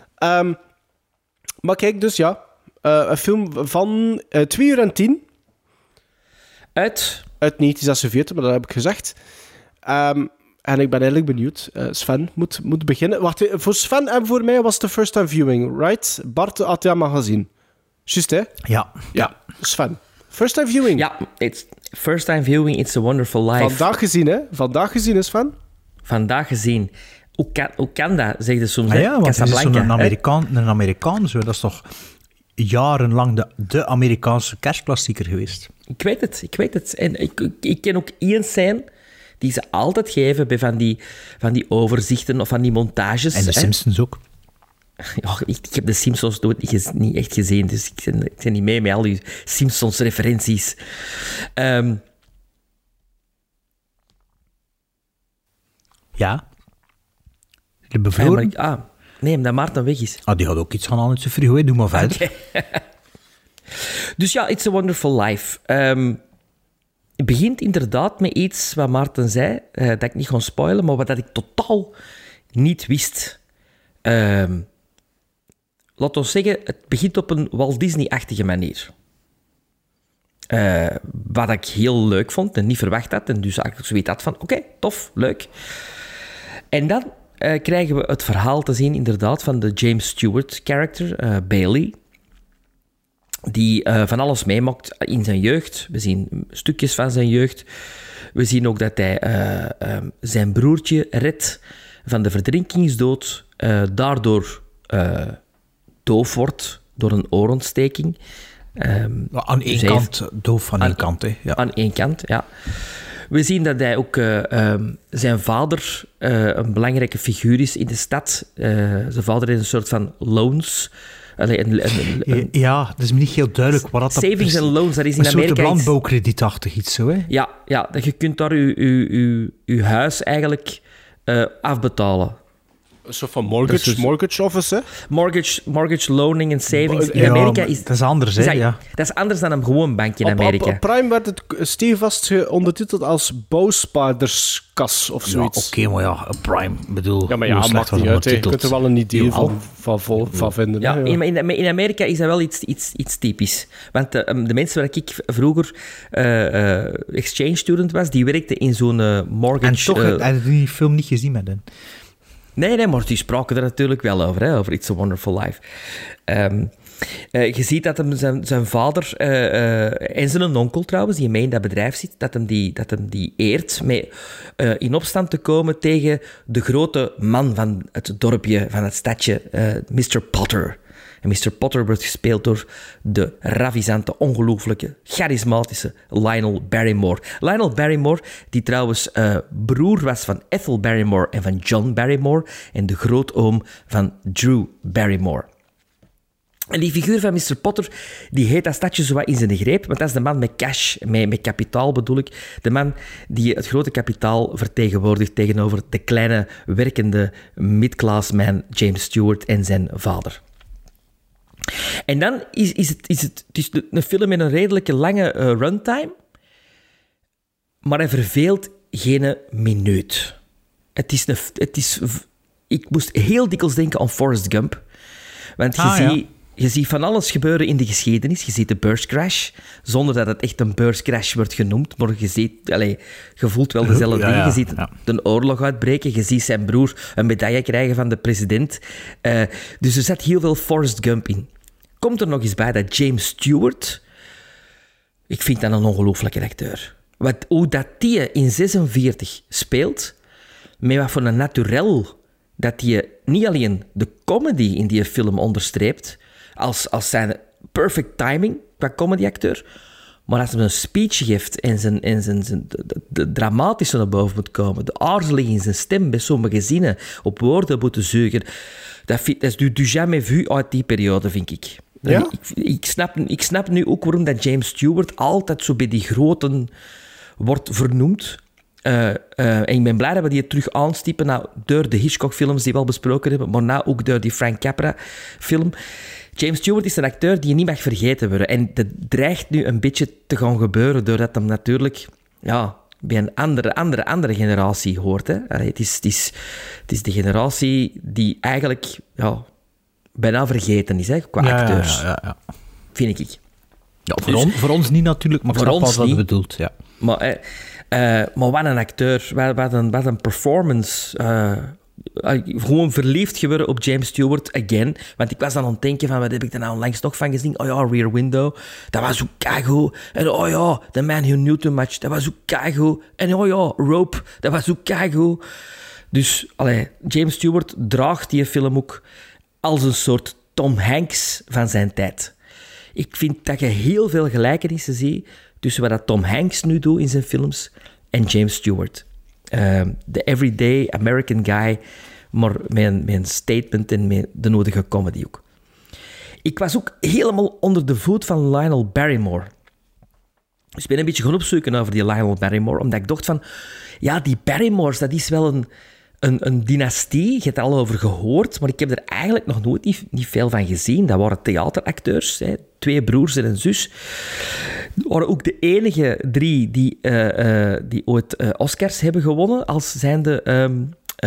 Maar kijk, dus ja. Een film van 2 uur en 10. Uit 1946, maar dat heb ik gezegd. En ik ben eigenlijk benieuwd. Sven moet beginnen. Wacht, voor Sven en voor mij was het de first time viewing, right? Bart had dat maar gezien. Juist, hè? Ja. Sven. First time viewing. Ja, first time viewing, It's a Wonderful Life. Vandaag gezien, hè? Vandaag gezien is Sven. Vandaag gezien. Hoe kan dat, zeg je soms, Ah, ja, want het is Casablanca, een Amerikaan, zo. Dat is toch jarenlang de Amerikaanse kerstklassieker geweest. Ik weet het. En ik ken ook één scène die ze altijd geven bij van die overzichten of van die montages. En de Simpsons ook. Ja, ik heb de Simpsons nooit niet echt gezien, dus ik ben niet mee met al die Simpsons-referenties. Ja. De bevroren? Nee, omdat Maarten weg is. Die had ook iets gaan aan uit zijn frigo, doe maar verder. Okay. Dus ja, It's a Wonderful Life. Het begint inderdaad met iets wat Maarten zei, dat ik niet ga spoilen, maar wat dat ik totaal niet wist. Laat ons zeggen, het begint op een Walt Disney-achtige manier. Wat ik heel leuk vond en niet verwacht had. En dus eigenlijk zoiets had van, oké, tof, leuk. En dan krijgen we het verhaal te zien, inderdaad, van de James Stewart-character, Bailey. Die van alles meemaakt in zijn jeugd. We zien stukjes van zijn jeugd. We zien ook dat hij zijn broertje redt van de verdrinkingsdood. Daardoor doof wordt door een oorontsteking. Aan één kant, doof aan één kant. Hè? Ja. Aan één kant, ja. We zien dat hij ook zijn vader een belangrijke figuur is in de stad. Zijn vader is een soort van loans. Ja, dat is me niet heel duidelijk. Wat dat savings and loans, dat is in Amerika... Een soort landbouwkredietachtig iets, zo, hè? Ja, dat je kunt daar je huis eigenlijk afbetalen. Een soort van mortgage office, hè? Mortgage loaning en savings. In Amerika is... Dat is anders, hè? Ja. Dat is anders dan een gewoon bank in Amerika. Op Prime werd het stevast ondertiteld als bouwspaarderskas of zoiets. Oké, maar ja, Prime, bedoel... Ja, maar ja, maakt niet uit. Je kunt er wel een idee van vinden. Ja, in Amerika is dat wel iets typisch. Want de mensen waar ik vroeger exchange student was, die werkten in zo'n mortgage... En toch heb je die film niet gezien met hen. Nee, maar die spraken er natuurlijk wel over, hè, over It's a Wonderful Life. Je ziet dat hem zijn vader en zijn onkel trouwens, die mee in dat bedrijf zit, dat hem die eert mee in opstand te komen tegen de grote man van het dorpje, van het stadje, Mr. Potter. En Mr. Potter wordt gespeeld door de ravissante, ongelooflijke, charismatische Lionel Barrymore. Lionel Barrymore, die trouwens broer was van Ethel Barrymore en van John Barrymore en de grootoom van Drew Barrymore. En die figuur van Mr. Potter, die heet dat stadje zo wat in zijn greep, want dat is de man met cash, met kapitaal bedoel ik. De man die het grote kapitaal vertegenwoordigt tegenover de kleine, werkende mid-class man James Stewart en zijn vader. En dan is het een film met een redelijke lange runtime, maar hij verveelt geen minuut. Ik moest heel dikwijls denken aan Forrest Gump, want je ziet van alles gebeuren in de geschiedenis. Je ziet de beurscrash, zonder dat het echt een beurscrash wordt genoemd, maar je voelt wel dezelfde dingen. Je ziet een oorlog uitbreken, je ziet zijn broer een medaille krijgen van de president. Dus er zit heel veel Forrest Gump in. Komt er nog eens bij dat James Stewart... Ik vind dat een ongelooflijke acteur. Hoe dat die in 46 speelt, met wat voor een naturel dat hij niet alleen de comedy in die film onderstreept, als zijn perfect timing qua comedyacteur, maar als hij een speech geeft en de dramatische naar boven moet komen, de aarzeling in zijn stem bij sommige zinnen op woorden moeten zuigen, dat is du jamais vu uit die periode, vind ik. Ja? Ik snap nu ook waarom dat James Stewart altijd zo bij die groten wordt vernoemd. En ik ben blij dat we die terug aanstippen door de Hitchcock-films die we al besproken hebben, maar nou ook door die Frank Capra-film. James Stewart is een acteur die niet mag vergeten worden. En dat dreigt nu een beetje te gaan gebeuren, doordat hem natuurlijk bij een andere generatie hoort. Hè. Allee, het is de generatie die eigenlijk bijna vergeten is, hè, qua acteurs. Ja. Vind ik. Ja, voor ons niet natuurlijk, maar ik snap wat je bedoelt. Ja. Maar wat een acteur, wat een performance. Gewoon verliefd geworden op James Stewart again. Want ik was dan aan het denken van, wat heb ik er nou onlangs nog van gezien? Oh ja, Rear Window. Dat was ook keigoed. En oh ja, The Man Who Knew Too Much. Dat was ook keigoed. En oh ja, Rope. Dat was ook keigoed. Dus, James Stewart draagt die film ook als een soort Tom Hanks van zijn tijd. Ik vind dat je heel veel gelijkenissen ziet tussen wat Tom Hanks nu doet in zijn films en James Stewart. De everyday American guy, maar met een statement en met de nodige comedy ook. Ik was ook helemaal onder de voet van Lionel Barrymore. Dus ik ben een beetje gaan opzoeken over die Lionel Barrymore, omdat ik dacht van, ja, die Barrymores, dat is wel een dynastie. Je hebt er al over gehoord, maar ik heb er eigenlijk nog nooit niet veel van gezien. Dat waren theateracteurs, hè. 2 broers en een zus. Dat waren ook de enige 3 die ooit Oscars hebben gewonnen als zijnde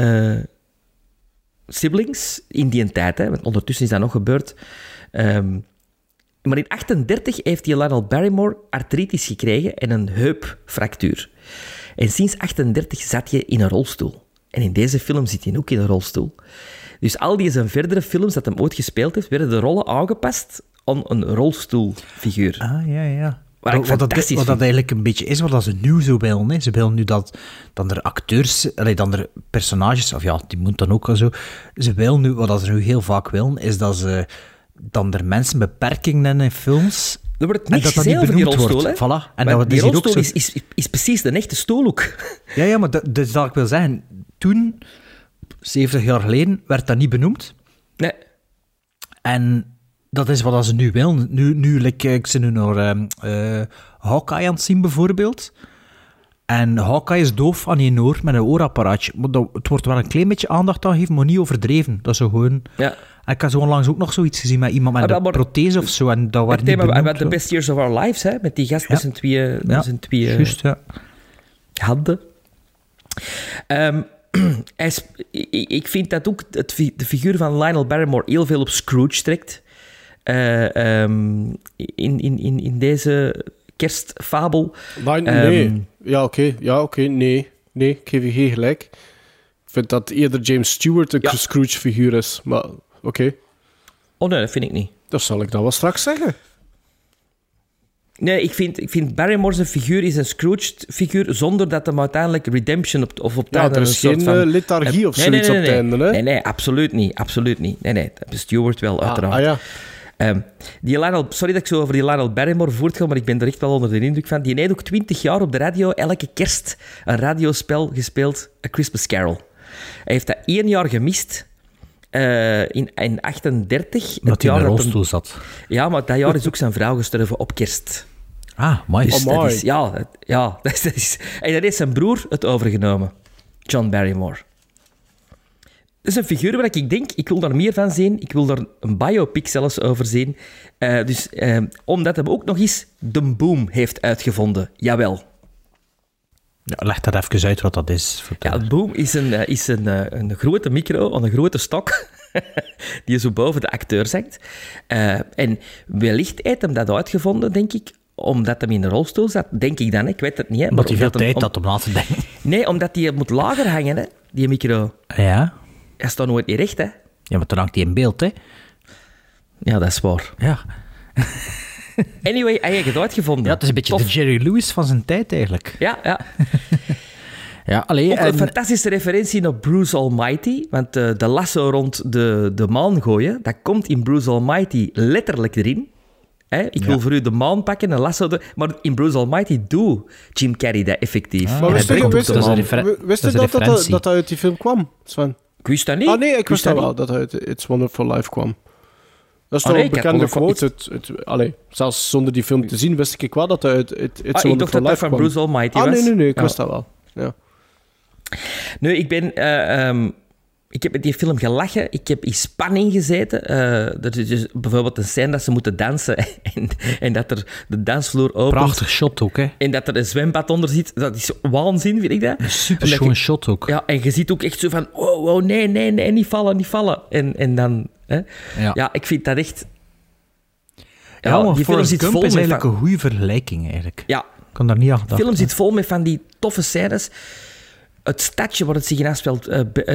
siblings in die tijd. Hè. Want ondertussen is dat nog gebeurd. Maar in 1938 heeft die Lionel Barrymore artritis gekregen en een heupfractuur. En sinds 1938 zat je in een rolstoel. En in deze film zit hij ook in een rolstoel. Dus al die zijn verdere films dat hij ooit gespeeld heeft, werden de rollen aangepast aan een rolstoelfiguur. Ah, ja. Wat dat eigenlijk een beetje is, wat ze nu zo willen. Hè. Ze willen nu dat er acteurs, dan er personages, of ja, die moet dan ook al zo. Ze willen nu, wat ze nu heel vaak willen, is dat ze dan er mensen beperkingen hebben in films. Er wordt niks gezegd over die rolstoel, hè? Voilà. En maar die rolstoel is precies de echte stoel ook. Ja, maar dat is wat ik wil zeggen. Toen, 70 jaar geleden, werd dat niet benoemd. Nee. En dat is wat ze nu willen. Ik zit nu naar Hawkeye aan het zien, bijvoorbeeld. En Hawkeye is doof aan je oor met een oorapparaatje. Maar het wordt wel een klein beetje aandacht aan gegeven, maar niet overdreven. Dat is zo gewoon... Ja. En ik had zo onlangs ook nog zoiets gezien met iemand met een prothese of zo. En dat werd niet benoemd. Met The Best Years of Our Lives, hè? Met die gast met zijn twee juist, handen. Ik vind dat ook de figuur van Lionel Barrymore heel veel op Scrooge trekt. In deze kerstfabel. Nee. Nee, ik geef je geen gelijk. Ik vind dat eerder James Stewart een Scrooge-figuur is. Maar oké. Oh nee, dat vind ik niet. Dat zal ik dan wel straks zeggen. Nee, ik vind Barrymore's figuur is een Scrooge-figuur zonder dat hem uiteindelijk redemption op het einde... er is geen lethargie of zoiets op het einde, hè? Nee, absoluut niet. Nee, Stewart wel, uiteraard. Sorry dat ik zo over die Lionel Barrymore voortga, maar ik ben er echt wel onder de indruk van. Die heeft ook 20 jaar op de radio elke kerst een radiospel gespeeld, A Christmas Carol. Hij heeft dat 1 jaar gemist... in 38. Dat hij in een rolstoel zat. Ja, maar dat jaar is ook zijn vrouw gestorven op kerst. Ah, mooi. Dus dat is, dat is... En dan heeft zijn broer het overgenomen. John Barrymore. Dat is een figuur waar ik denk, ik wil daar meer van zien. Ik wil daar een biopic zelfs over zien. Omdat hij ook nog eens de boom heeft uitgevonden. Jawel. Ja, leg dat even uit wat dat is. Ja, een boom is een grote micro aan een grote stok die zo boven de acteur hangt. En wellicht heeft hem dat uitgevonden, denk ik, omdat hij in een rolstoel zat. Denk ik dan, ik weet het niet. Hè, omdat hij veel tijd had om na te denken. Nee, omdat hij moet lager hangen, hè, die micro. Ja. Hij staat nooit niet recht, hè. Ja, maar dan hangt hij in beeld, hè. Ja, dat is waar. Ja. Anyway, hij heeft het uitgevonden. Ja, het is een beetje de Jerry Lewis van zijn tijd, eigenlijk. Ja. Ja, ook een fantastische referentie naar Bruce Almighty, want de lasso rond de maan gooien, dat komt in Bruce Almighty letterlijk erin. Ik wil voor u de maan pakken, een lasso... Maar in Bruce Almighty doet Jim Carrey dat effectief. Maar wist je dat uit die film kwam, Sven? Ik wist dat niet. Ah nee, ik wist dat wel, dat uit It's Wonderful Life kwam. Dat is toch een bekende quote. Zelfs zonder die film te zien, wist ik wel dat uit It's Wonderful Life kwam. Ik dacht dat dat van Bruce Almighty was. Nee, ik wist dat wel. Ja. Nee, ik heb met die film gelachen. Ik heb in spanning gezeten. Er is dus bijvoorbeeld een scène dat ze moeten dansen en dat er de dansvloer opent. Prachtig shot ook, hè? En dat er een zwembad onder zit. Dat is waanzin, vind ik dat. Een super schoon shot ook. Ja, en je ziet ook echt zo van... Oh, nee, niet vallen. En dan... Hè? Ja, ik vind dat echt... Ja, maar die film zit Gump vol is met eigenlijk een goede vergelijking, eigenlijk. Ja. Ik kan daar niet aan gedacht. De film zit vol met van die toffe scènes. Het stadje waar het zich in afspeelt,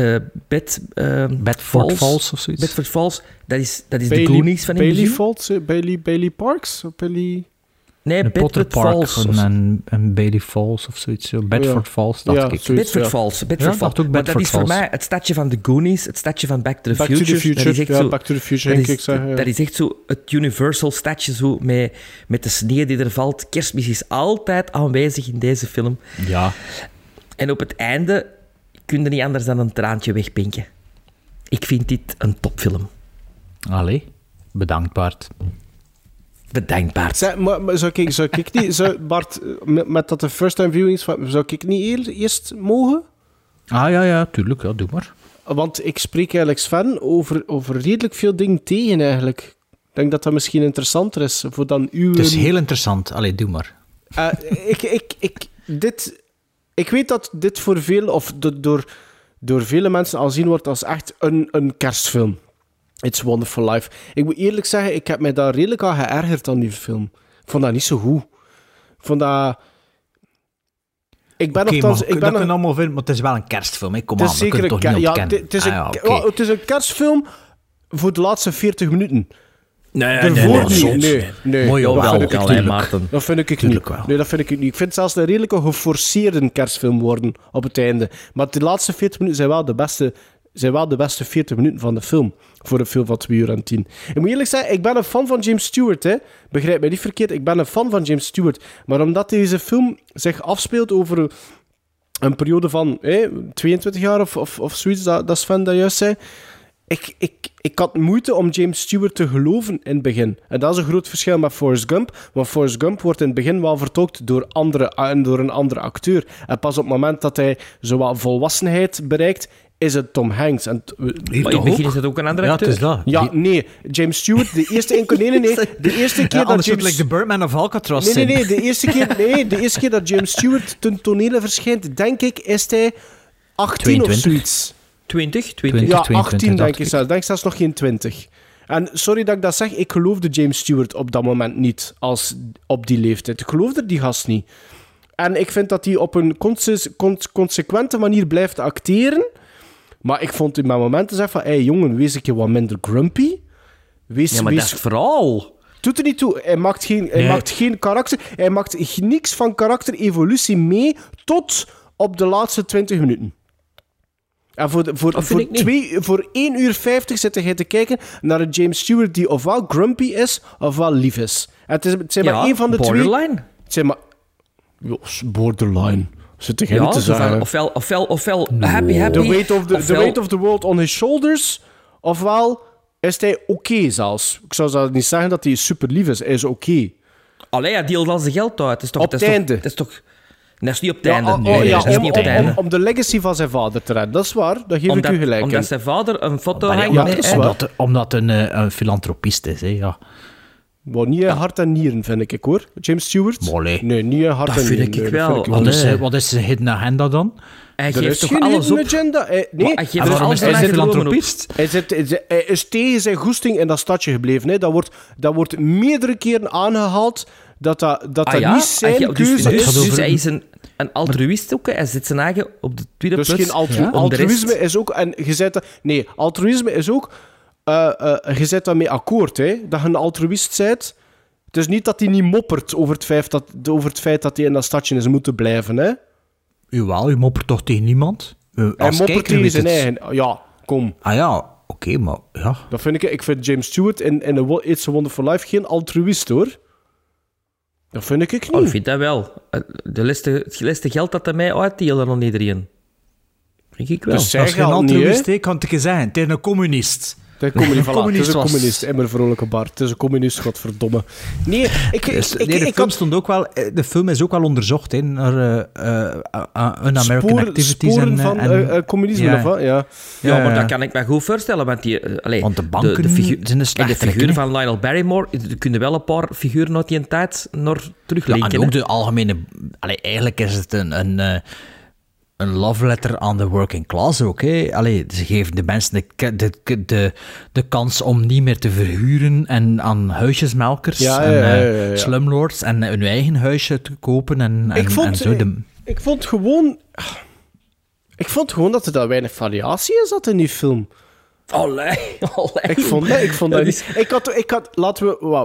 Bedford Falls of zoiets. Bedford Falls, dat is de Goonies van in het begin. Falls, Bailey Parks? Of Bailey... Nee, Bedford Falls. En Bailey Falls of zoiets. Bedford Falls, dacht ik. Bedford Falls. Maar dat is voor mij het stadje van de Goonies, het stadje van Back to the Future. Dat is echt zo, Back to the Future, denk ik zeggen. Dat is echt zo het Universal stadje, zo met de sneeuw die er valt. Kerstmis is altijd aanwezig in deze film. Ja. En op het einde kun je niet anders dan een traantje wegpinken. Ik vind dit een topfilm. Allee, bedankt Bart. Bedankt Bart. Zeg, maar zou ik niet... Bart, met dat de first time viewings... Zou ik niet eerst mogen? Ja, tuurlijk. Ja, doe maar. Want ik spreek eigenlijk Sven over redelijk veel dingen tegen, eigenlijk. Ik denk dat dat misschien interessanter is voor dan uw... Het is heel interessant. Allee, doe maar. Ik weet dat dit voor veel, of door vele mensen al zien wordt als echt een kerstfilm. It's a Wonderful Life. Ik moet eerlijk zeggen, ik heb mij daar redelijk aan geërgerd aan die film. Ik vond dat niet zo goed. Ik vond dat... Ik ben nogthans... Ik ben allemaal vinden, maar het is wel een kerstfilm. Hè? Kom aan, dat kun je toch niet ontkennen. Het is een kerstfilm voor de laatste 40 minuten. Nee. Mooi wel, Maarten. Dat vind ik niet. Nee, dat vind ik niet. Ik vind het zelfs een redelijke geforceerde kerstfilm worden op het einde. Maar de laatste 40 minuten zijn wel de beste 40 minuten van de film. Voor een film van 2 uur en 10. Ik moet eerlijk zeggen, ik ben een fan van James Stewart. Hè. Begrijp mij niet verkeerd, ik ben een fan van James Stewart. Maar omdat deze film zich afspeelt over een periode van 22 jaar of zoiets, dat Sven dat juist zei... Ik had moeite om James Stewart te geloven in het begin. En dat is een groot verschil met Forrest Gump. Want Forrest Gump wordt in het begin wel vertolkt door een andere acteur. En pas op het moment dat hij zowel volwassenheid bereikt, is het Tom Hanks. Maar in het begin is het ook een andere acteur. Het is dat. Ja, nee. James Stewart, de eerste keer dat James... like de Birdman of Alcatraz. Nee. De eerste keer dat James Stewart ten tonele verschijnt, denk ik, is hij 18 22. of zoiets. 20? Ja, 18 denk ik zelfs. Denk zelfs nog geen 20. En sorry dat ik dat zeg, ik geloofde James Stewart op dat moment niet, als op die leeftijd. Ik geloofde die gast niet. En ik vind dat hij op een consequente manier blijft acteren. Maar ik vond in mijn momenten zeggen van, jongen, wees ik je wat minder grumpy? Maar dat is het verhaal. Doet er niet toe. Hij maakt geen karakter... Hij maakt niks van karakterevolutie mee tot op de laatste 20 minuten. En voor 1 uur 50 zit hij te kijken naar een James Stewart die ofwel grumpy is, ofwel lief is. En het zijn maar één van de borderline. twee... Het zijn maar... borderline. Zit hij niet te zeggen. Ofwel happy. The weight of the world on his shoulders. Ofwel is hij oké zelfs. Ik zou niet zeggen dat hij super lief is. Hij is oké. Allee, hij deelt al zijn geld uit. Het is op het einde. Dat is niet op het einde. Om de legacy van zijn vader te redden. Dat is waar, dat geef ik u gelijk. Omdat zijn vader een foto hangt. Omdat een filantropist is, hè, ja. Maar niet hart en nieren, vind ik, hoor. James Stewart? Nee, niet hart en nieren. Dat vind ik wel. Wat is zijn hidden agenda dan? Hij geeft toch alles op? Agenda. Nee, waarom is hij een filantropist? Hij is tegen zijn goesting in dat stadje gebleven. Hè. Dat wordt meerdere keren aangehaald dat niet zijn keuze is. Dus hij is een altruïst ook. Hij zet zijn eigen op de tweede dus plaats. Dus geen altruïsme is ook... En je zet altruïsme is ook... je zet daarmee akkoord, hè, dat je een altruïst bent. Het is niet dat hij niet moppert over het feit dat hij in dat stadje is moeten blijven, hè. U moppert toch tegen niemand? Hij moppert tegen zijn eigen... Ja, kom. Ah ja, oké, maar ja. Dat vind ik vind James Stewart in It's a Wonderful Life geen altruïst, hoor. Dat vind ik niet. Ik vind dat wel. Het leste geld dat hij mij uitdeelde aan iedereen. Denk ik wel. Dus dat is geen altruïst, kan ik je zeggen. Tegen een communist. Het is een communist. Immer vrolijke Bart. Het is een communist, godverdomme. Nee, de film stond ook wel... De film is ook wel onderzocht, hè, naar Un-American Activities. Sporen van communisme, ja. Ja, maar dat kan ik me goed voorstellen, want want de banken zijn de figuur van Lionel Barrymore, er kunnen wel een paar figuren uit die tijd naar teruglinken. Ja, en ook de algemene... eigenlijk is het een love letter aan de working class ook. Hè. Ze geven de mensen de kans om niet meer te verhuren en aan huisjesmelkers en slumlords en hun eigen huisje te kopen. Ik vond gewoon dat er daar weinig variatie in zat in die film. Allee. Ik vond dat niet. Laten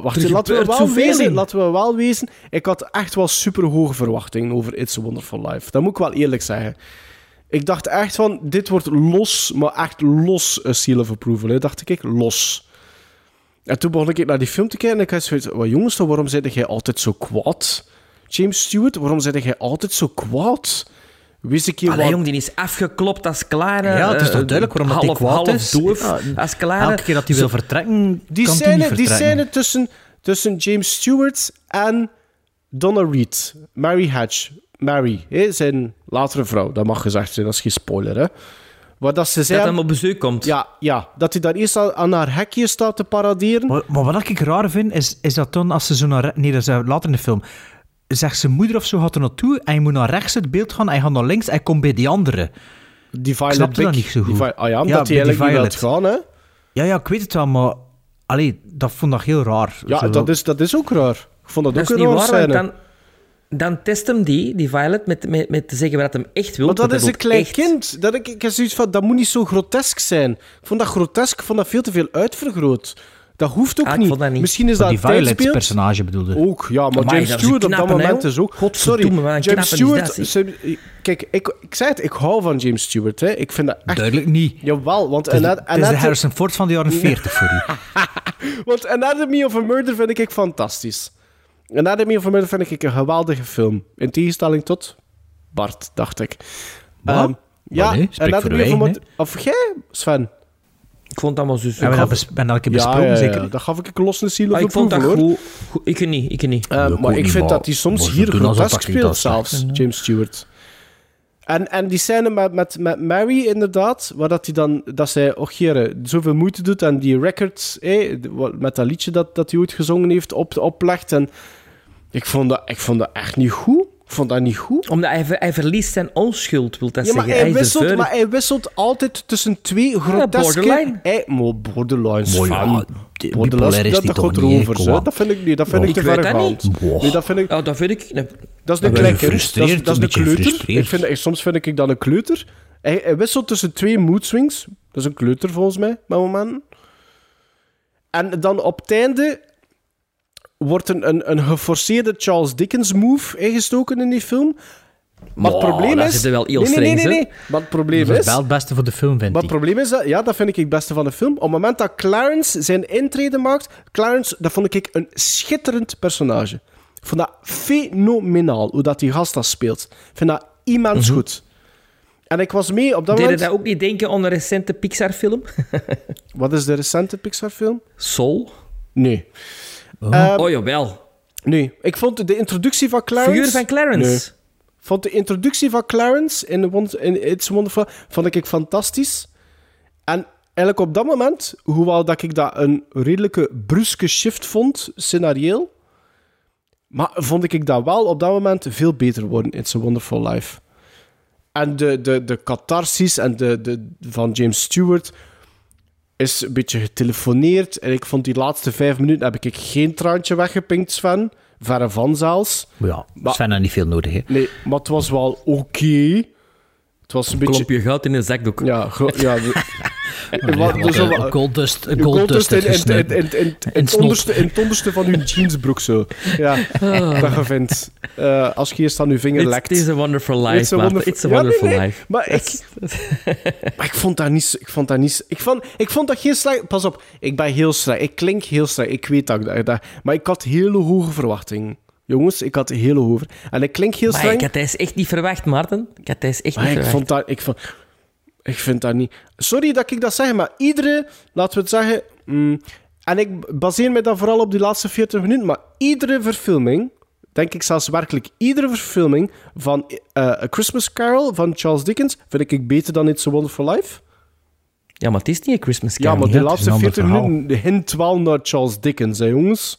we wel wezen. Ik had echt wel super hoge verwachtingen over It's a Wonderful Life. Dat moet ik wel eerlijk zeggen. Ik dacht echt van, dit wordt los, maar echt los seal of approval. Hè. Dacht ik, los. En toen begon ik naar die film te kijken en ik had zoiets, jongens, waarom zei jij altijd zo kwaad? James Stewart, waarom zei jij altijd zo kwaad? Jong, die is afgeklopt als Klare. Ja, het is toch duidelijk waarom hij kwaad is. Doof als Klare. Elke keer dat hij wil vertrekken, die scène tussen James Stewart en Donna Reed. Mary Hatch. Mary, zijn latere vrouw. Dat mag gezegd zijn, dat is geen spoiler. Hè. Dat hem op bezoek komt. Ja, dat hij daar eerst aan haar hekje staat te paraderen. Maar wat ik raar vind, is dat dan als ze zo naar... Nee, dat is later in de film... Zegt zijn moeder of zo, gaat er naartoe en je moet naar rechts het beeld gaan en je gaat naar links en komt bij die andere. Die Violet snapte dat niet zo goed. Omdat hij eigenlijk niet wilt gaan, hè? Ja, ik weet het wel, maar... dat vond ik heel raar. Ja, zo. Dat is ook raar. Ik vond dat ook een raar scène. Dan test hem die Violet, met te zeggen wat hem echt wil. Maar dat is een klein kind. Ik heb zoiets van, dat moet niet zo grotesk zijn. Ik vond dat grotesk, ik vond dat veel te veel uitvergroot. Dat hoeft ook niet. Misschien is dat die Violet-personage bedoelde. Ook, ja, maar James Stewart op dat moment is ook... Sorry, James Stewart... Kijk, ik zei het, ik hou van James Stewart. Hè. Ik vind dat echt... Duidelijk niet. Jawel, want... Het is de Harrison Ford van de jaren 40 voor u. Want Anatomy of a Murder vind ik fantastisch. Anatomy of a Murder vind ik een geweldige film. In tegenstelling tot Bart, dacht ik. Nee, Anatomy of a Murder... Of jij, Sven? Ik vond dat allemaal zo... Ik ben elke keer besproken, zeker? Ja, dat gaf ik een los een ziel of ik vond dat goed. Ik niet. Maar ik vind dat hij soms hier grotesk speelt zelfs, James Stewart. En die scène met Mary, inderdaad, waar dat zij zoveel moeite doet en die records, met dat liedje dat hij ooit gezongen heeft, oplegt. En ik vond dat echt niet goed. Ik vond dat niet goed. Omdat hij verliest zijn onschuld, wil dat zeggen. Maar hij wisselt altijd tussen twee groteske... Borderline. Borderline is die toch niet. Dat vind ik niet. Dat vind ik te vergaand. Nee, dat vind ik... dat vind ik... Dat is een klekker. Dat is een kleuter. Soms vind ik dat een kleuter. Hij wisselt tussen twee mood swings. Dat is een kleuter, volgens mij, met momenten. En dan op het einde... wordt een geforceerde Charles Dickens move ingestoken in die film. Maar het probleem is... Dat wel heel streng, nee. Maar het probleem is... wel het beste voor de film, vind ik. Maar het probleem is... dat vind ik het beste van de film. Op het moment dat Clarence zijn intrede maakt... Clarence, dat vond ik een schitterend personage. Ik vond dat fenomenaal, hoe dat die gast dat speelt. Ik vind dat immens goed. En ik was mee op dat moment... Deed je dat ook niet denken aan een recente Pixar-film? Wat is de recente Pixar-film? Soul? Nee. Jawel. Nee, ik vond de introductie van Clarence... Figuur van Clarence? Nee. Vond de introductie van Clarence in It's Wonderful... vond ik fantastisch. En eigenlijk op dat moment, hoewel dat ik dat een redelijke bruske shift vond, scenarieel, maar vond ik dat wel op dat moment veel beter worden in It's a Wonderful Life. En de catharsis en van James Stewart... is een beetje getelefoneerd. En ik vond die laatste 5 minuten... heb ik geen traantje weggepinkt, Sven. Verre van zelfs. Ja, Sven had niet veel nodig, hè? Nee, maar het was wel oké. Het was een beetje... Klop je geld in een zakdoek. Ja, Goldust in het onderste van uw jeansbroek, zo. Ja, dat je vindt. Als je eerst aan uw vinger lekt. It's a wonderful life, It's a wonderful life. Maar ik vond dat niet... Ik vond dat heel slecht... Pas op, ik ben heel slecht. Ik klink heel slecht. Ik weet dat. Maar ik had hele hoge verwachtingen. Jongens, ik had hele hoge... En ik klink heel streng. Ik had hij echt niet verwacht, Maarten. Ik had hij echt niet verwacht. Ik vind dat niet... Sorry dat ik dat zeg, maar laten we het zeggen... en ik baseer me dan vooral op die laatste 40 minuten, maar iedere verfilming, denk ik zelfs werkelijk iedere verfilming van A Christmas Carol van Charles Dickens, vind ik beter dan It's a Wonderful Life. Ja, maar het is niet A Christmas Carol. Ja, maar de laatste 40 minuten hint wel naar Charles Dickens, hè, jongens.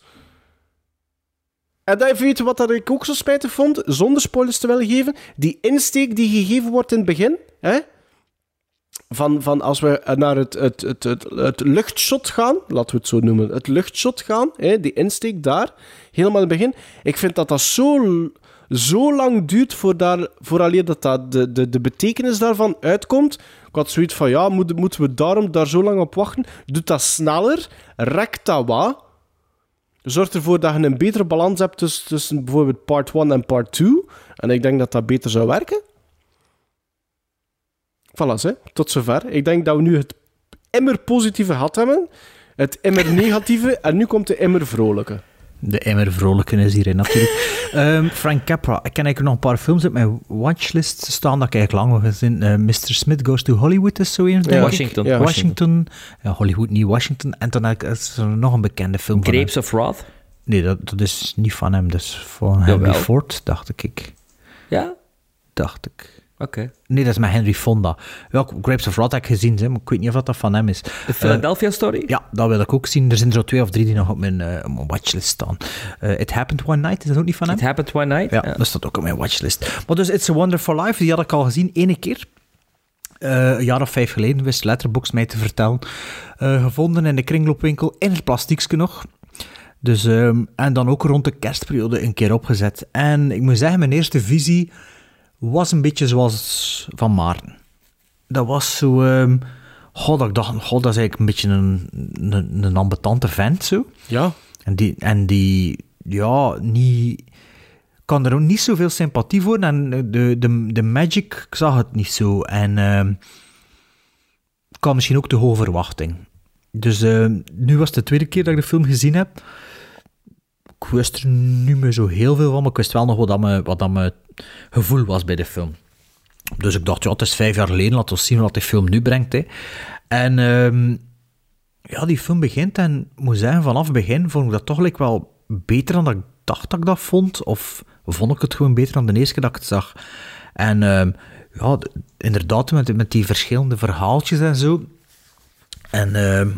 En dan weten wat ik ook zo spijtig vond, zonder spoilers te willen geven, die insteek die gegeven wordt in het begin, hè? Van als we naar het luchtshot gaan, laten we het zo noemen, het luchtshot gaan, hè, die insteek daar, helemaal in het begin. Ik vind dat zo lang duurt vooraleer dat de betekenis daarvan uitkomt. Ik had zoiets van, ja, moeten we daarom daar zo lang op wachten? Doet dat sneller, rekt dat wat, zorgt ervoor dat je een betere balans hebt tussen bijvoorbeeld part 1 en part 2. En ik denk dat dat beter zou werken. Voilà, hè. Tot zover. Ik denk dat we nu het immer positieve gehad hebben, het immer negatieve, en nu komt de immer vrolijke. De immer vrolijke is hierin natuurlijk. Frank Capra. Ik ken eigenlijk nog een paar films op mijn watchlist staan dat ik eigenlijk lang wil gezien. Mr. Smith Goes to Hollywood is zo een, denk Washington. ik. Ja. Washington. Ja, Hollywood, niet Washington. En dan is er nog een bekende film Grapes van of Wrath? Nee, dat is niet van hem. Dat is van Henry Ford, dacht ik. Ja? Dacht ik. Oké. Nee, dat is met Henry Fonda. Wel, Grapes of Wrath heb ik gezien, maar ik weet niet of dat van hem is. De Philadelphia Story? Ja, dat wil ik ook zien. Er zijn er zo 2 of 3 die nog op mijn watchlist staan. It Happened One Night, is dat ook niet van hem? It Happened One Night? Ja, dat staat ook op mijn watchlist. Maar dus It's a Wonderful Life, die had ik al gezien 1 keer. Een jaar of 5 geleden, wist Letterboxd mij te vertellen. Gevonden in de kringloopwinkel, in het plastiekje nog. Dus, en dan ook rond de kerstperiode een keer opgezet. En ik moet zeggen, mijn eerste visie was een beetje zoals van Maarten. Dat was zo... dat ik dacht, dat is eigenlijk een beetje een ambetante vent, zo. Ja. En die niet... kan er ook niet zoveel sympathie voor. En de magic, ik zag het niet zo. En ik had misschien ook te hoge verwachting. Dus nu was het de tweede keer dat ik de film gezien heb. Ik wist er niet meer zo heel veel van, maar ik wist wel nog wat dat mijn gevoel was bij de film. Dus ik dacht, ja, het is 5 jaar geleden, laten we zien wat die film nu brengt. Hè. En die film begint en ik moet zeggen, vanaf het begin vond ik dat toch like wel beter dan dat ik dacht dat ik dat vond. Of vond ik het gewoon beter dan de eerste keer dat ik het zag. En inderdaad, met die verschillende verhaaltjes en zo. En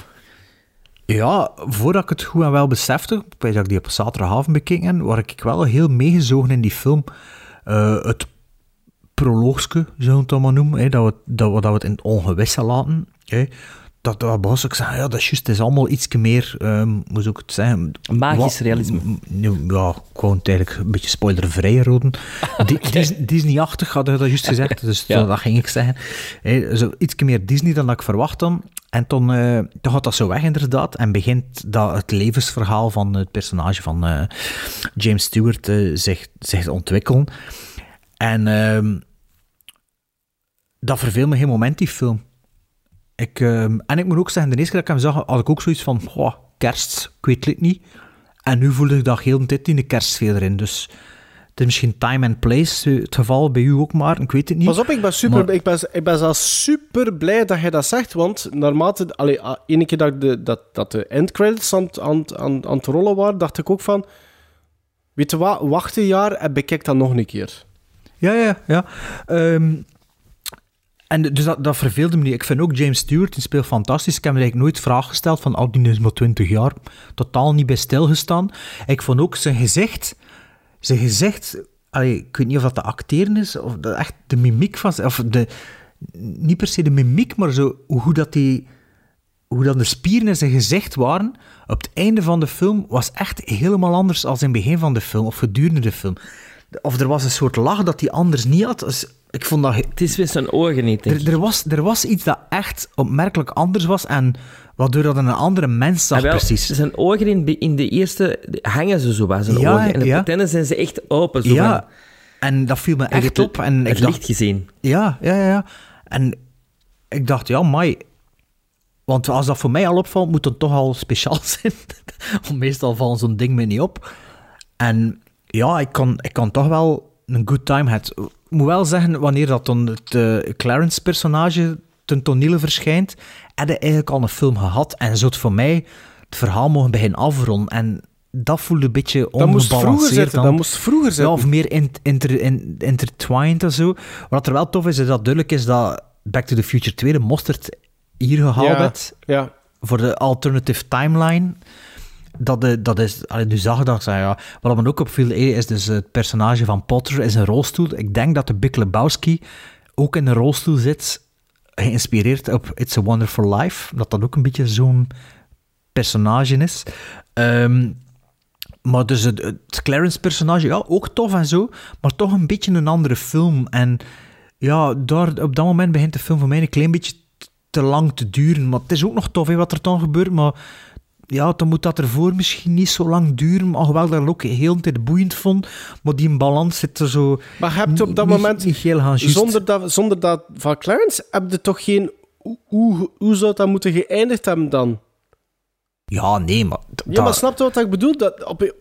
voordat ik het goed en wel besefte, bij dat ik die op zaterdagavond bekeken heb, was ik wel heel meegezogen in die film. Het proloogske, zullen we het dan maar noemen, dat we het in het ongewisse laten. Dat was ik zeggen, ja, dat is juist, het is allemaal iets meer, hoe zou ik het zeggen? Magisch realisme. Ja, gewoon eigenlijk een beetje spoilervrij, Roden. Disney-achtig, had ik dat juist gezegd, dus dat ging ik zeggen. Zo iets meer Disney dan dat ik verwacht had. En toen gaat dat zo weg, inderdaad, en begint dat het levensverhaal van het personage van James Stewart zich te ontwikkelen. En dat verveelt me geen moment, die film. En ik moet ook zeggen, de eerste keer dat ik hem zag, had ik ook zoiets van, kerst, ik weet het niet. En nu voelde ik dat heel de tijd in de kerstsfeer erin. Dus het is misschien time and place, het geval bij u ook maar, ik weet het niet. Pas op, ik ben zelfs super blij dat je dat zegt, want naarmate, ene keer dat de endcredits aan het rollen waren, dacht ik ook van, weet je wat, wacht een jaar en bekijk dat nog een keer. Ja. En dus dat verveelde me niet. Ik vind ook James Stewart, die speelt fantastisch. Ik heb me eigenlijk nooit vraag gesteld van, die is maar 20 jaar. Totaal niet bij stilgestaan. Ik vond ook zijn gezicht... ik weet niet of dat de acteren is, of dat echt de mimiek van... Of niet per se de mimiek, maar zo, hoe dat de spieren in zijn gezicht waren, op het einde van de film, was echt helemaal anders dan in het begin van de film, of gedurende de film. Of er was een soort lach dat hij anders niet had. Dus ik vond dat... Het is weer zijn ogen niet, denk ik. Er was iets dat echt opmerkelijk anders was en waardoor dat een andere mens zag, precies. Zijn ogen in de eerste hangen ze zo bij zijn ogen. En op het einde zijn ze echt open. Zo van, en dat viel me echt op. En het licht gezien. Ja. En ik dacht, mai... Want als dat voor mij al opvalt, moet het toch al speciaal zijn. Want meestal valt zo'n ding me niet op. En... ja, ik kan toch wel een good time hebben. moet wel zeggen, wanneer dat dan het Clarence-personage ten toneel verschijnt, had hij eigenlijk al een film gehad en zou het voor mij het verhaal mogen beginnen afronden. En dat voelde een beetje ongebalanceerd. Dat moest vroeger zitten. Ja, of meer intertwined of zo. Wat er wel tof is dat duidelijk is dat Back to the Future 2 de mosterd hier gehaald werd. Ja. Voor de alternative timeline. Dat is... nu zag ik dat. Ja, wat me ook opviel is dus het personage van Potter is een rolstoel. Ik denk dat de Big Lebowski ook in een rolstoel zit, geïnspireerd op It's a Wonderful Life. Dat ook een beetje zo'n personage is. Maar dus het Clarence-personage, ja, ook tof en zo, maar toch een beetje een andere film. En ja, op dat moment begint de film voor mij een klein beetje te lang te duren. Maar het is ook nog tof, wat er dan gebeurt, maar ja, dan moet dat ervoor misschien niet zo lang duren, alhoewel dat ik ook heel de tijd boeiend vond, maar die balans zit er zo... Maar je hebt op dat moment, niet heel gaan zonder dat van Clarence, heb je toch geen... Hoe zou dat moeten geëindigd hebben dan? Ja, nee, maar... maar snap je wat ik bedoel? Je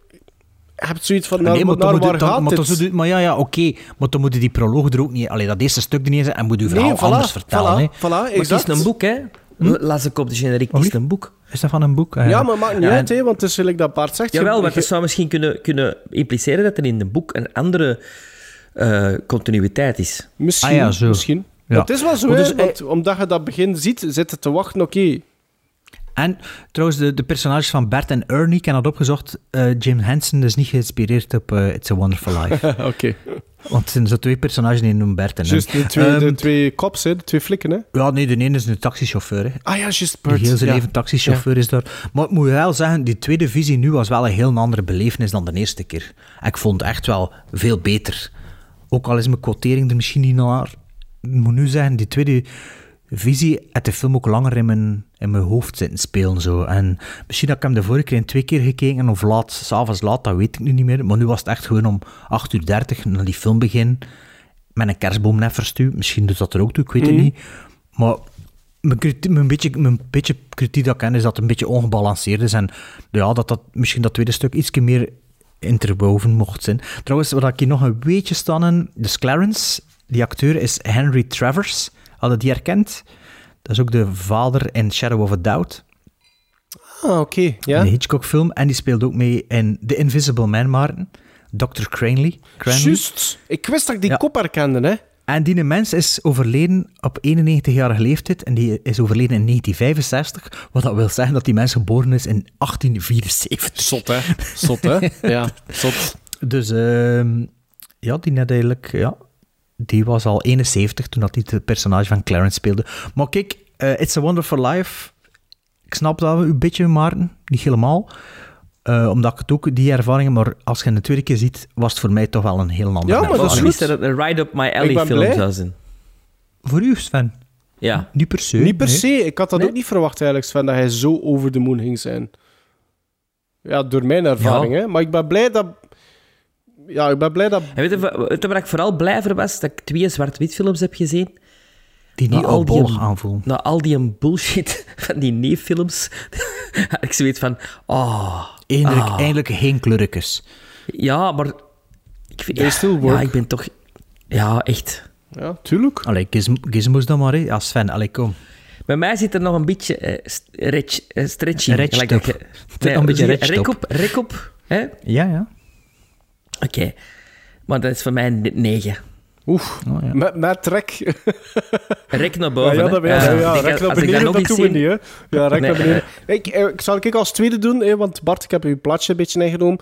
hebt zoiets van, nee, maar naar waar gaat het? Maar ja, oké. Maar dan moet je die proloog er ook niet... Allee, dat eerste stuk er niet in zijn en moet je verhaal anders vertellen. Voilà, maar het is een boek, hè? Las ik op de generiek, het is een boek. Is dat van een boek? Ja, maar maakt niet uit, hè, want het is gelijk dat Bart zegt... Jawel, want het zou misschien kunnen impliceren dat er in een boek een andere continuïteit is. Misschien, ja, zo. misschien. Ja. Maar het is wel zo, dus, want omdat je dat begin ziet, zit het te wachten, oké. En trouwens, de personages van Bert en Ernie, ik heb dat opgezocht, Jim Henson is niet geïnspireerd op It's a Wonderful Life. Oké. Want het zijn zo twee personages die noemen Bert en Ernie. Juist, de twee cops, hè, de twee flikken, hè? Ja, nee, de ene is een taxichauffeur, hè. Ah ja, juist, Bert. Die heel zijn leven taxichauffeur is daar. Maar ik moet wel zeggen, die tweede visie nu was wel een heel andere belevenis dan de eerste keer. En ik vond het echt wel veel beter. Ook al is mijn quotering er misschien niet naar. Ik moet nu zeggen, die tweede visie had de film ook langer in mijn hoofd zitten spelen. Zo. En misschien dat ik hem de vorige keer 2 keer gekeken, of laat, 's avonds laat, dat weet ik nu niet meer. Maar nu was het echt gewoon om 8:30 naar die film begin met een kerstboom net verstuurd. Misschien doet dat er ook toe, ik weet het niet. Maar mijn beetje kritiek dat ik ken, is dat het een beetje ongebalanceerd is. En ja, dat misschien dat tweede stuk iets meer interwoven mocht zijn. Trouwens, wat ik hier nog een beetje staan in, dus Clarence, die acteur is Henry Travers. Hadden die herkend? Dat is ook de vader in Shadow of a Doubt. Ah, oké. Ja. Een Hitchcock-film. En die speelde ook mee in The Invisible Man, Maarten. Dr. Cranley. Juist. Ik wist dat ik die kop herkende, hè. En die mens is overleden op 91-jarige leeftijd. En die is overleden in 1965. Wat dat wil zeggen dat die mens geboren is in 1874. Zot, hè. Zot, hè. Ja, zot. Dus, ja, die net eigenlijk... Ja, die was al 71 toen hij het personage van Clarence speelde. Maar kijk, It's a Wonderful Life... Ik snap dat een beetje, Maarten. Niet helemaal. Omdat ik het ook, die ervaringen... Maar als je het een tweede keer ziet, was het voor mij toch wel een heel andere ervaring. Ja, maar dat is goed. Dat het een Ride Up My Alley film zou zijn. Voor u, Sven? Ja. Niet per se. Niet per se. Ik had dat ook niet verwacht, eigenlijk, Sven, dat hij zo over de moon ging zijn. Ja, door mijn ervaring, hè. Maar ik ben blij dat... Ja, ik ben blij dat... En weet je waar ik vooral blij voor was? Dat ik 2 zwart-wit films heb gezien. Die niet al bollig aanvoelen. Na al die bullshit van die neeffilms had ik zoiets van... Eindelijk geen kleurikjes. Ja, maar... ik ben toch... Ja, echt. Ja, tuurlijk. Allee, gizmos dan maar, hè. Ja, Sven, allee, kom. Bij mij zit er nog een beetje stretching. Een beetje rek op. Hè? Ja. Oké. Maar dat is voor mij 9. Oef, met rek. Rek naar boven. Rek naar beneden, dat doen we niet, hè. Ja, rek naar beneden. Ik zal ik als tweede doen, hè, want Bart, ik heb uw plaatje een beetje ingenomen.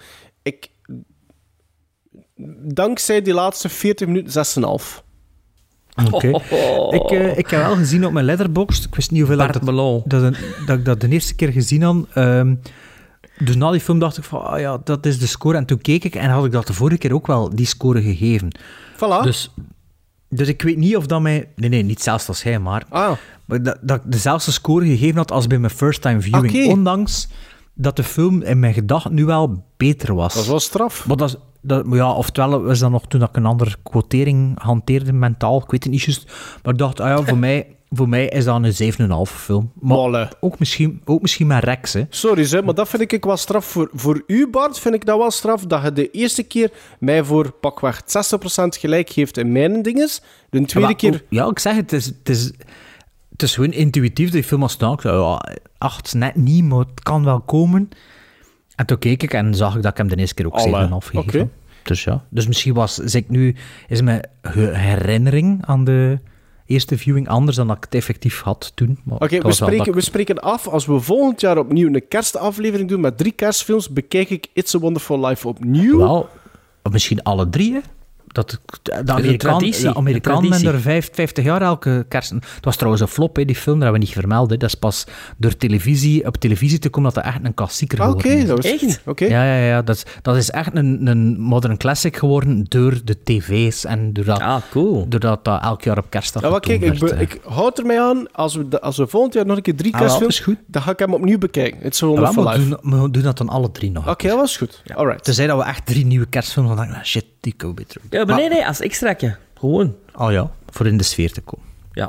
Dankzij die laatste 40 minuten 6,5. Oké. Ik heb wel gezien op mijn Letterboxd, ik wist niet hoeveel dat ik dat de eerste keer gezien had. Dus na die film dacht ik van, dat is de score. En toen keek ik en had ik dat de vorige keer ook wel die score gegeven. Voilà. Dus ik weet niet of dat mij... Nee, niet zelfs als hij, maar dat ik dezelfde score gegeven had als bij mijn first time viewing. Okay. Ondanks dat de film in mijn gedachten nu wel beter was. Dat is wel straf. Maar oftewel was dat nog toen ik een andere quotering hanteerde mentaal. Ik weet het niet juist. Maar ik dacht, voor mij Voor mij is dat een 7,5 film. Maar ook misschien met Rex, hè. Sorry, zeg, maar dat vind ik wel straf. Voor u, Bart, vind ik dat wel straf dat je de eerste keer mij voor pakweg 60% gelijk geeft in mijn dinges. De tweede keer... Ja, ik zeg het is gewoon intuïtief dat die film als nou, 8 net niet, maar het kan wel komen. En toen keek ik en zag ik dat ik hem de eerste keer ook 7,5 gegeven. Okay. Dus ja, dus misschien is mijn herinnering aan de eerste viewing anders dan dat ik het effectief had toen. Oké, we spreken af, als we volgend jaar opnieuw een kerstaflevering doen met 3 kerstfilms, bekijk ik It's a Wonderful Life opnieuw. Wel, misschien alle 3, hè. De Amerikanen hebben er 50 jaar elke kerst. Het was trouwens een flop, hè, die film, dat hebben we niet vermeld. Hè. Dat is pas door op televisie te komen dat echt een klassieker geworden is. Oké, dat was echt? Okay. Ja. Dat is echt een modern classic geworden door de tv's en doordat dat elk jaar op kerstdag kijk, ik houd er mij aan, als we volgend jaar nog een keer 3 kerstfilms, dan ga ik hem opnieuw bekijken. It's a Wonderful Life. We doen dat dan alle 3 nog. Oké, dat was goed. Ja. Alright. Tenzij dat we echt 3 nieuwe kerstfilms, dan denk ik, shit, die komen weer terug. Ja, maar nee, als extraatje. Gewoon. Oh ja, voor in de sfeer te komen. Ja.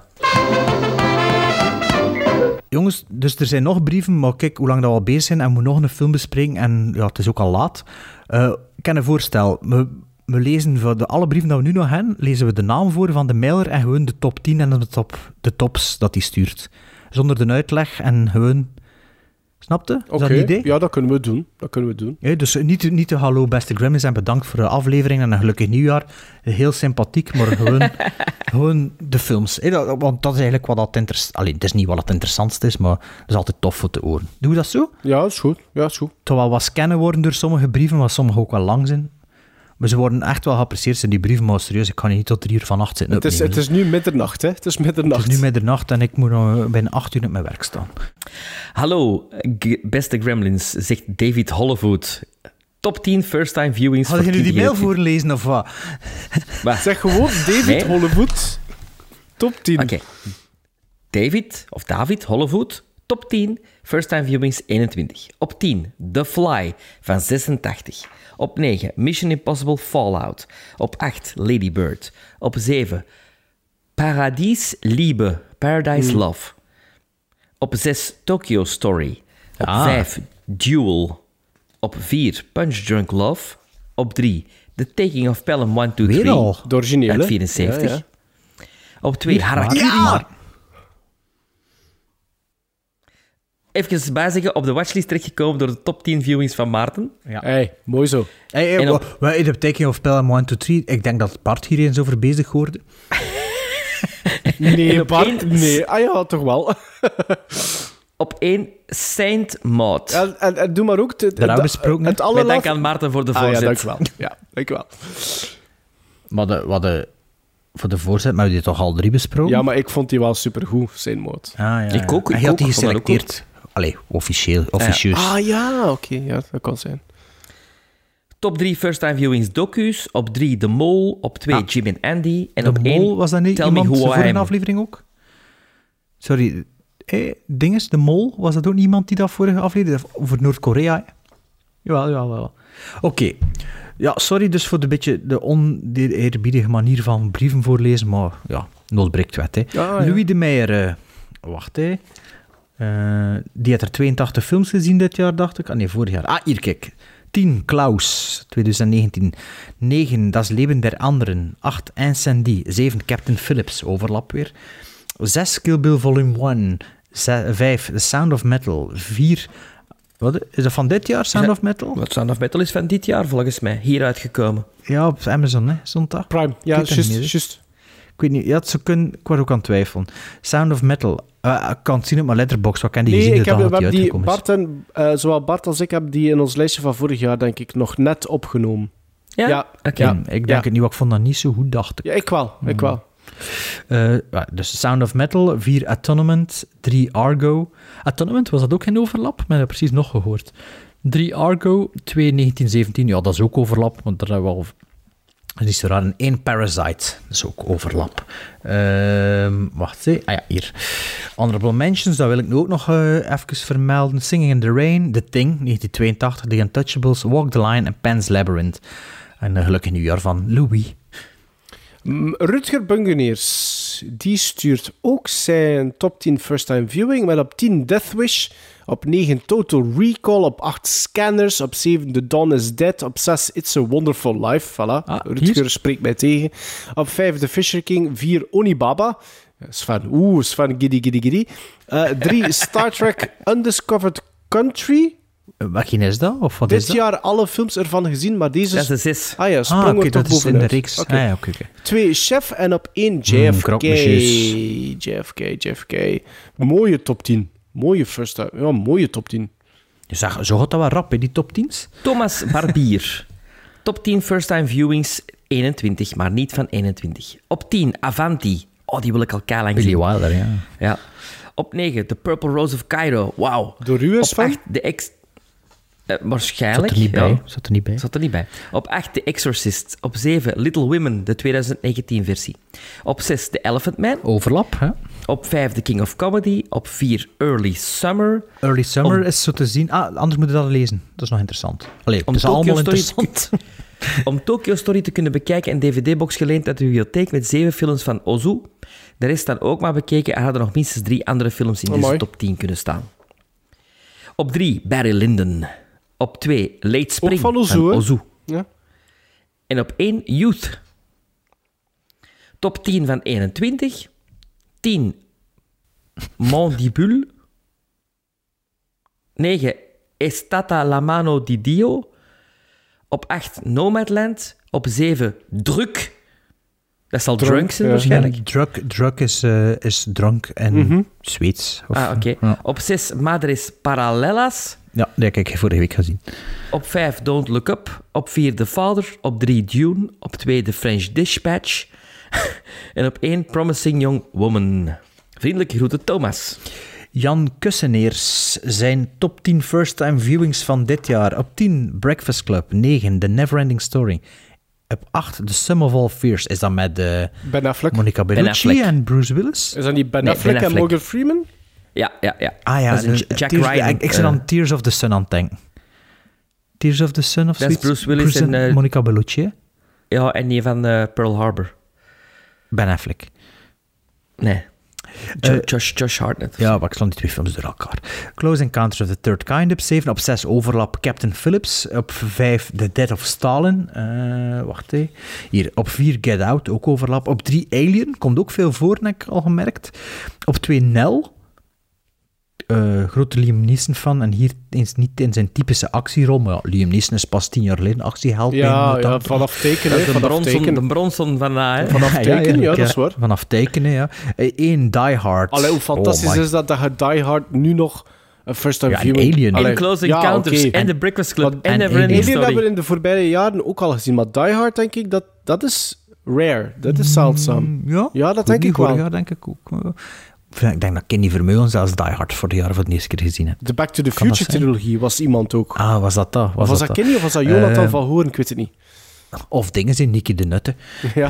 Jongens, dus er zijn nog brieven, maar kijk hoe lang dat we al bezig zijn en we moeten nog een film bespreken en ja, het is ook al laat. Ik heb een voorstel. We lezen voor alle brieven dat we nu nog hebben, lezen we de naam voor van de mailer en gewoon de top 10 en de tops dat hij stuurt. Zonder de uitleg en gewoon... Snapte? Is dat een idee? Ja, dat kunnen we doen. Ja, dus niet de hallo beste Gremlins en bedankt voor de aflevering en een gelukkig nieuwjaar. Heel sympathiek, maar gewoon de films. Want dat is eigenlijk wat dat interessant... Alleen, het is niet wat het interessantste is, maar het is altijd tof voor te horen. Doen we dat zo? Ja, is goed. Toch wel wat scannen worden door sommige brieven, maar sommige ook wel lang zijn. Maar ze worden echt wel geapprecieerd in die brieven, maar serieus, ik kan niet tot 3 uur vannacht zitten opnemen. Het is nu middernacht, hè? Het is nu middernacht en ik moet nog bijna 8 uur op mijn werk staan. Hallo, beste Gremlins, zegt David Hollywood. Top 10 first-time viewings voor Hadden jullie die mail voorlezen of wat? Zeg gewoon David Hollywood. Top 10. Oké. David Hollywood. Top 10 first-time viewings 21. Op 10 The Fly van 86. Op 9 Mission Impossible Fallout. Op 8 Lady Bird. Op 7 Paradise Love. Op 6 Tokyo Story. Op 5 Duel. Op 4 Punch Drunk Love. Op 3 The Taking of Pelham 1, 2, 3. De originele. Uit 74. Ja. Op 2 Harakiri. Ja. Even bijzeggen, op de watchlist terechtgekomen door de top 10 viewings van Maarten. Ja. Hey, mooi zo. De Taking of Pelham 1, 2, 3, ik denk dat Bart hier eens over bezig hoorde. Nee, Bart, nee. Ah ja, toch wel. Op 1 Saint Maud. En doe maar ook het allerlaatste. Met dank aan Maarten voor de voorzet. Ja, dank je wel. Maar voor de voorzet, maar we hebben die toch al 3 besproken? Ja, maar ik vond die wel supergoed, Saint Maud. Ik ook. En je had die geselecteerd. Allee, officieus. Oké. Ja, dat kan zijn. Top 3 first-time viewings docu's. Op 3 The Mole. Op 2 Jim en Andy. En op 1 was dat niet Tell iemand Me Who I voor Am. een aflevering ook? Sorry. Dinges, De Mol, was dat ook niet iemand die dat vorige aflevering... Over Noord-Korea? Jawel. Oké. Ja, sorry dus voor de oneerbiedige manier van brieven voorlezen, maar ja, nood breekt wet, hè. Louis de Meijer, wacht, hè. Die had er 82 films gezien dit jaar, dacht ik. Nee, vorig jaar. Hier, kijk. 10, Klaus, 2019. 9, Das Leben der Anderen. 8, Incendie. 7, Captain Phillips, overlap weer. 6, Kill Bill Volume 1. 5, The Sound of Metal. 4... Wat, is dat van dit jaar, Sound of Metal? Sound of Metal is van dit jaar, volgens mij. Hier uitgekomen. Ja, op Amazon, hè. Stond dat? Prime, ja, juist. Ik weet niet, ja, het zou kunnen, ik was ook aan het twijfelen. Sound of Metal. Ik kan het zien op mijn letterbox. Wat kan die gezien? Zowel Bart als ik heb die in ons lijstje van vorig jaar, denk ik, nog net opgenomen. Ja? Oké. Ik denk het niet, ik vond dat niet zo goed, dacht ik. Ja, ik wel. Dus Sound of Metal, 4 Atonement, 3 Argo. Atonement, was dat ook geen overlap? Ik heb dat precies nog gehoord. 3 Argo, 2 1917. Ja, dat is ook overlap, want dat is wel... Dat is niet zo raar. En 1 Parasite, dat is ook overlap. Wacht eens. Hier. Honorable Mentions, dat wil ik nu ook nog even vermelden. Singing in the Rain, The Thing, 1982, The Untouchables, Walk the Line en Pan's Labyrinth. En gelukkig nieuwjaar van Louis. Rutger Bungeneers Jones, die stuurt ook zijn top 10 first time viewing met op 10 Death Wish, op 9 Total Recall, op 8 Scanners, op 7 The Dawn is Dead, op 6 It's a Wonderful Life, voilà, Rutger spreekt mij tegen, op 5 The Fisher King, 4 Onibaba, Sven, giddy. 3 Star Trek Undiscovered Country. Wat is dat? Of wat Dit is dat? jaar alle films ervan gezien, maar deze... Dat is de 6. Ah ja, sprong er toch dat is in de bovenuit. reeks. Okay. Oké. 2 Chef en op 1 JFK. Krokmesjes. JFK. Mooie top 10. Mooie first time. Ja, mooie top 10. Je zag, zo gaat dat wel rap, hè, die top 10's. Thomas Barbier. Top 10 first-time viewings 21, maar niet van 21. Op 10 Avanti. Oh, die wil ik al keilang zien. Billy Wilder, ja. Op 9 The Purple Rose of Cairo. Wauw. Door u is op van? 8 waarschijnlijk. Zat er niet bij. Op 8 The Exorcist. Op 7 Little Women, de 2019-versie. Op 6 The Elephant Man. Overlap, hè? Op 5 The King of Comedy. Op 4 Early Summer. Early Summer is zo te zien. Anders moet je dat lezen. Dat is nog interessant. Allee, het is allemaal interessant. Om Tokyo Story te kunnen bekijken, een dvd-box geleend uit de bibliotheek met 7 films van Ozu. De rest dan ook maar bekeken en hadden nog minstens 3 andere films in deze top 10 kunnen staan. Op 3 Barry Lyndon. Op 2 Late Spring ook van Ozu. Ja. En op 1 Youth. Top 10 van 21. 10 Mandibule. 9 Estata la mano di Dio. Op 8 Nomadland. Op 7 Druk. Dat zal drunk zijn waarschijnlijk. Druk is drank en Zweeds. Oké. Ja. Op 6 Madres Paralelas. Ja, die heb ik vorige week gezien. Op 5 Don't Look Up. Op 4 The Father. Op 3 Dune. Op 2 The French Dispatch. En op 1 Promising Young Woman. Vriendelijke groeten, Thomas. Jan Kusseneers, zijn top 10 first-time viewings van dit jaar. Op 10 Breakfast Club. 9 The Neverending Story. Op 8 The Sum of All Fears. Is dat met Ben Affleck. Monica Bellucci en Bruce Willis? Is dat niet Ben Affleck en Morgan Freeman? Ja. Ah ja, dat is Jack Ryan. Ik zit aan Tears of the Sun aan het denken. Tears of the Sun of zoiets? Dat is Bruce Willis en Monica Bellucci, hè? Ja, en die van Pearl Harbor. Ben Affleck. Nee. Josh Hartnett. Ja, maar ik sla die 2 films door elkaar. Close Encounters of the Third Kind op 7. Op 6 Overlap Captain Phillips. Op 5 The Death of Stalin. Wacht even. Hier. Op 4 Get Out, ook overlap. Op 3 Alien, komt ook veel voor, heb ik al gemerkt. Op 2 Nell. Grote Liam Neeson fan. En hier eens niet in zijn typische actierol. Maar ja, Liam Neeson is pas 10 jaar geleden actieheld. Ja, vanaf tekenen. De bronson van hè? Vanaf tekenen, ja, dat is waar. Vanaf tekenen, ja. 1 Die Hard. Allee, hoe fantastisch is dat je Die Hard nu nog een first-time viewing... Alien. En Close Encounters en The Breakfast Club en Alien Neverending Story. hebben we in de voorbije jaren ook al gezien. Maar Die Hard, denk ik, dat is rare. Dat is zeldzaam. Ja, dat denk ik wel. Ja, denk ik ook. Ik denk dat Kenny Vermeulen zelfs Die Hard voor de eerste keer gezien heeft. De Back to the Future trilogie was iemand ook. Ah, was dat? Was dat Kenny of was dat Jonathan van Hoorn? Ik weet het niet. Of dingen zijn Nicky de Nutte. Ja.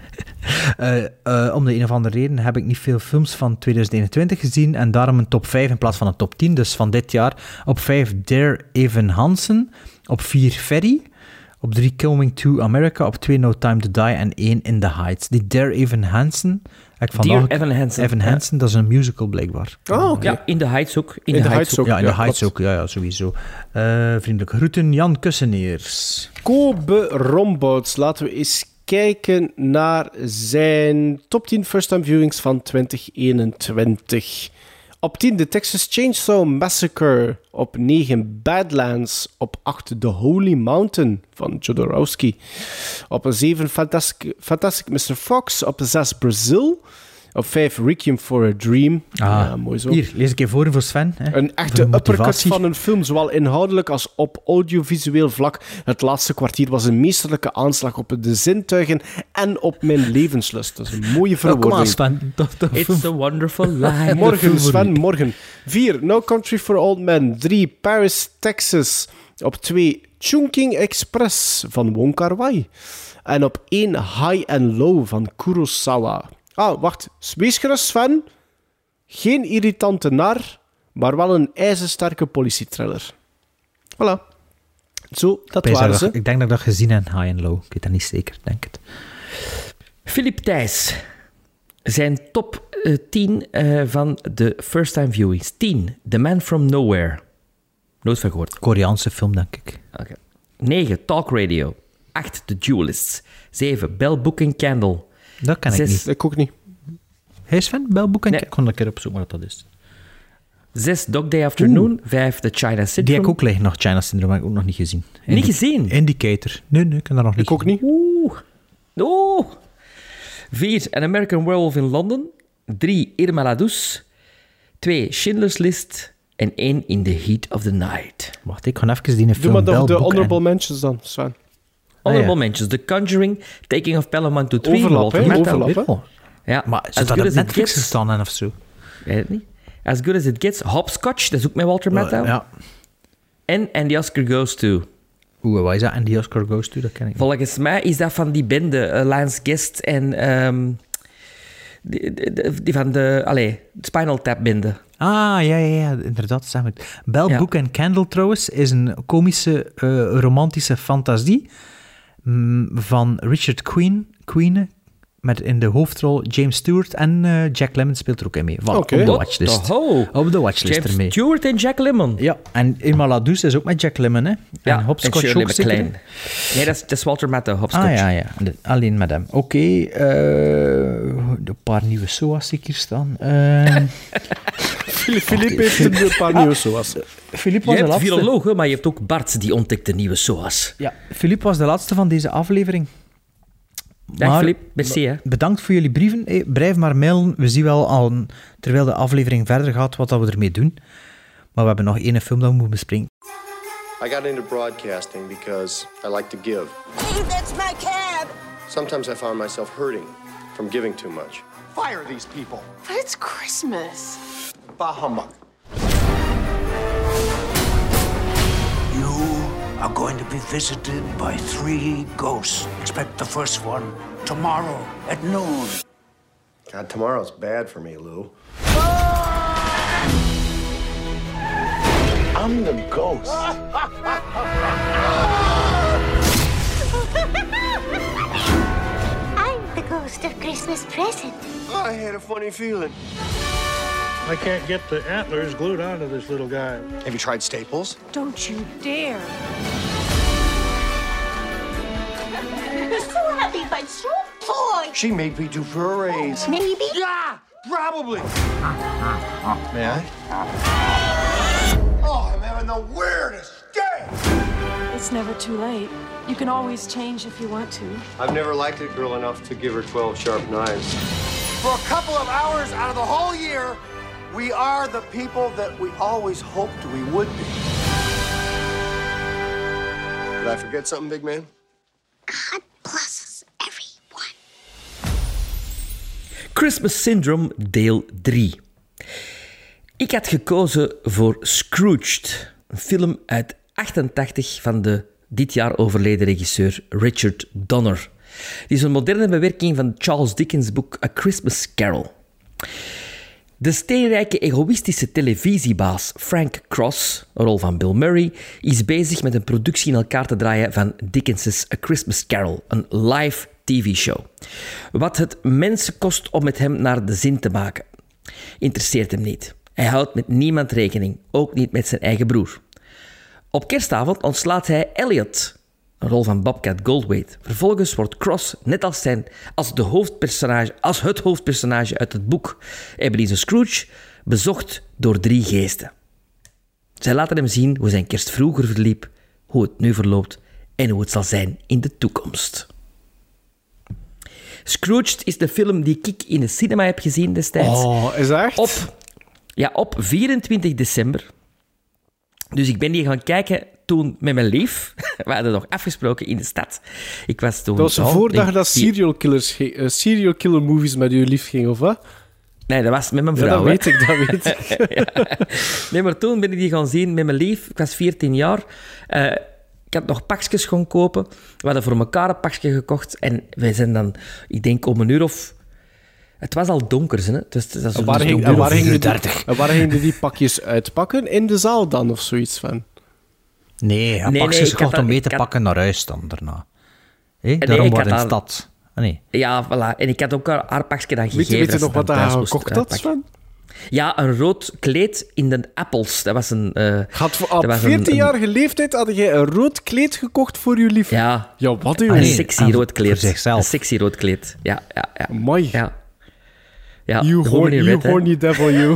Om de een of andere reden heb ik niet veel films van 2021 gezien en daarom een top 5 in plaats van een top 10. Dus van dit jaar op 5 Dear Evan Hansen, op 4 Ferry, op 3 Coming to America, op 2 No Time to Die en 1 In the Heights. Die Dear Evan Hansen... Dear Evan Hansen. Evan Hansen, dat is een musical blijkbaar. Oh, oké. Ja, In the Heights ook. In the Heights ook. Ja, In the Heights ook. Ja, sowieso. Vriendelijke groeten, Jan Kusseneers. Kobe Rombouts. Laten we eens kijken naar zijn top 10 first-time viewings van 2021. Op 10 The Texas Chainsaw Massacre. Op 9 Badlands. Op 8 The Holy Mountain van Jodorowsky. Op 7 Fantastic Mr. Fox. Op 6 Brazil. Op 5 Requiem for a Dream. Ja, mooi zo. Hier, lees ik even voor Sven. Hè. Een echte uppercut van een film, zowel inhoudelijk als op audiovisueel vlak. Het laatste kwartier was een meesterlijke aanslag op de zintuigen en op mijn levenslust. Dat is een mooie verwoording. Sven. It's a wonderful life. Morgen, Sven, morgen. 4, No Country for Old Men. 3, Paris, Texas. Op 2, Chungking Express van Wong Kar-wai. En op 1, High and Low van Kurosawa. Ah, wacht. Wees gerust, Sven. Geen irritante nar, maar wel een ijzersterke politietriller. Voilà. Zo, dat waren ze. Ik denk dat ik dat gezien heb, High and Low. Ik weet dat niet zeker, denk het. Philip Thijs. Zijn top 10 van de first-time viewings. 10. The Man From Nowhere. Nooit van gehoord. Koreaanse film, denk ik. Okay. 9. Talk Radio. 8. The Duelists. 7. Bell Book and Candle. Dat ken 6, ik niet. Ik ook niet. Hij is fan? Bell Book and Nee. Candle? Ik kon een keer opzoeken wat dat is. 6. Dog Day Afternoon. 5. The China Die Syndrome. heb ik ook liggen nog. China Syndrome heb ik ook nog niet gezien. Niet gezien? Indicator. Nee, ik heb dat nog niet. Ik ook niet. Oeh. 4. An American Werewolf in London. 3. Irma la Douce. 2. Schindler's List. En 1. In the Heat of the Night. Wacht, ik ga even die film Doe maar Bell nog de Book honorable and- mentions dan, Sven. Honorable mentions. The Conjuring. Taking of Pelham 1 to 3. Overlap, Walter hè? Matthau. Overlap, hè? Oh. Ja. Maar As zou dat Good op As It Netflix Gets. gestaan hebben of zo? Weet het niet. As Good As It Gets. Hopscotch. Dat is ook met Walter Matthau. Ja. En And the Oscar Goes To. Wat is dat? En die Oscar Goes To, dat ken ik niet. Volgens mij is dat van die bende. Lance Guest en... die van de Spinal Tap bende. Ah, ja, inderdaad. Zeg maar. Bell Ja. Book and Candle trouwens is een komische, romantische fantasie van Richard Queen, met in de hoofdrol James Stewart en Jack Lemmon speelt er ook in mee. Voilà, Oké. Op de What watchlist. the ho? Op de watchlist James ermee. Stewart en Jack Lemmon. Ja, en Irma la Douce is ook met Jack Lemmon, hè? Ja, en Hopscotch Shirley ook zeker, MacLaine. hè? Nee, dat is Walter Matthau, Hopscotch. Ah, ja. Alleen met hem. Oké, een paar nieuwe SOA's zie ik hier staan. Filip heeft een paar nieuwe SOA's. Filip Je was de hebt laatste. virologen, maar je hebt ook Bart, die ontdekte nieuwe SOA's. Ja, Filip was de laatste van deze aflevering. Dag Filip, merci hè. Bedankt voor jullie brieven. Blijf maar mailen. We zien wel al, terwijl de aflevering verder gaat, wat dat we ermee doen. Maar we hebben nog één film dat we moeten bespreken. I got into broadcasting because I like to give. Hey, that's my cab! Sometimes I found myself hurting from giving too much. Fire these people! But it's Christmas. Bah humbug. You are going to be visited by 3 ghosts. Expect the first one tomorrow at noon. God, tomorrow's bad for me, Lou. I'm the ghost. I'm the ghost of Christmas present. I had a funny feeling. I can't get the antlers glued onto this little guy. Have you tried Staples? Don't you dare. You're so happy, but so poor. She made me do for a raise. Maybe? Yeah, probably. May I? Oh, I'm having the weirdest day. It's never too late. You can always change if you want to. I've never liked a girl enough to give her 12 sharp knives. For a couple of hours out of the whole year, we are the people that we always hoped we would be. Did I forget something, big man? God blesses everyone. Christmas Syndrome, deel 3. Ik had gekozen voor Scrooged, een film uit 88 van de dit jaar overleden regisseur Richard Donner. Die is een moderne bewerking van Charles Dickens' boek A Christmas Carol. De steenrijke, egoïstische televisiebaas Frank Cross, een rol van Bill Murray, is bezig met een productie in elkaar te draaien van Dickens' A Christmas Carol, een live TV-show. Wat het mensen kost om met hem naar de zin te maken, interesseert hem niet. Hij houdt met niemand rekening, ook niet met zijn eigen broer. Op kerstavond ontslaat hij Elliot, een rol van Bobcat Goldthwait. Vervolgens wordt Cross, net als het hoofdpersonage uit het boek Ebenezer Scrooge, bezocht door 3 geesten. Zij laten hem zien hoe zijn kerst vroeger verliep, hoe het nu verloopt en hoe het zal zijn in de toekomst. Scrooged is de film die ik in de cinema heb gezien destijds. Oh, is dat echt? Op 24 december. Dus ik ben die gaan kijken toen met mijn lief. We hadden nog afgesproken in de stad. Ik was toen... Dat was voordat dat serial killer movies met je lief ging, of wat? Nee, dat was met mijn vrouw. Ja, dat weet ik. Ja. Nee, maar toen ben ik die gaan zien met mijn lief. Ik was 14 jaar. Ik had nog pakjes gaan kopen. We hadden voor elkaar een pakje gekocht. En wij zijn dan, ik denk om 1 uur of... Het was al donker, hè? Dus dat is waar gingen die pakjes uitpakken? In de zaal dan, of zoiets van? Nee, hij pakjes gekocht om mee te pakken naar huis dan daarna. Daarom waren in de stad. Nee. Ja, voilà. En ik had ook haar pakje dan gegeven. Weet je nog wat dan hij thuis moest gekocht had, uitpakken. Sven? Ja, een rood kleed in de Apples. Dat was een... Op 14-jarige leeftijd had jij een rood kleed gekocht voor je lief. Ja. Ja, wat Een doe je? sexy rood kleed. Voor zichzelf. Een sexy rood kleed. Ja. Mooi. Ja. Ja, You de woman in red, hè. horny devil, you.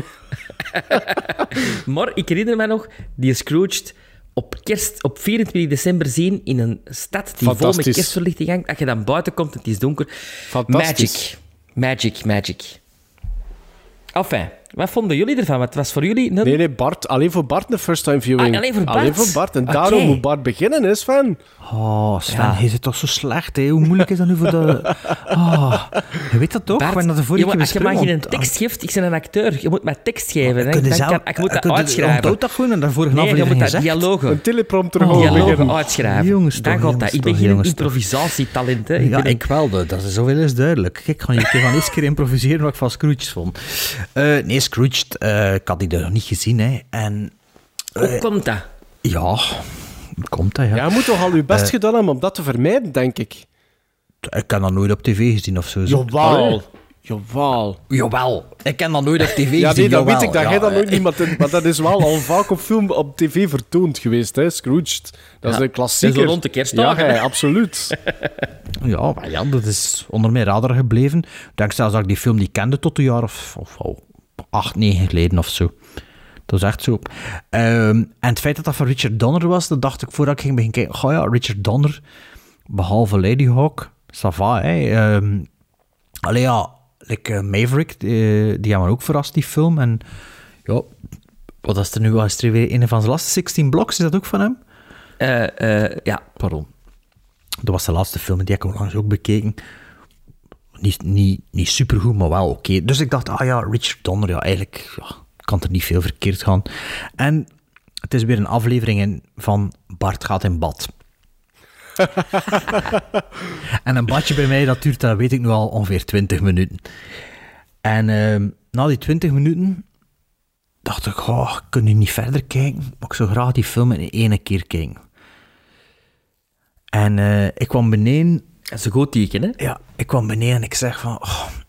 Maar ik herinner me nog, die Scrooge op 24 december zien in een stad die vol met kerstverlichting hangt. Als je dan buiten komt en het is donker. Fantastisch. Magic. Enfin, wat vonden jullie ervan? Wat was voor jullie... Nee, Bart. Alleen voor Bart de first time viewing. Alleen voor Bart? En daarom moet Bart beginnen, hè, Sven? Oh, Sven, je zit toch zo slecht, hè? Hoe moeilijk is dat nu voor de... Oh, je weet dat toch? Bart, dat de vorige jongen, als je mij besproken, geen tekst geeft, ik ben een acteur. Je moet mij tekst geven. Hè? Ik moet dat Je uitschrijven. onthoudt dat gewoon en daarvoor Nee, je moet dat gezegd. dialogen. Een teleprompter gewoon Dialogen beginnen. uitschrijven. Jongens Dan toch, gaat dat. Ik ben jongens geen toch. improvisatietalent. Hè. Ik wel, dat is zoveel is duidelijk. Kijk, ik ga eens keer improviseren wat ik van Scrooge vond. Nee, Scrooge, ik had die er nog niet gezien. Hè. En, hoe komt dat? Ja, komt dat, ja. Ja, je moet toch al je best gedaan hebben om dat te vermijden, denk ik. Ik heb dat nooit op tv gezien of zo. Jawel. Ik heb dat nooit op tv gezien. Ja, nee, dat weet ik. Dat ja, jij dat nooit niet... Maar dat is wel al vaak op film op tv vertoond geweest, hè, Scrooge. Dat is een klassieker. Zo rond de kerstdagen. Ja, absoluut. Ja, maar ja, dat is onder mijn radar gebleven. Ik denk zelfs dat ik die film niet kende tot een jaar of 8, 9 geleden of zo. Dat is echt zo. En het feit dat dat van Richard Donner was, dat dacht ik voordat ik ging beginnen kijken. Oh ja, Richard Donner, behalve Ladyhawke, ça va, hè. Allee ja, Maverick, die hebben me ook verrast, die film. En ja, wat is er nu? Is er weer een van zijn laatste 16 Blocks? Is dat ook van hem? Ja. Pardon. Dat was de laatste film, die heb ik onlangs ook bekeken. Niet supergoed, maar wel oké. Dus ik dacht, Richard Donner, ja, eigenlijk kan er niet veel verkeerd gaan. En het is weer een aflevering van Bart gaat in bad. En een badje bij mij, dat duurt, dat weet ik nu al, ongeveer 20 minuten. En na die 20 minuten dacht ik, ik kan nu niet verder kijken, maar ik zou graag die film in één keer kijken. En ik kwam beneden... Dat is een goed teken, hè? Ja, ik kwam beneden en ik zeg van...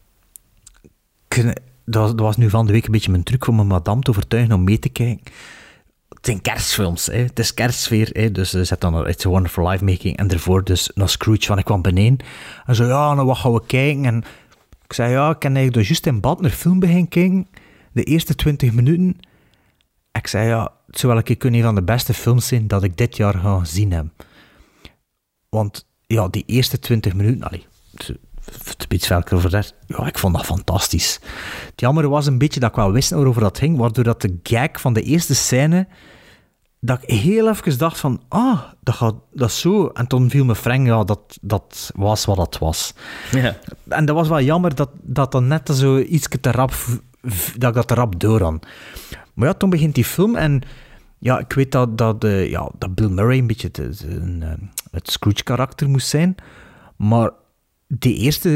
dat was nu van de week een beetje mijn truc om mijn madame te overtuigen om mee te kijken. Het zijn kerstfilms, hè. Het is kerstsfeer, hè. Dus zet dan It's a Wonderful Life Making en ervoor dus naar Scrooge, want ik kwam beneden. En zo, nou wat gaan we kijken? En ik zei, ik kan eigenlijk dus juist in bad naar film beginnen kijken. De eerste 20 minuten. Ik zei, het zou wel een keer een van de beste films zijn dat ik dit jaar ga zien heb. Want ja, die eerste 20 minuten, het iets velker over dat. Ja, ik vond dat fantastisch. Het jammer was een beetje dat ik wel wist waarover dat ging, waardoor dat de gag van de eerste scène, dat ik heel even dacht van, dat is zo. En toen viel me Frank, dat was wat dat was. Ja. En dat was wel jammer dat dan net zo iets te rap, dat ik dat te rap door had. Maar ja, toen begint die film en ja, ik weet dat Bill Murray een beetje het Scrooge-karakter moest zijn, maar die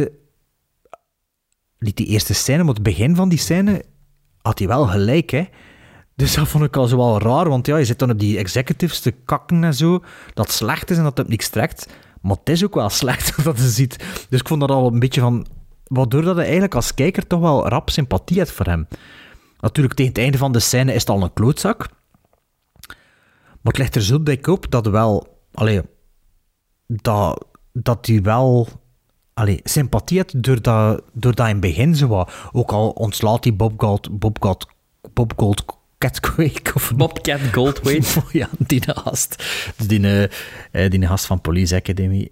eerste scène, maar het begin van die scène had hij wel gelijk, hè. Dus dat vond ik al zo wel raar, want ja, je zit dan op die executives te kakken en zo, dat slecht is en dat het niks trekt, maar het is ook wel slecht dat je ziet. Dus ik vond dat al een beetje van, waardoor dat je eigenlijk als kijker toch wel rap sympathie hebt voor hem. Natuurlijk, tegen het einde van de scène is het al een klootzak, maar het ligt er zo dik op dat wel, dat hij wel sympathie had doordat in het begin zo wat, ook al ontslaat hij Bob Goldthwait of Bobcat Goldthwait. Ja, die gast. Dus die gast van Police Academy.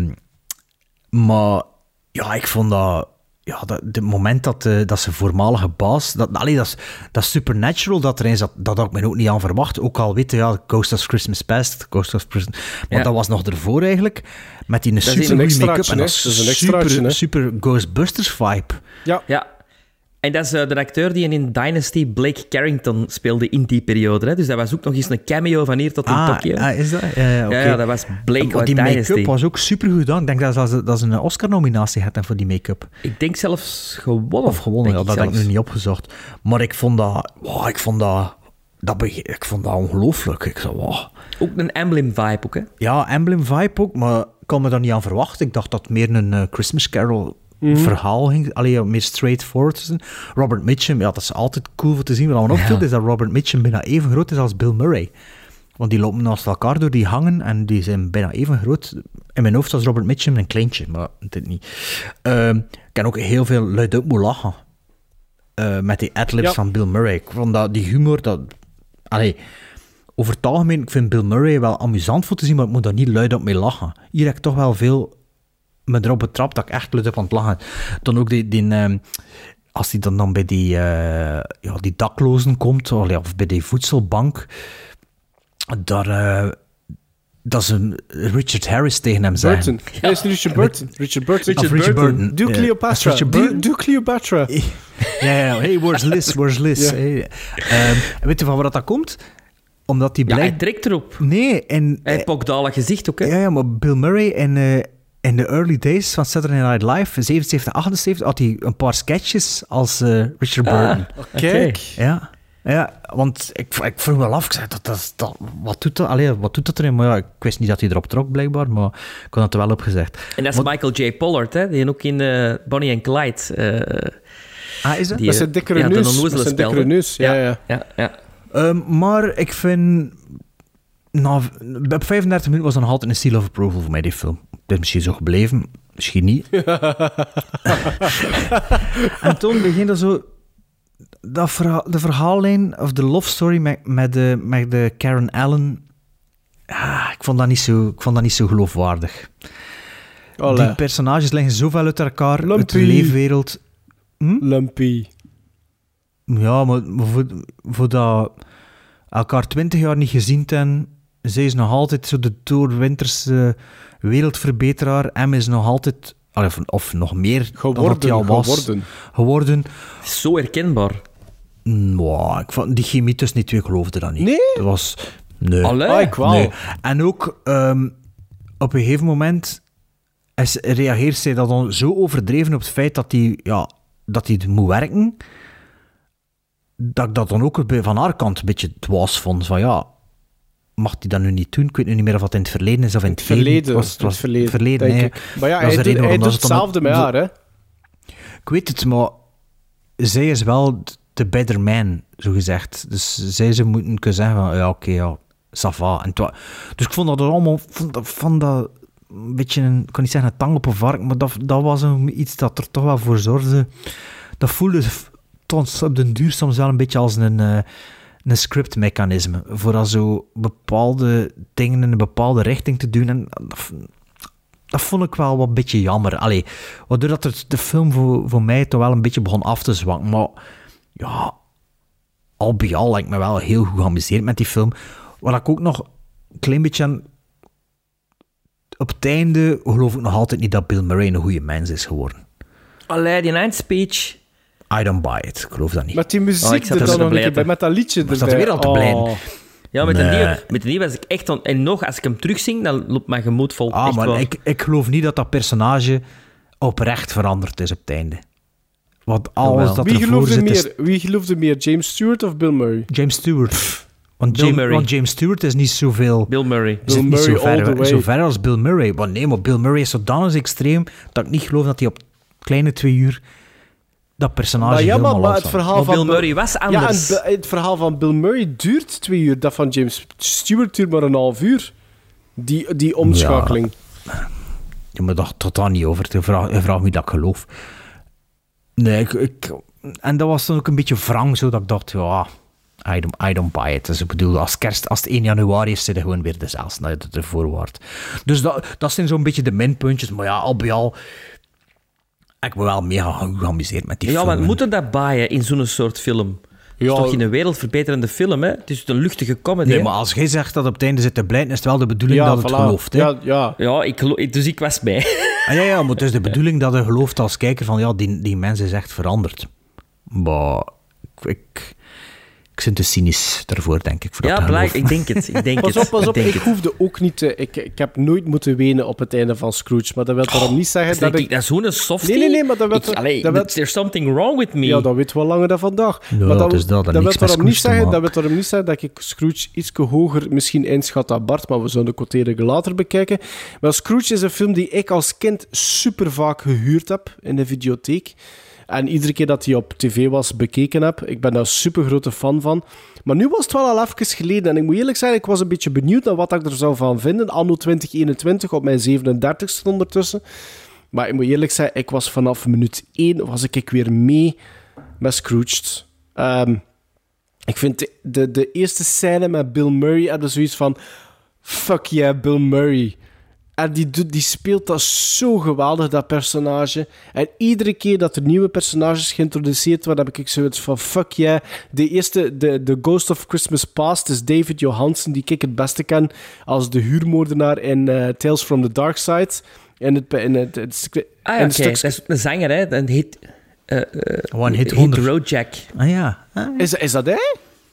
Maar ja, ik vond dat... Ja, het moment dat ze voormalige baas... Dat is supernatural dat erin zat. Dat had ik me ook niet aan verwacht. Ook al weet je, Ghost of Christmas Past. Maar dat was nog ervoor eigenlijk. Met die super make-up. En dat is super Ghostbusters vibe. Ja. En dat is de acteur die in Dynasty Blake Carrington speelde in die periode. Hè? Dus dat was ook nog eens een cameo van hier tot in Tokio. Is dat? Okay. Ja, dat was Blake uit die Dynasty. make-up was ook super goed gedaan. Ik denk dat ze een Oscar-nominatie hadden voor die make-up. Ik denk zelfs gewonnen. Of gewonnen, dat heb ik nu niet opgezocht. Maar ik vond dat ongelooflijk. Ik zei, wow. Ook een Emblem-vibe ook, hè? Ja, Emblem-vibe ook, maar kan me daar niet aan verwachten. Ik dacht dat het meer een Christmas Carol verhaal ging. Allee, meer straightforward. Robert Mitchum, ja, dat is altijd cool voor te zien. Wat me opviel is dat Robert Mitchum bijna even groot is als Bill Murray. Want die lopen naast elkaar door die hangen en die zijn bijna even groot. In mijn hoofd was Robert Mitchum een kleintje, maar dit niet. Ik kan ook heel veel luidop moeten lachen. Met die adlibs van Bill Murray. Ik vond dat die humor... over het algemeen, ik vind Bill Murray wel amusant voor te zien, maar ik moet daar niet luid op mee lachen. Hier heb ik toch wel veel me erop betrapt dat ik echt luid op aan het lachen. Dan ook als hij dan bij die daklozen komt, of bij die voedselbank, dat is een Richard Harris tegen hem zeggen. Burton. Ja, is Richard Burton. Richard Burton. Doe Cleopatra. Doe Cleopatra. Ja. Hey, where's Liz? Ja. Weet je van waar dat komt? Omdat hij hij trekt erop. Nee. Hij heeft pokdalig gezicht ook, hè? Ja, maar Bill Murray in de early days van Saturday Night Live, 77, 78, had hij een paar sketches als Richard Burton. Kijk. Ja, want ik vroeg wel af, ik zei, wat doet dat erin? Maar ja, ik wist niet dat hij erop trok, blijkbaar, maar ik had het er wel op gezegd. En dat is Michael J. Pollard, hè? Die ook in Bonnie and Clyde... is dat? Dat is een dikkere neus. Ja. Maar ik vind... op 35 minuten was dan altijd een seal of approval voor mij, die film. Dat is misschien zo gebleven, misschien niet. En toen begint er zo... de verhaallijn, of de love story met de Karen Allen... ik vond dat niet zo geloofwaardig. Die personages liggen zoveel uit elkaar. Het leefwereld... Lumpy. Ja, maar voor dat elkaar 20 jaar niet gezien hebben, zij is nog altijd zo de doorwinterse wereldverbeteraar. M is nog altijd, of nog meer dan dat hij al was. Geworden. Zo herkenbaar. Nou, ik vond die chemie tussen die twee geloofde dat niet. Nee? Dat was... Nee. Allee, nee. En ook op een gegeven moment reageert zij dat dan zo overdreven op het feit dat hij moet werken, dat ik dat dan ook van haar kant een beetje dwaas vond. Van mag hij dat nu niet doen? Ik weet nu niet meer of dat in het verleden is of in het verleden. Het was het verleden, nee. Maar ja, hij doet hetzelfde met haar, hè? Ik weet het, maar zij is wel de better man, zo gezegd. Dus zij ze moeten kunnen zeggen van, ça va. Dus ik vond dat allemaal... Vond dat een beetje ik kan niet zeggen een tang op een vark, maar dat was iets dat er toch wel voor zorgde. Dat voelde op den duur soms wel een beetje als een scriptmechanisme. Voor al zo bepaalde dingen in een bepaalde richting te doen. En dat vond ik wel wat een beetje jammer. Waardoor dat de film voor mij toch wel een beetje begon af te zwakken. Maar ja, al bij al heb ik me wel heel goed geamuseerd met die film. Waar ik ook nog een klein beetje aan... Op het einde geloof ik nog altijd niet dat Bill Murray een goede mens is geworden. Die eindspeech... I don't buy it. Ik geloof dat niet. Met die muziek er dan nog een keer bij, met dat liedje erbij. Ik zat er weer al te blijven. Ja, met die was ik echt... En nog, als ik hem terugzing, dan loopt mijn gemoed vol. Maar ik geloof niet dat personage oprecht veranderd is op het einde. Want alles dat ervoor zit... Wie geloofde meer, James Stewart of Bill Murray? James Stewart. Want James Stewart is niet zoveel... Bill Murray. Is niet zo ver als Bill Murray. Maar nee, maar Bill Murray is zodanig extreem dat ik niet geloof dat hij op kleine 2 uur dat personage helemaal maar het verhaal van Bill Murray was anders. Ja, en het verhaal van Bill Murray duurt 2 uur. Dat van James Stewart duurt maar een half uur. Die omschakeling. Ja, maar dat totaal niet over. Je vraagt me dat ik geloof. Nee, en dat was dan ook een beetje wrang, zo dat ik dacht, I don't buy it. Dus ik bedoel, als het 1 januari is, zit er gewoon weer dezelfde ervoorwaarts. Dus dat zijn zo'n beetje de minpuntjes. Maar ja, al bij al... Ik ben wel mega geamuseerd met die film. Ja, maar moeten dat baaien in zo'n soort film? Het is toch geen wereldverbeterende film, hè? Het is een luchtige comedy. Nee, maar als jij zegt dat op het einde zit te blijven, is het wel de bedoeling dat het gelooft. Hè? Dus ik was bij. Ja, maar het is de bedoeling dat je gelooft als kijker van, die mens is echt veranderd. Maar Ik ben te cynisch daarvoor, denk ik. Voor Ja, blijk, ik denk het. Pas op, ik hoefde ook niet te... Ik heb nooit moeten wenen op het einde van Scrooge, maar dat wil daarom niet zeggen dat ik... Dat is zo'n softie. Nee, maar dat wil... There's something wrong with me. Ja, dat weet wel langer dan vandaag. No, maar dat wil daarom niet zeggen dat ik Scrooge iets hoger misschien inschat dan Bart, maar we zullen de quoteringen later bekijken. Maar Scrooge is een film die ik als kind super vaak gehuurd heb in de videotheek. En iedere keer dat hij op tv was, bekeken heb. Ik ben daar super grote fan van. Maar nu was het wel al even geleden. En ik moet eerlijk zeggen, ik was een beetje benieuwd naar wat ik er zou van vinden. Anno 2021, op mijn 37ste ondertussen. Maar ik moet eerlijk zeggen, ik was vanaf minuut 1 was ik weer mee met Scrooge. Ik vind de eerste scène met Bill Murray, heb je zoiets van... Fuck yeah, Bill Murray. En die speelt dat zo geweldig, dat personage. En iedere keer dat er nieuwe personages geïntroduceerd worden, heb ik zoiets van, fuck yeah. De eerste, de Ghost of Christmas Past, is David Johansen, die ik het beste ken als de huurmoordenaar in Tales from the Dark Side. Dat is een zanger, hè. Dat heet... One Hit Wonder. Roadjack. Ah ja. Is dat hij?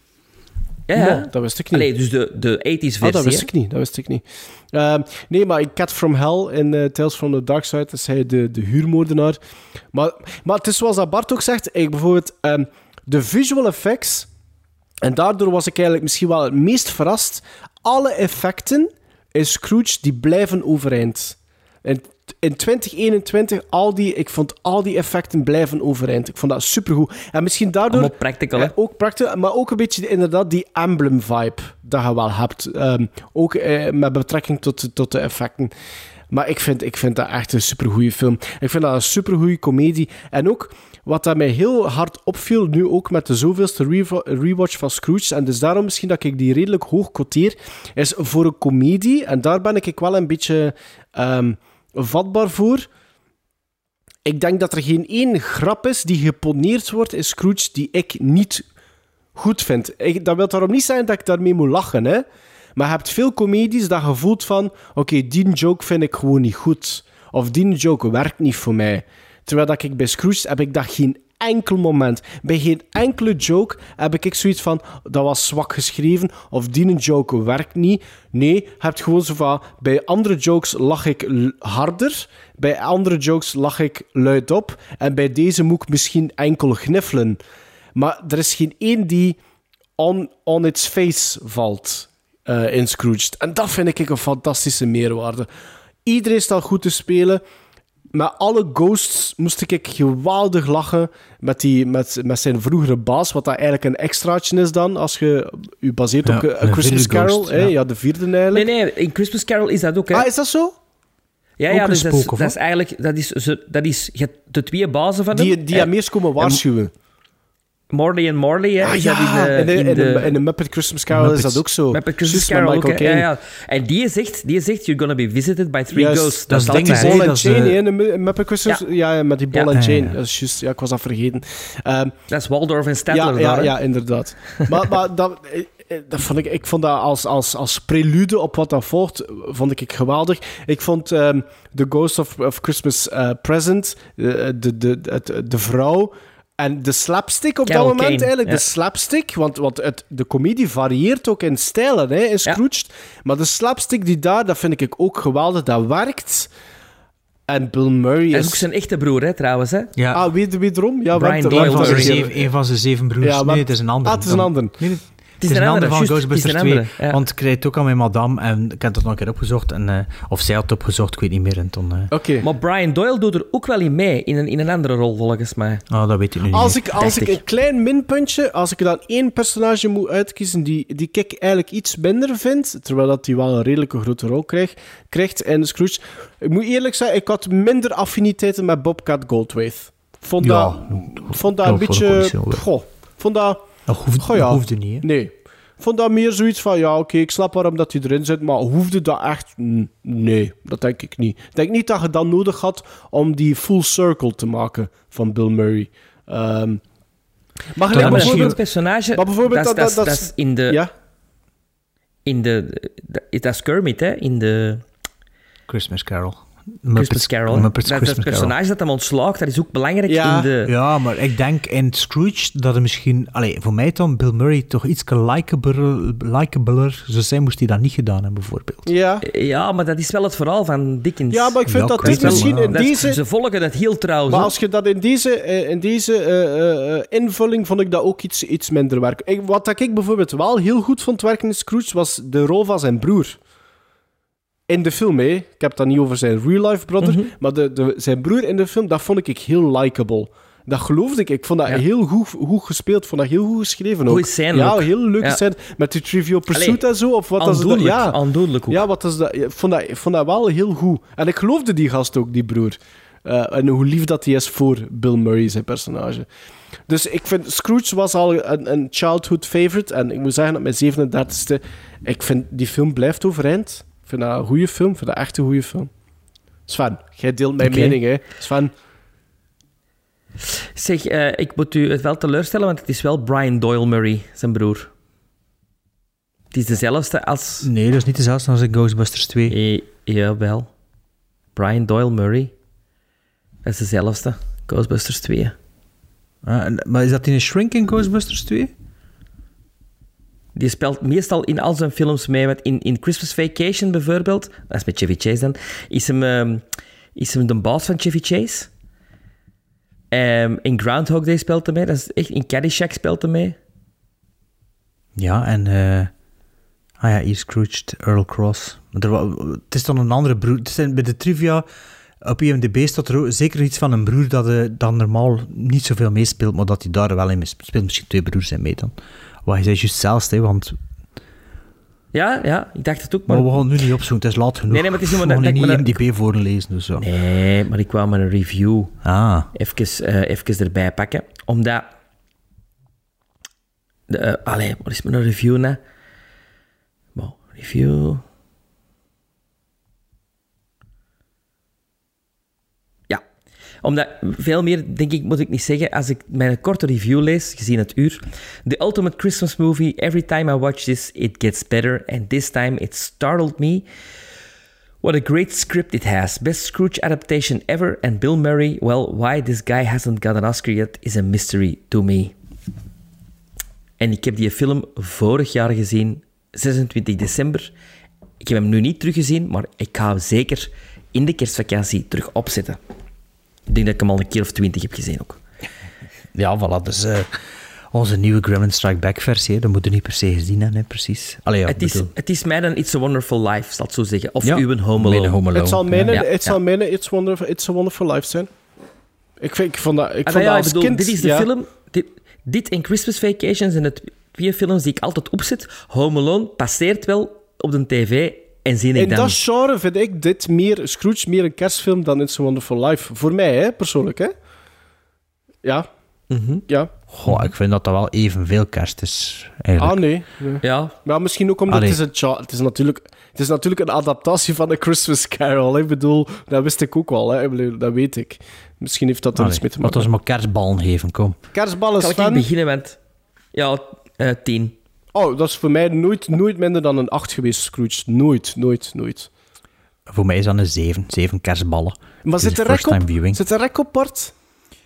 Ja. No, dat wist ik niet. Allee, dus de 80s versie. Dat wist ik niet. Nee, maar in Cat from Hell in Tales from the Dark Side is hij de huurmoordenaar. Maar het is zoals dat Bart ook zegt, bijvoorbeeld de visual effects, en daardoor was ik eigenlijk misschien wel het meest verrast, alle effecten in Scrooge, die blijven overeind. In 2021, ik vond al die effecten blijven overeind. Ik vond dat supergoed. En misschien daardoor... Allemaal practical, hè? Ook practical, maar ook een beetje inderdaad die emblem-vibe dat je wel hebt. Ook met betrekking tot de effecten. Maar ik vind dat echt een supergoeie film. Ik vind dat een supergoeie komedie. En ook, wat dat mij heel hard opviel, nu ook met de zoveelste rewatch van Scrooge, en dus daarom misschien dat ik die redelijk hoog quoteer, is voor een komedie, en daar ben ik wel een beetje... vatbaar voor. Ik denk dat er geen één grap is die geponeerd wordt in Scrooge die ik niet goed vind. Dat wil daarom niet zijn dat ik daarmee moet lachen, hè. Maar je hebt veel comedies dat je voelt van... Oké, die joke vind ik gewoon niet goed. Of die joke werkt niet voor mij. Terwijl dat ik bij Scrooge heb ik dat geen enkel moment. Bij geen enkele joke heb ik zoiets van... Dat was zwak geschreven. Of die joke werkt niet. Nee, je hebt gewoon zo van... Bij andere jokes lach ik harder. Bij andere jokes lach ik luidop. En bij deze moet ik misschien enkel gniffelen. Maar er is geen één die on its face valt in Scrooge. En dat vind ik een fantastische meerwaarde. Iedereen staat goed te spelen... Met alle ghosts moest ik geweldig lachen met zijn vroegere baas, wat dat eigenlijk een extraatje is dan, als je baseert op A Christmas Carol. Ghost, ja, de vierde eigenlijk. Nee, in Christmas Carol is dat ook, hè. Ah, is dat zo? Ja, dus dat is eigenlijk... Dat is de twee bazen van hem. Die hem eerst komen waarschuwen. Morley en Morley, hè. In de Muppet Christmas Carol Muppets. Is dat ook zo. Muppet Christmas Carol ook, ja. En die zegt, you're gonna be visited by three ghosts. Dat is denk ik Ball and Chain, hè, in Muppet Christmas... Ja, met die Ball and Chain. Dat is juist, ik was dat vergeten. Dat is Waldorf en Statler. Ja, inderdaad. maar dat vond dat als prelude op wat dat volgt, vond ik geweldig. Ik vond The Ghost of Christmas Present, de vrouw... En de slapstick op dat moment eigenlijk, de slapstick, want de comedie varieert ook in stijlen, hè, in Scrooge. Maar de slapstick die dat vind ik ook geweldig, dat werkt. En Bill Murray is... Dat is ook zijn echte broer, hè, trouwens, hè? Ja. Wederom? Ja, Brian Doyle. Een van zijn 7 broers. Ja, nee, het is een ander. Het is een ander. Nee, het is een ander van Ghostbusters 2. Ja. Want ik kreeg het ook al met madame en ik heb het nog een keer opgezocht. Of zij had het opgezocht, ik weet niet meer. Okay. Maar Brian Doyle doet er ook wel in mee, in een andere rol, volgens mij. Oh, dat weet ik nu niet. Als ik een klein minpuntje, als ik dan één personage moet uitkiezen die ik eigenlijk iets minder vind, terwijl dat hij wel een redelijke grote rol krijgt in Scrooge. Ik moet eerlijk zeggen, ik had minder affiniteiten met Bobcat Goldthwait. Vond dat een beetje... Vond dat... Dat hoefde niet, hè? Nee. Ik vond dat meer zoiets van, oké, ik snap waarom dat hij erin zit, maar hoefde dat echt? Nee, dat denk ik niet. Ik denk niet dat je dat nodig had om die full circle te maken van Bill Murray. Maar bijvoorbeeld personage... Maar bijvoorbeeld dat is in de... Ja? Dat is Kermit, hè? In de... Christmas Carol. Christmas Carol. Muppets Dat Christmas Carol. personage dat hem ontslaagt, dat is ook belangrijk in de... Ja, maar ik denk in Scrooge dat er misschien... Allee, voor mij dan Bill Murray toch iets likeabeler zou zijn, moest hij dat niet gedaan hebben, bijvoorbeeld. Ja, maar dat is wel het verhaal van Dickens. Ja, maar ik vind dat dit misschien in deze... Ze volgen het heel trouw. Maar als je dat in deze invulling vond ik dat ook iets minder werken. Wat ik bijvoorbeeld wel heel goed vond werken in Scrooge was de rol van zijn broer. In de film, hè. Ik heb het dan niet over zijn real-life brother, maar zijn broer in de film, dat vond ik heel likable. Dat geloofde ik. Ik vond dat heel goed gespeeld. Ik vond dat heel goed geschreven ook. Goeie scène ja, ook. heel leuke scène. Met de Trivial Pursuit en zo. Of wat is dat? Ja, aandoenlijk ook. Ja, wat is dat? Ik vond dat wel heel goed. En ik geloofde die gast ook, die broer. En hoe lief dat hij is voor Bill Murray, zijn personage. Dus ik vind, Scrooge was al een childhood favorite. En ik moet zeggen, op mijn 37e, ik vind, die film blijft overeind. Ik vind dat een goede film. Ik vind dat echt een goede film. Sven, jij deelt mijn mening, hè. Sven... Zeg, ik moet u het wel teleurstellen, want het is wel Brian Doyle Murray, zijn broer. Het is dezelfde als... Nee, dat is niet dezelfde als in Ghostbusters 2. Jawel. Brian Doyle Murray. Dat is dezelfde. Ghostbusters 2. Maar is dat in een Shrink in Ghostbusters 2? Die speelt meestal in al zijn films mee. Want in Christmas Vacation bijvoorbeeld, dat is met Chevy Chase dan, is hem de baas van Chevy Chase. In Groundhog Day speelt hij mee. Dat is echt, in Caddyshack speelt hij mee. Ja, en... hier Scrooged, Earl Cross. Het is dan een andere broer. Bij de trivia op IMDb staat er ook zeker iets van een broer dat dan normaal niet zoveel meespeelt, maar dat hij daar wel in speelt. Misschien 2 broers zijn mee dan. Wat hij zei juist zelfs, hè, want... Ja, ik dacht het ook. Maar we gaan het nu niet opzoeken, het is laat genoeg. Nee, maar het is we gaan niet IMDb voorlezen. Dus zo. Nee, maar ik wou met een review even erbij pakken. Omdat... wat is mijn review, nou? Wow, review... Omdat veel meer, denk ik, moet ik niet zeggen. Als ik mijn korte review lees, gezien het uur. The ultimate Christmas movie. Every time I watch this, it gets better. And this time it startled me. What a great script it has. Best Scrooge adaptation ever. And Bill Murray, well, why this guy hasn't got an Oscar yet is a mystery to me. En ik heb die film vorig jaar gezien, 26 december. Ik heb hem nu niet teruggezien, maar ik ga hem zeker in de kerstvakantie terug opzetten. Ik denk dat ik hem al een keer of 20 heb gezien ook. Ja, voilà. Dus onze nieuwe Gremlins Strike Back versie, dat moet je niet per se gezien hebben, hè, precies. Allee, ja, het is mij dan It's a Wonderful Life, zal ik zo zeggen. Of uw Home Alone. Het zal mijn It's a Wonderful Life zijn. Ik vond dat als kind... Dit is de film... Dit en Christmas Vacation zijn de 2 films die ik altijd opzet. Home Alone passeert wel op de tv... In dat genre vind ik dit Scrooge meer een kerstfilm dan It's a Wonderful Life. Voor mij, hè, persoonlijk, hè. Ja. Ja. Goh, ik vind dat wel evenveel kerst is, eigenlijk. Nee. Ja. Maar misschien ook omdat het is natuurlijk een adaptatie van A Christmas Carol. Hè. Ik bedoel, dat wist ik ook wel, hè. Dat weet ik. Misschien heeft dat er iets mee te maken. Laten we maar kerstballen geven, kom. Kerstballen, Sven. Kan ik beginnen met... Ja, 10. Oh, dat is voor mij nooit minder dan een 8 geweest, Scrooge. Nooit. Voor mij is dat een 7. 7 kerstballen. Maar zit er rek op, Bart?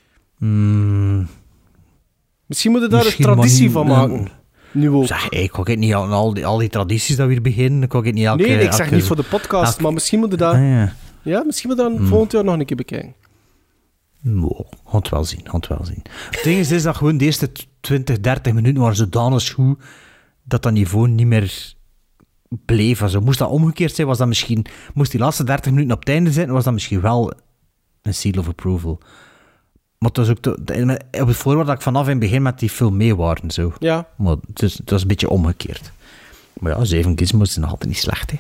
Misschien moeten we daar een traditie van maken. Nu ook. Zeg, ik ga niet al die tradities dat we hier beginnen. Ik zeg niet voor de podcast, maar misschien moeten we daar... Ja, misschien moeten we dan volgend jaar nog een keer bekijken. Gaan het wel zien. Het ding is dat gewoon de eerste 20, 30 minuten waren zodanig goed dat niveau niet meer bleef. Also, moest dat omgekeerd zijn, was dat misschien... Moest die laatste 30 minuten op het einde zijn, was dat misschien wel een seal of approval. Maar het was ook op het voorwaarde dat ik vanaf in het begin met die film mee waren. Zo. Ja. Maar het was een beetje omgekeerd. Maar ja, 7 gizmos is nog altijd niet slecht, hè.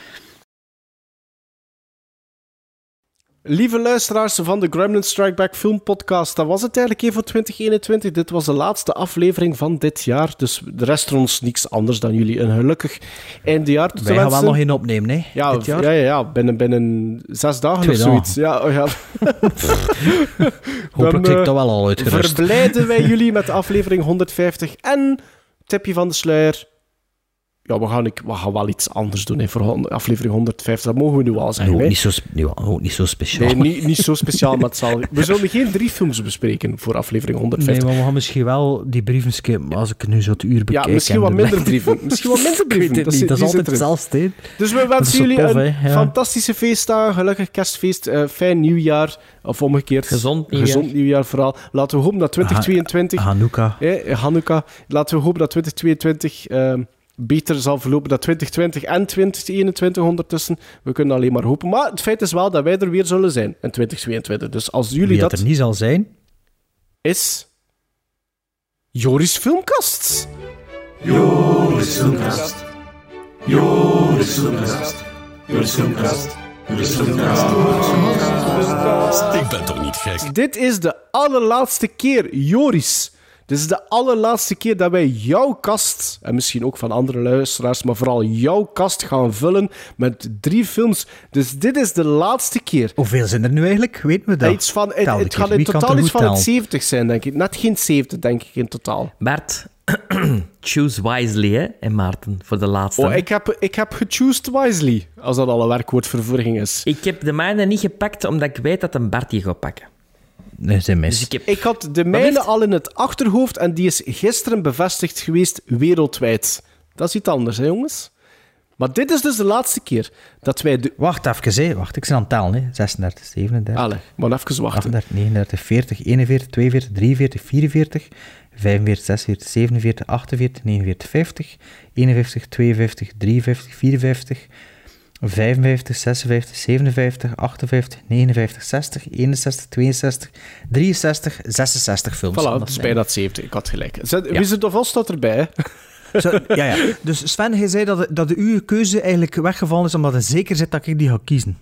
Lieve luisteraars van de Gremlins Strike Back filmpodcast, dat was het eigenlijk voor 2021. Dit was de laatste aflevering van dit jaar, dus de rest er ons niks anders dan jullie een gelukkig eindejaar toe te wensen. Wij gaan wel nog één opnemen, hè? Ja, dit jaar? Ja, binnen 6 dagen 2 of zoiets. Ja. Hopelijk heb ik dat wel al uitgerust. Verblijden wij jullie met aflevering 150 en tipje van de sluier. Ja, we gaan wel iets anders doen hè, voor aflevering 150. Dat mogen we nu al zeggen. Ook niet zo speciaal. Nee, niet zo speciaal, maar het zal... We zullen geen 3 films bespreken voor aflevering 150. Nee, maar we gaan misschien wel die brieven skippen, als ik nu zo het uur bekijk. Ja, misschien wat minder brieven. Misschien wat minder brieven. Ik weet het niet, dat is altijd hetzelfde. Dus we wensen jullie een fantastische feestdag, gelukkig kerstfeest, fijn nieuwjaar, of omgekeerd. Gezond nieuwjaar vooral. Laten we hopen dat 2022... Hanukkah. Laten we hopen dat 2022... beter zal verlopen dan 2020 en 2021 ondertussen. We kunnen alleen maar hopen. Maar het feit is wel dat wij er weer zullen zijn in 2022. Dus als jullie Wie dat... er niet zal zijn... is... Joris Filmkast. Joris Filmkast. Joris Filmkast. Joris Filmkast. Joris Filmkast. Ik ben toch niet gek? Dit is de allerlaatste keer, Joris. Dit is de allerlaatste keer dat wij jouw kast, en misschien ook van andere luisteraars, maar vooral jouw kast gaan vullen met 3 films. Dus dit is de laatste keer. Hoeveel zijn er nu eigenlijk? Weten we dat? Het gaat in totaal iets van het 70 zijn, denk ik. Net geen 70, denk ik, in totaal. Bert, choose wisely, hè, en Maarten, voor de laatste. Oh, ik heb gechoosed wisely, als dat al een werkwoordvervoeging is. Ik heb de mijne niet gepakt, omdat ik weet dat een Bert die gaat pakken. Nee, zijn mis. Dus ik had de mijne al in het achterhoofd en die is gisteren bevestigd geweest wereldwijd. Dat is iets anders, hè, jongens? Maar dit is dus de laatste keer dat wij... Wacht even, hè. Wacht, ik ben aan het tellen. Hè. 36, 37... Allee, maar even wachten. 38, 39, 40, 41, 42, 43, 44, 45, 46, 47, 48, 49, 50, 51, 52, 53, 54... 55, 56, 57, 58, 59, 60, 61, 62, 63, 66 films. Voilà, dat is bijna 70. Ik had gelijk. Wie zit of al staat erbij? Ja. Dus Sven, jij zei dat uw keuze eigenlijk weggevallen is omdat het zeker zit dat ik die ga kiezen.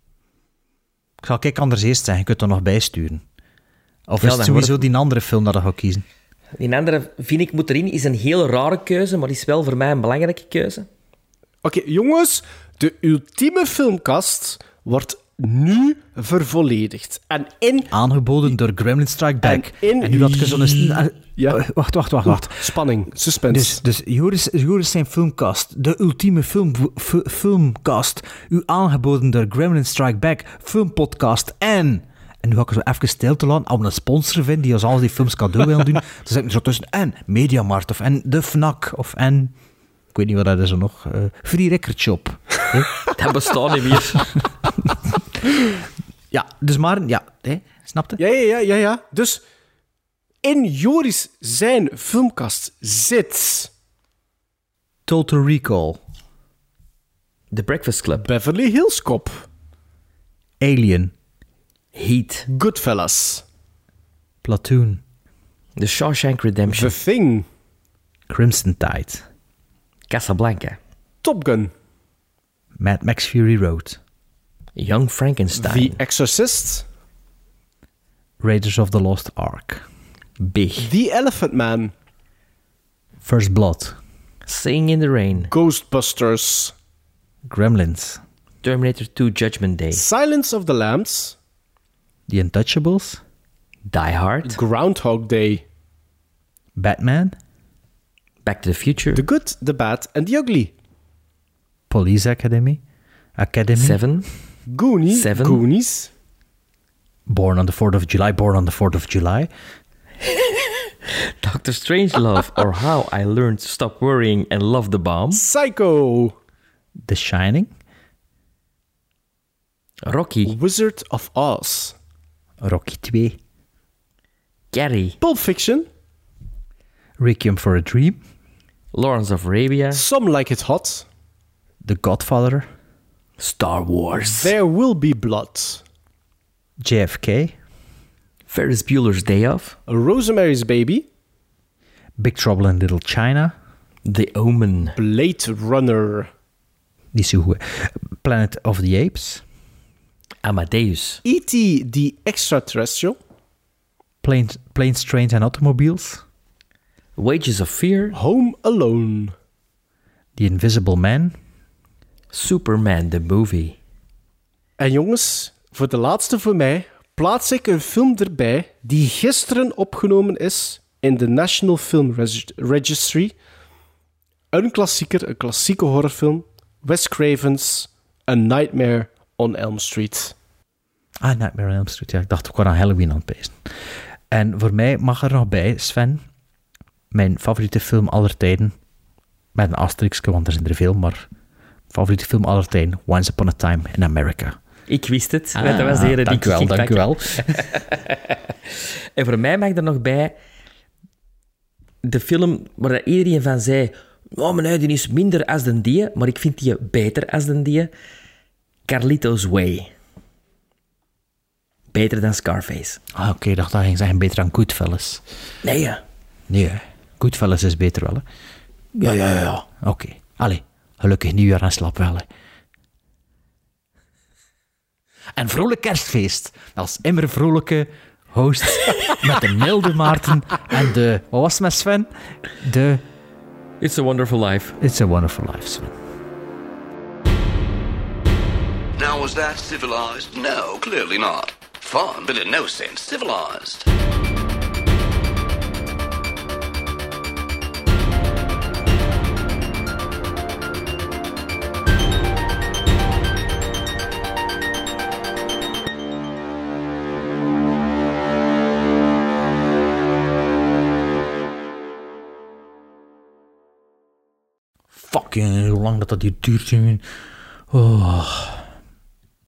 Ik zal kijk anders eerst zeggen, je kunt er nog bijsturen. Of is het sowieso die andere film dat je gaat kiezen? Die andere, vind ik, moet erin, is een heel rare keuze, maar is wel voor mij een belangrijke keuze. Oké, jongens, de ultieme filmkast wordt nu vervolledigd. Aangeboden door Gremlin Strike Back. En nu had je zo'n... Wacht. Spanning, suspense. Dus Joris zijn filmkast. De ultieme filmkast. U aangeboden door Gremlin Strike Back. Filmpodcast en nu ga ik er zo even stil te laten. Als we een sponsor vinden die ons al die films cadeau wil doen, dan zit ik er zo tussen. En Mediamarkt of en de Fnac of en... Ik weet niet wat dat is er nog. Free Record Shop. Dat bestaat niet meer. Ja, dus maar... Ja, snap je? Ja. Dus in Joris zijn filmkast zit... Total Recall. The Breakfast Club. Beverly Hills Cop. Alien. Heat. Goodfellas. Platoon. The Shawshank Redemption. The Thing. Crimson Tide. Casablanca. Top Gun. Mad Max Fury Road. Young Frankenstein. The Exorcist. Raiders of the Lost Ark. Big. The Elephant Man. First Blood. Sing in the Rain. Ghostbusters. Gremlins. Terminator 2 Judgment Day. Silence of the Lambs. The Untouchables. Die Hard. Groundhog Day. Batman. Back to the Future. The Good, The Bad and The Ugly. Police Academy. Seven. Goonies. Born on the 4th of July. Doctor Strangelove or How I Learned to Stop Worrying and Love the Bomb. Psycho. The Shining. Rocky. Wizard of Oz. Rocky 2. Carrie. Pulp Fiction. Requiem for a Dream. Lawrence of Arabia. Some Like It Hot. The Godfather. Star Wars. There Will Be Blood. JFK. Ferris Bueller's Day Off. Rosemary's Baby. Big Trouble in Little China. The Omen. Blade Runner. Die is zo goed. Planet of the Apes. Amadeus. E.T. The Extraterrestrial. Planes, Trains and Automobiles. Wages of Fear. Home Alone. The Invisible Man. Superman, the movie. En jongens, voor de laatste voor mij plaats ik een film erbij die gisteren opgenomen is in de National Film Registry. een klassieker, een klassieke horrorfilm. Wes Craven's A Nightmare on Elm Street. Nightmare on Elm Street. Ja, ik dacht ook wel aan Halloween aan het pezen. En voor mij mag er nog bij, Sven, mijn favoriete film aller tijden. Met een asterixje, want er zijn er veel, maar favoriete film aller tijden. Once Upon a Time in America. Ik wist het. Dat was de hele dank u wel. En voor mij mag er nog bij de film waar iedereen van zei, oh, maar nee, die is minder als de die, maar ik vind die beter als de die. Carlito's Way. Beter dan Scarface. Oké, ik dacht dat ging zeggen beter dan Goodfellas. Nee, ja. Nee, Goodfellas is beter wel, hè? Ja. Oké. Allee, gelukkig nieuwjaar en slap wel, hè. En vrolijk kerstfeest. Als immer vrolijke host met de milde Maarten en de... Wat was het met Sven? De... It's a Wonderful Life. It's a Wonderful Life, Sven. Now, was that civilized? No, clearly not. Fun, but in no sense civilized. Fucking, hoe lang dat hier duurt, jongen. Oh...